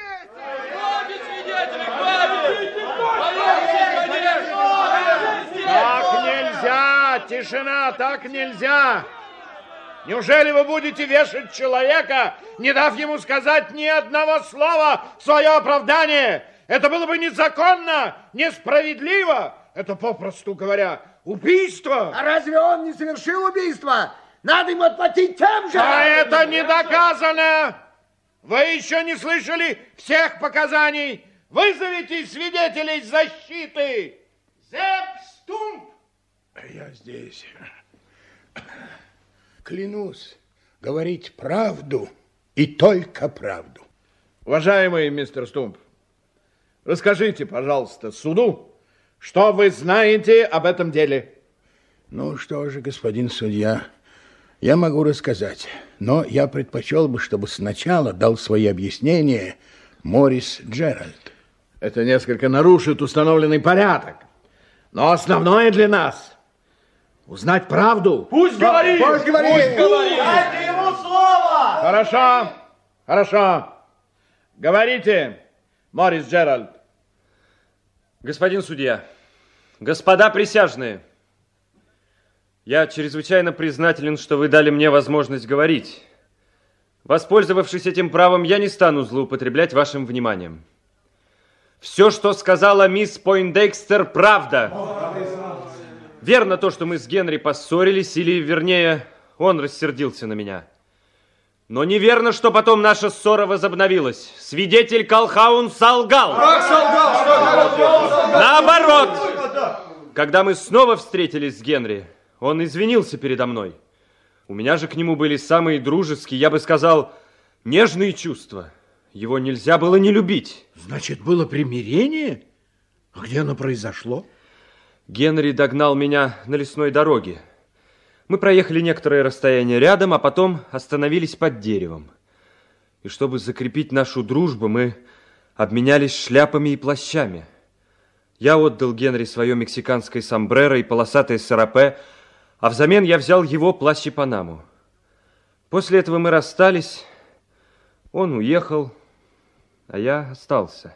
Так нельзя, тишина, так нельзя. Неужели вы будете вешать человека, не дав ему сказать ни одного слова в свое оправдание? Это было бы незаконно, несправедливо. Это, попросту говоря, убийство. А разве он не совершил убийство? Надо ему отплатить тем же. А это не доказано. Вы еще не слышали всех показаний. Вызовите свидетелей защиты. Зепп Стумп. Я здесь. Клянусь говорить правду и только правду. Уважаемый мистер Стумп, расскажите, пожалуйста, суду, что вы знаете об этом деле. Ну что же, господин судья, я могу рассказать, но я предпочел бы, чтобы сначала дал свои объяснения Морис Джеральд. Это несколько нарушит установленный порядок, но основное для нас узнать правду. Пусть говорит! Пусть говорит! Дайте ему слово! Хорошо, хорошо. Говорите, Морис Джеральд. Господин судья, господа присяжные, я чрезвычайно признателен, что вы дали мне возможность говорить. Воспользовавшись этим правом, я не стану злоупотреблять вашим вниманием. Все, что сказала мисс Пойндекстер, правда. Верно то, что мы с Генри поссорились, или, вернее, он рассердился на меня. Но неверно, что потом наша ссора возобновилась. Свидетель Колхаун солгал. Как солгал? Что? Наоборот. Когда мы снова встретились с Генри, он извинился передо мной. У меня же к нему были самые дружеские, я бы сказал, нежные чувства. Его нельзя было не любить. Значит, было примирение? А где оно произошло? Генри догнал меня на лесной дороге. Мы проехали некоторое расстояние рядом, а потом остановились под деревом. И чтобы закрепить нашу дружбу, мы обменялись шляпами и плащами. Я отдал Генри свое мексиканское сомбреро и полосатое сарапе, а взамен я взял его плащ и панаму. После этого мы расстались, он уехал, а я остался.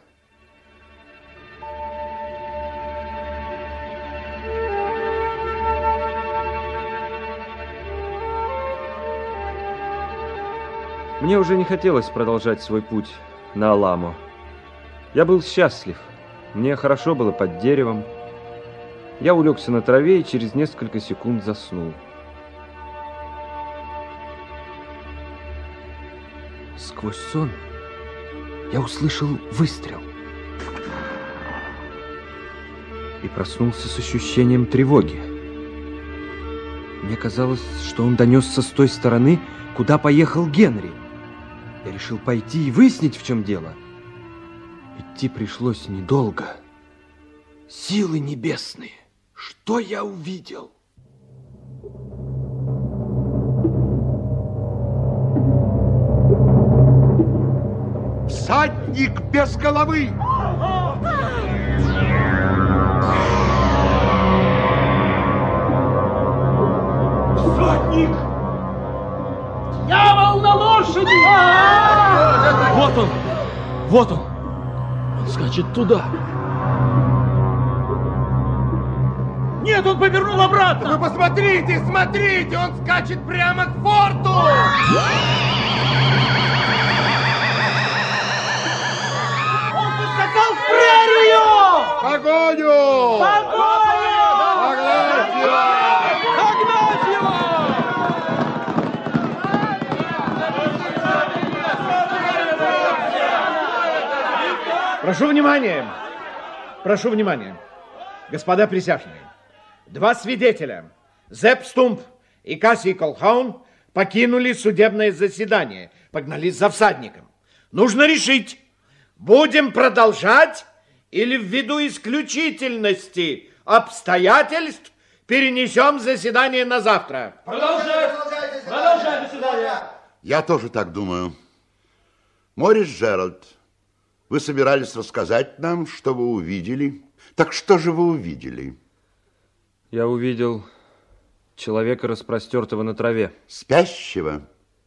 Мне уже не хотелось продолжать свой путь на Аламо. Я был счастлив. Мне хорошо было под деревом. Я улегся на траве и через несколько секунд заснул. Сквозь сон я услышал выстрел. И проснулся с ощущением тревоги. Мне казалось, что он донесся с той стороны, куда поехал Генри. Я решил пойти и выяснить, в чем дело. Идти пришлось недолго. Силы небесные! Что я увидел? Всадник без головы! Всадник! Дьявол на лошади! Вот он! Вот он! Он скачет туда. Нет, он повернул обратно! Вы посмотрите, смотрите! Он скачет прямо к форту! Он поскакал в прерию! Погоню! Погоню! Погнать его! Погнать его! Прошу внимания! Прошу внимания! Господа присяжные, два свидетеля, Зепп Стумп и Кассий Колхаун, покинули судебное заседание. погнались за всадником. Нужно решить, будем продолжать или ввиду исключительности обстоятельств перенесем заседание на завтра. Продолжай заседание. Я тоже так думаю. Морис Джеральд, вы собирались рассказать нам, что вы увидели. Так что же вы увидели? Я увидел человека, распростертого на траве. Спящего?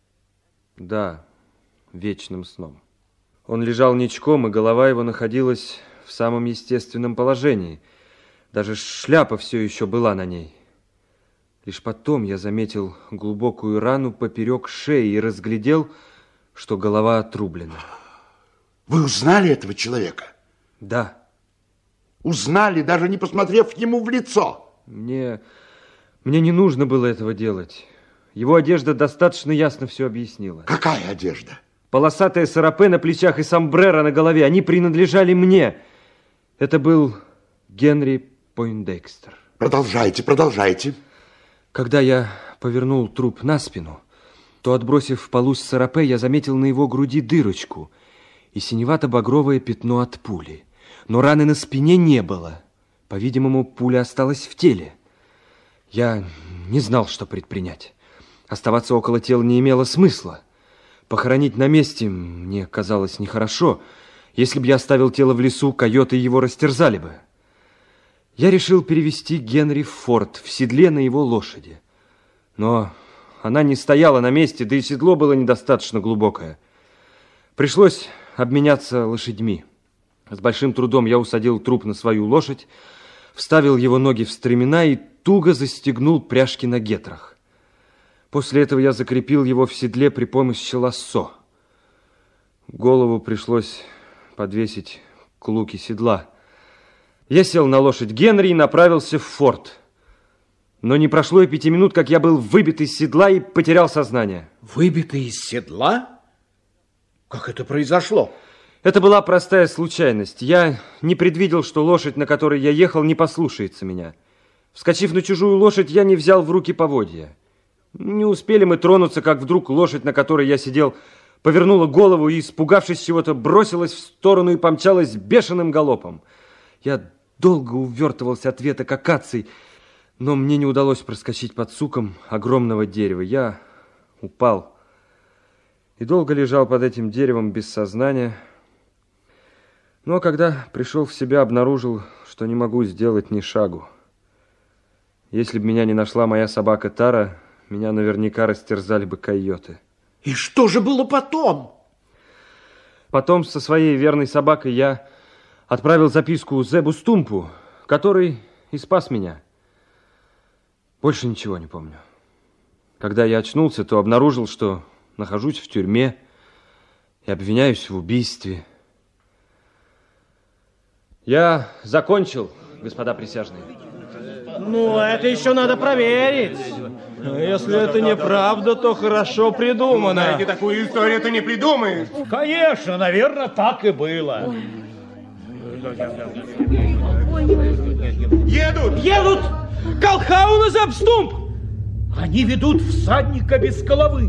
Да, вечным сном. Он лежал ничком, и голова его находилась в самом естественном положении. Даже шляпа все еще была на ней. Лишь потом я заметил глубокую рану поперек шеи и разглядел, что голова отрублена. Вы узнали этого человека? Да. Узнали, даже не посмотрев ему в лицо? Мне не нужно было этого делать. Его одежда достаточно ясно все объяснила. Какая одежда? Полосатые сарапе на плечах и сомбреро на голове, они принадлежали мне. Это был Генри Пойндекстер. Продолжайте, продолжайте. Когда я повернул труп на спину, то, отбросив полусь сарапе, я заметил на его груди дырочку и синевато-багровое пятно от пули. Но раны на спине не было. По-видимому, пуля осталась в теле. Я не знал, что предпринять. Оставаться около тела не имело смысла. Похоронить на месте мне казалось нехорошо. Если бы я оставил тело в лесу, койоты его растерзали бы. Я решил перевести Генри в форт, в седле на его лошади. Но она не стояла на месте, да и седло было недостаточно глубокое. Пришлось обменяться лошадьми. С большим трудом я усадил труп на свою лошадь, вставил его ноги в стремена и туго застегнул пряжки на гетрах. После этого я закрепил его в седле при помощи лассо. Голову пришлось подвесить к луке седла. Я сел на лошадь Генри и направился в форт. Но не прошло и 5 минут, как я был выбит из седла и потерял сознание. Выбитый из седла? Как это произошло? Это была простая случайность. Я не предвидел, что лошадь, на которой я ехал, не послушается меня. Вскочив на чужую лошадь, я не взял в руки поводья. Не успели мы тронуться, как вдруг лошадь, на которой я сидел, повернула голову и, испугавшись чего-то, бросилась в сторону и помчалась бешеным галопом. Я долго увертывался от веток акаций, но мне не удалось проскочить под суком огромного дерева. Я упал и долго лежал под этим деревом без сознания. Но когда пришел в себя, обнаружил, что не могу сделать ни шагу. Если бы меня не нашла моя собака Тара, меня наверняка растерзали бы койоты. И что же было потом? Потом со своей верной собакой я отправил записку Зебу Стумпу, который и спас меня. Больше ничего не помню. Когда я очнулся, то обнаружил, что нахожусь в тюрьме и обвиняюсь в убийстве. Я закончил, господа присяжные. Ну, это еще надо проверить. Если это неправда, то хорошо придумано. Знаете, такую историю ты не придумаешь. Конечно, наверное, так и было. Едут! Едут! Колхаун и Зебстумп! Они ведут всадника без головы.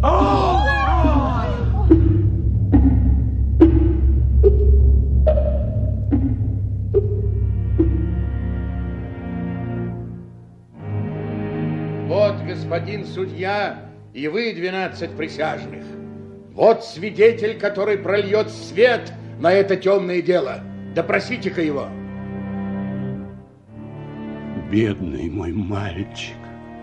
Вот, господин судья, и вы, 12 присяжных. Вот свидетель, который прольет свет на это темное дело. Допросите-ка его. Бедный мой мальчик.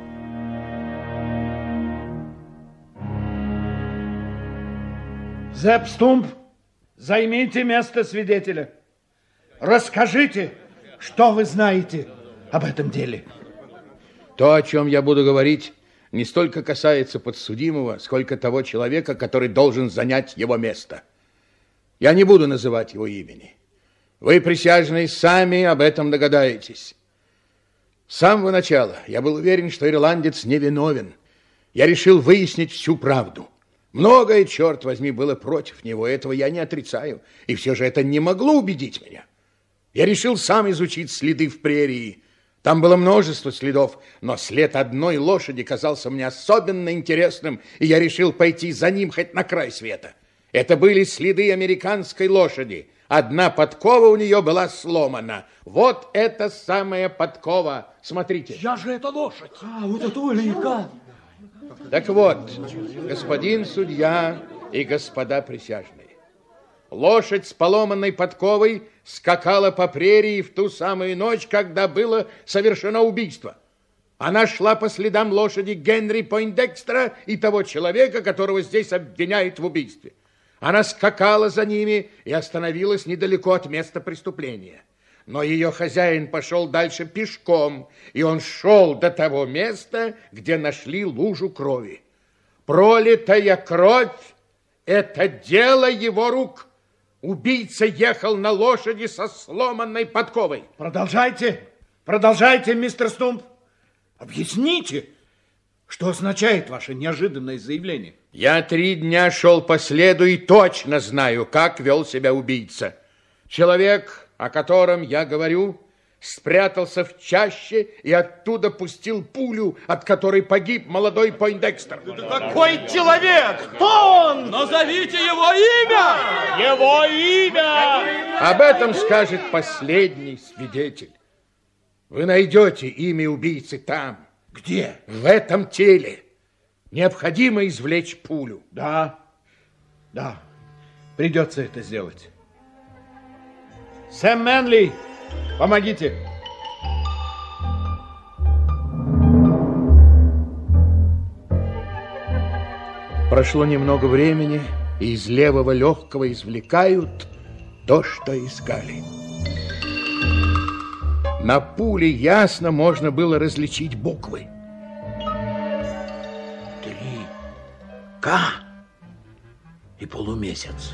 Зебстумп, займите место свидетеля. Расскажите, что вы знаете об этом деле. То, о чем я буду говорить, не столько касается подсудимого, сколько того человека, который должен занять его место. Я не буду называть его имени. Вы, присяжные, сами об этом догадаетесь. С самого начала я был уверен, что ирландец невиновен. Я решил выяснить всю правду. Многое, черт возьми, было против него, этого я не отрицаю. И все же это не могло убедить меня. Я решил сам изучить следы в прерии. Там было множество следов, но след одной лошади казался мне особенно интересным, и я решил пойти за ним хоть на край света. Это были следы американской лошади. Одна подкова у нее была сломана. Вот эта самая подкова. Смотрите. Я же это лошадь. Вот это улика. Так вот, господин судья и господа присяжные, лошадь с поломанной подковой скакала по прерии в ту самую ночь, когда было совершено убийство. Она шла по следам лошади Генри Пойндекстера и того человека, которого здесь обвиняют в убийстве. Она скакала за ними и остановилась недалеко от места преступления. Но ее хозяин пошел дальше пешком, и он шел до того места, где нашли лужу крови. Пролитая кровь – это дело его рук. Убийца ехал на лошади со сломанной подковой. Продолжайте, мистер Стумп. Объясните, что означает ваше неожиданное заявление. Я 3 дня шел по следу и точно знаю, как вел себя убийца. Человек, о котором я говорю, спрятался в чаще и оттуда пустил пулю, от которой погиб молодой Пойндекстер. Какой человек? Кто он? Назовите его имя! Его имя! Об этом скажет последний свидетель. Вы найдете имя убийцы там. Где? В этом теле. Необходимо извлечь пулю. Да, придется это сделать. Сэм Мэнли, помогите. Прошло немного времени, и из левого легкого извлекают то, что искали. На пуле ясно можно было различить буквы. 3К и полумесяц.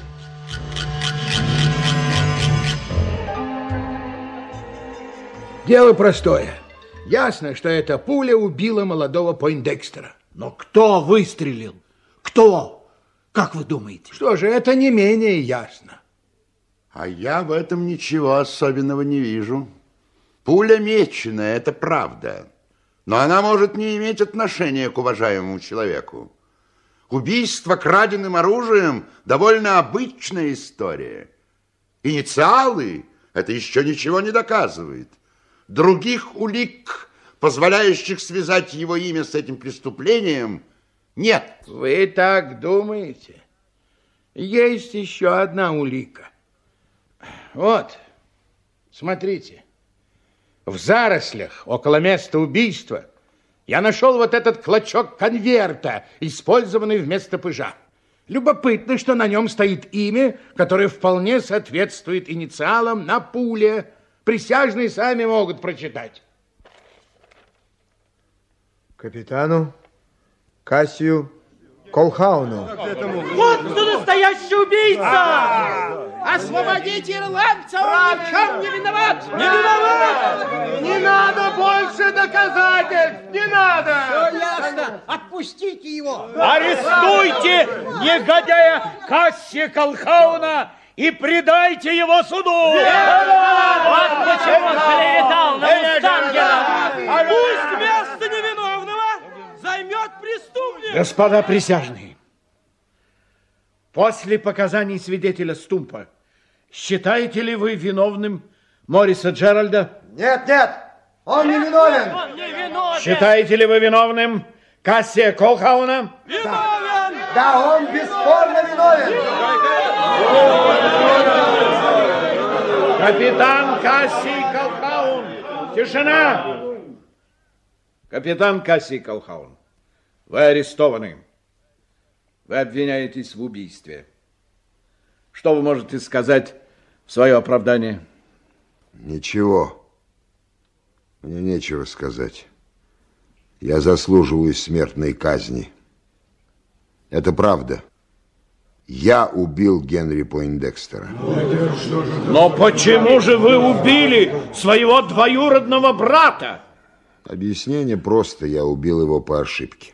Дело простое. Ясно, что эта пуля убила молодого Пойндекстера. Но кто выстрелил? Кто? Как вы думаете? Что же, это не менее ясно. А я в этом ничего особенного не вижу. Пуля меченая, это правда. Но она может не иметь отношения к уважаемому человеку. Убийство краденым оружием – довольно обычная история. Инициалы – это еще ничего не доказывает. Других улик, позволяющих связать его имя с этим преступлением, нет. Вы так думаете? Есть еще одна улика. Вот, смотрите. В зарослях около места убийства я нашел вот этот клочок конверта, использованный вместо пыжа. Любопытно, что на нем стоит имя, которое вполне соответствует инициалам на пуле. Присяжные сами могут прочитать. Капитану Кассию Колхауну. Вот кто настоящий убийца! Освободите ирландца, он ни в чем не виноват! Не виноват! Не надо больше доказательств! Не надо! Все ясно! Отпустите его! Арестуйте негодяя Кассия Колхауна и предайте его суду! Вот почему он клеветал на Мустангера! Пусть место невиновного займет преступник! Господа присяжные, после показаний свидетеля Стумпа, считаете ли вы виновным Мориса Джеральда? Нет, он не виновен. Он не виновен! Считаете ли вы виновным Кассия Колхауна? Виновен! Да, он бесспорно виновен. Капитан Кассий Колхаун! Тишина! Капитан Кассий Колхаун, вы арестованы. Вы обвиняетесь в убийстве. Что вы можете сказать в свое оправдание? Ничего. Мне нечего сказать. Я заслуживаю смертной казни. Это правда. Я убил Генри Пойндекстера. Но почему же вы убили своего двоюродного брата? Объяснение просто. Я убил его по ошибке.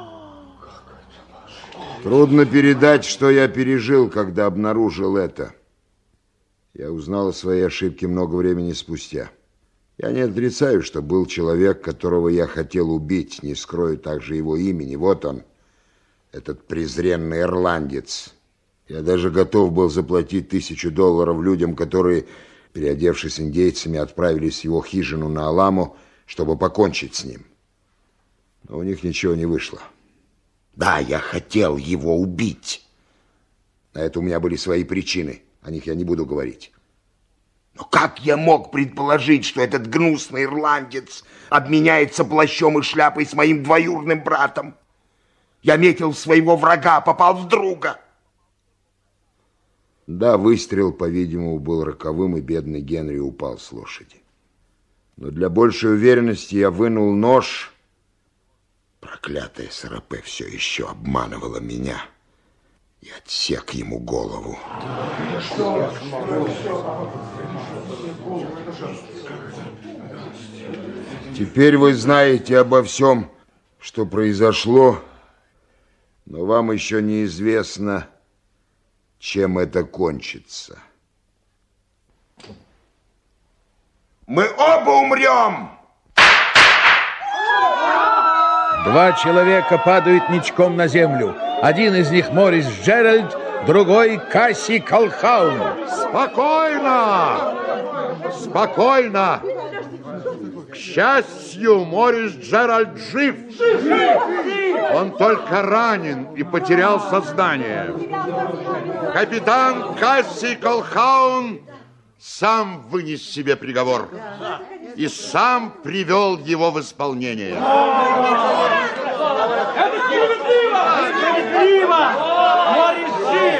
Трудно передать, что я пережил, когда обнаружил это. Я узнал о своей ошибке много времени спустя. Я не отрицаю, что был человек, которого я хотел убить, не скрою также его имени. Вот он, этот презренный ирландец. Я даже готов был заплатить $1000 людям, которые, переодевшись индейцами, отправились в его хижину на Аламу, чтобы покончить с ним. Но у них ничего не вышло. Да, я хотел его убить. На это у меня были свои причины. О них я не буду говорить. Но как я мог предположить, что этот гнусный ирландец обменяется плащом и шляпой с моим двоюродным братом? Я метил в своего врага, попал в друга. Да, выстрел, по-видимому, был роковым, и бедный Генри упал с лошади. Но для большей уверенности я вынул нож. Проклятая Сарапе все еще обманывала меня. И отсек ему голову. Теперь вы знаете обо всем, что произошло, но вам еще неизвестно, чем это кончится. Мы оба умрем! 2 человека падают ничком на землю. Один из них Морис Джеральд, другой Касси Колхаун. Спокойно! Спокойно! К счастью, Морис Джеральд жив. Он только ранен и потерял сознание. Капитан Касси Колхаун сам вынес себе приговор и сам привел его в исполнение. Это справедливо! Справедливо! Морис жив!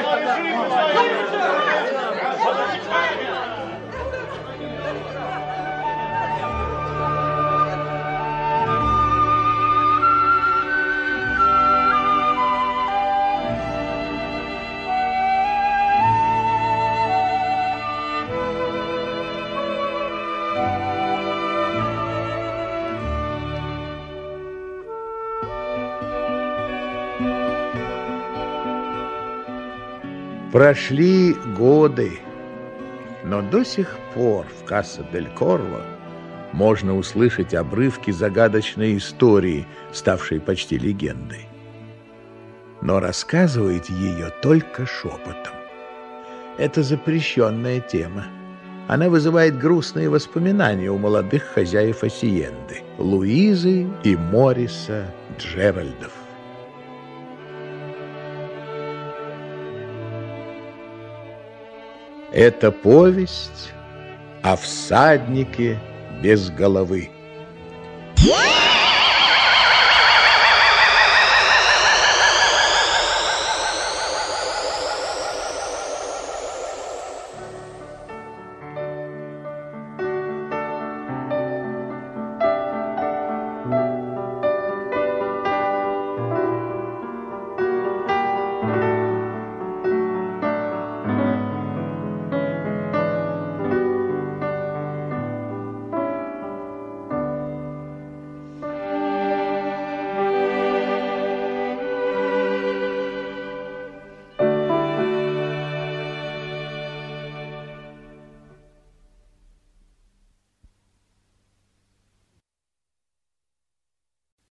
Прошли годы, но до сих пор в Касса-дель-Корво можно услышать обрывки загадочной истории, ставшей почти легендой. Но рассказывает ее только шепотом. Это запрещенная тема. Она вызывает грустные воспоминания у молодых хозяев Асиенды, Луизы и Мориса Джеральдов. Это повесть о всаднике без головы.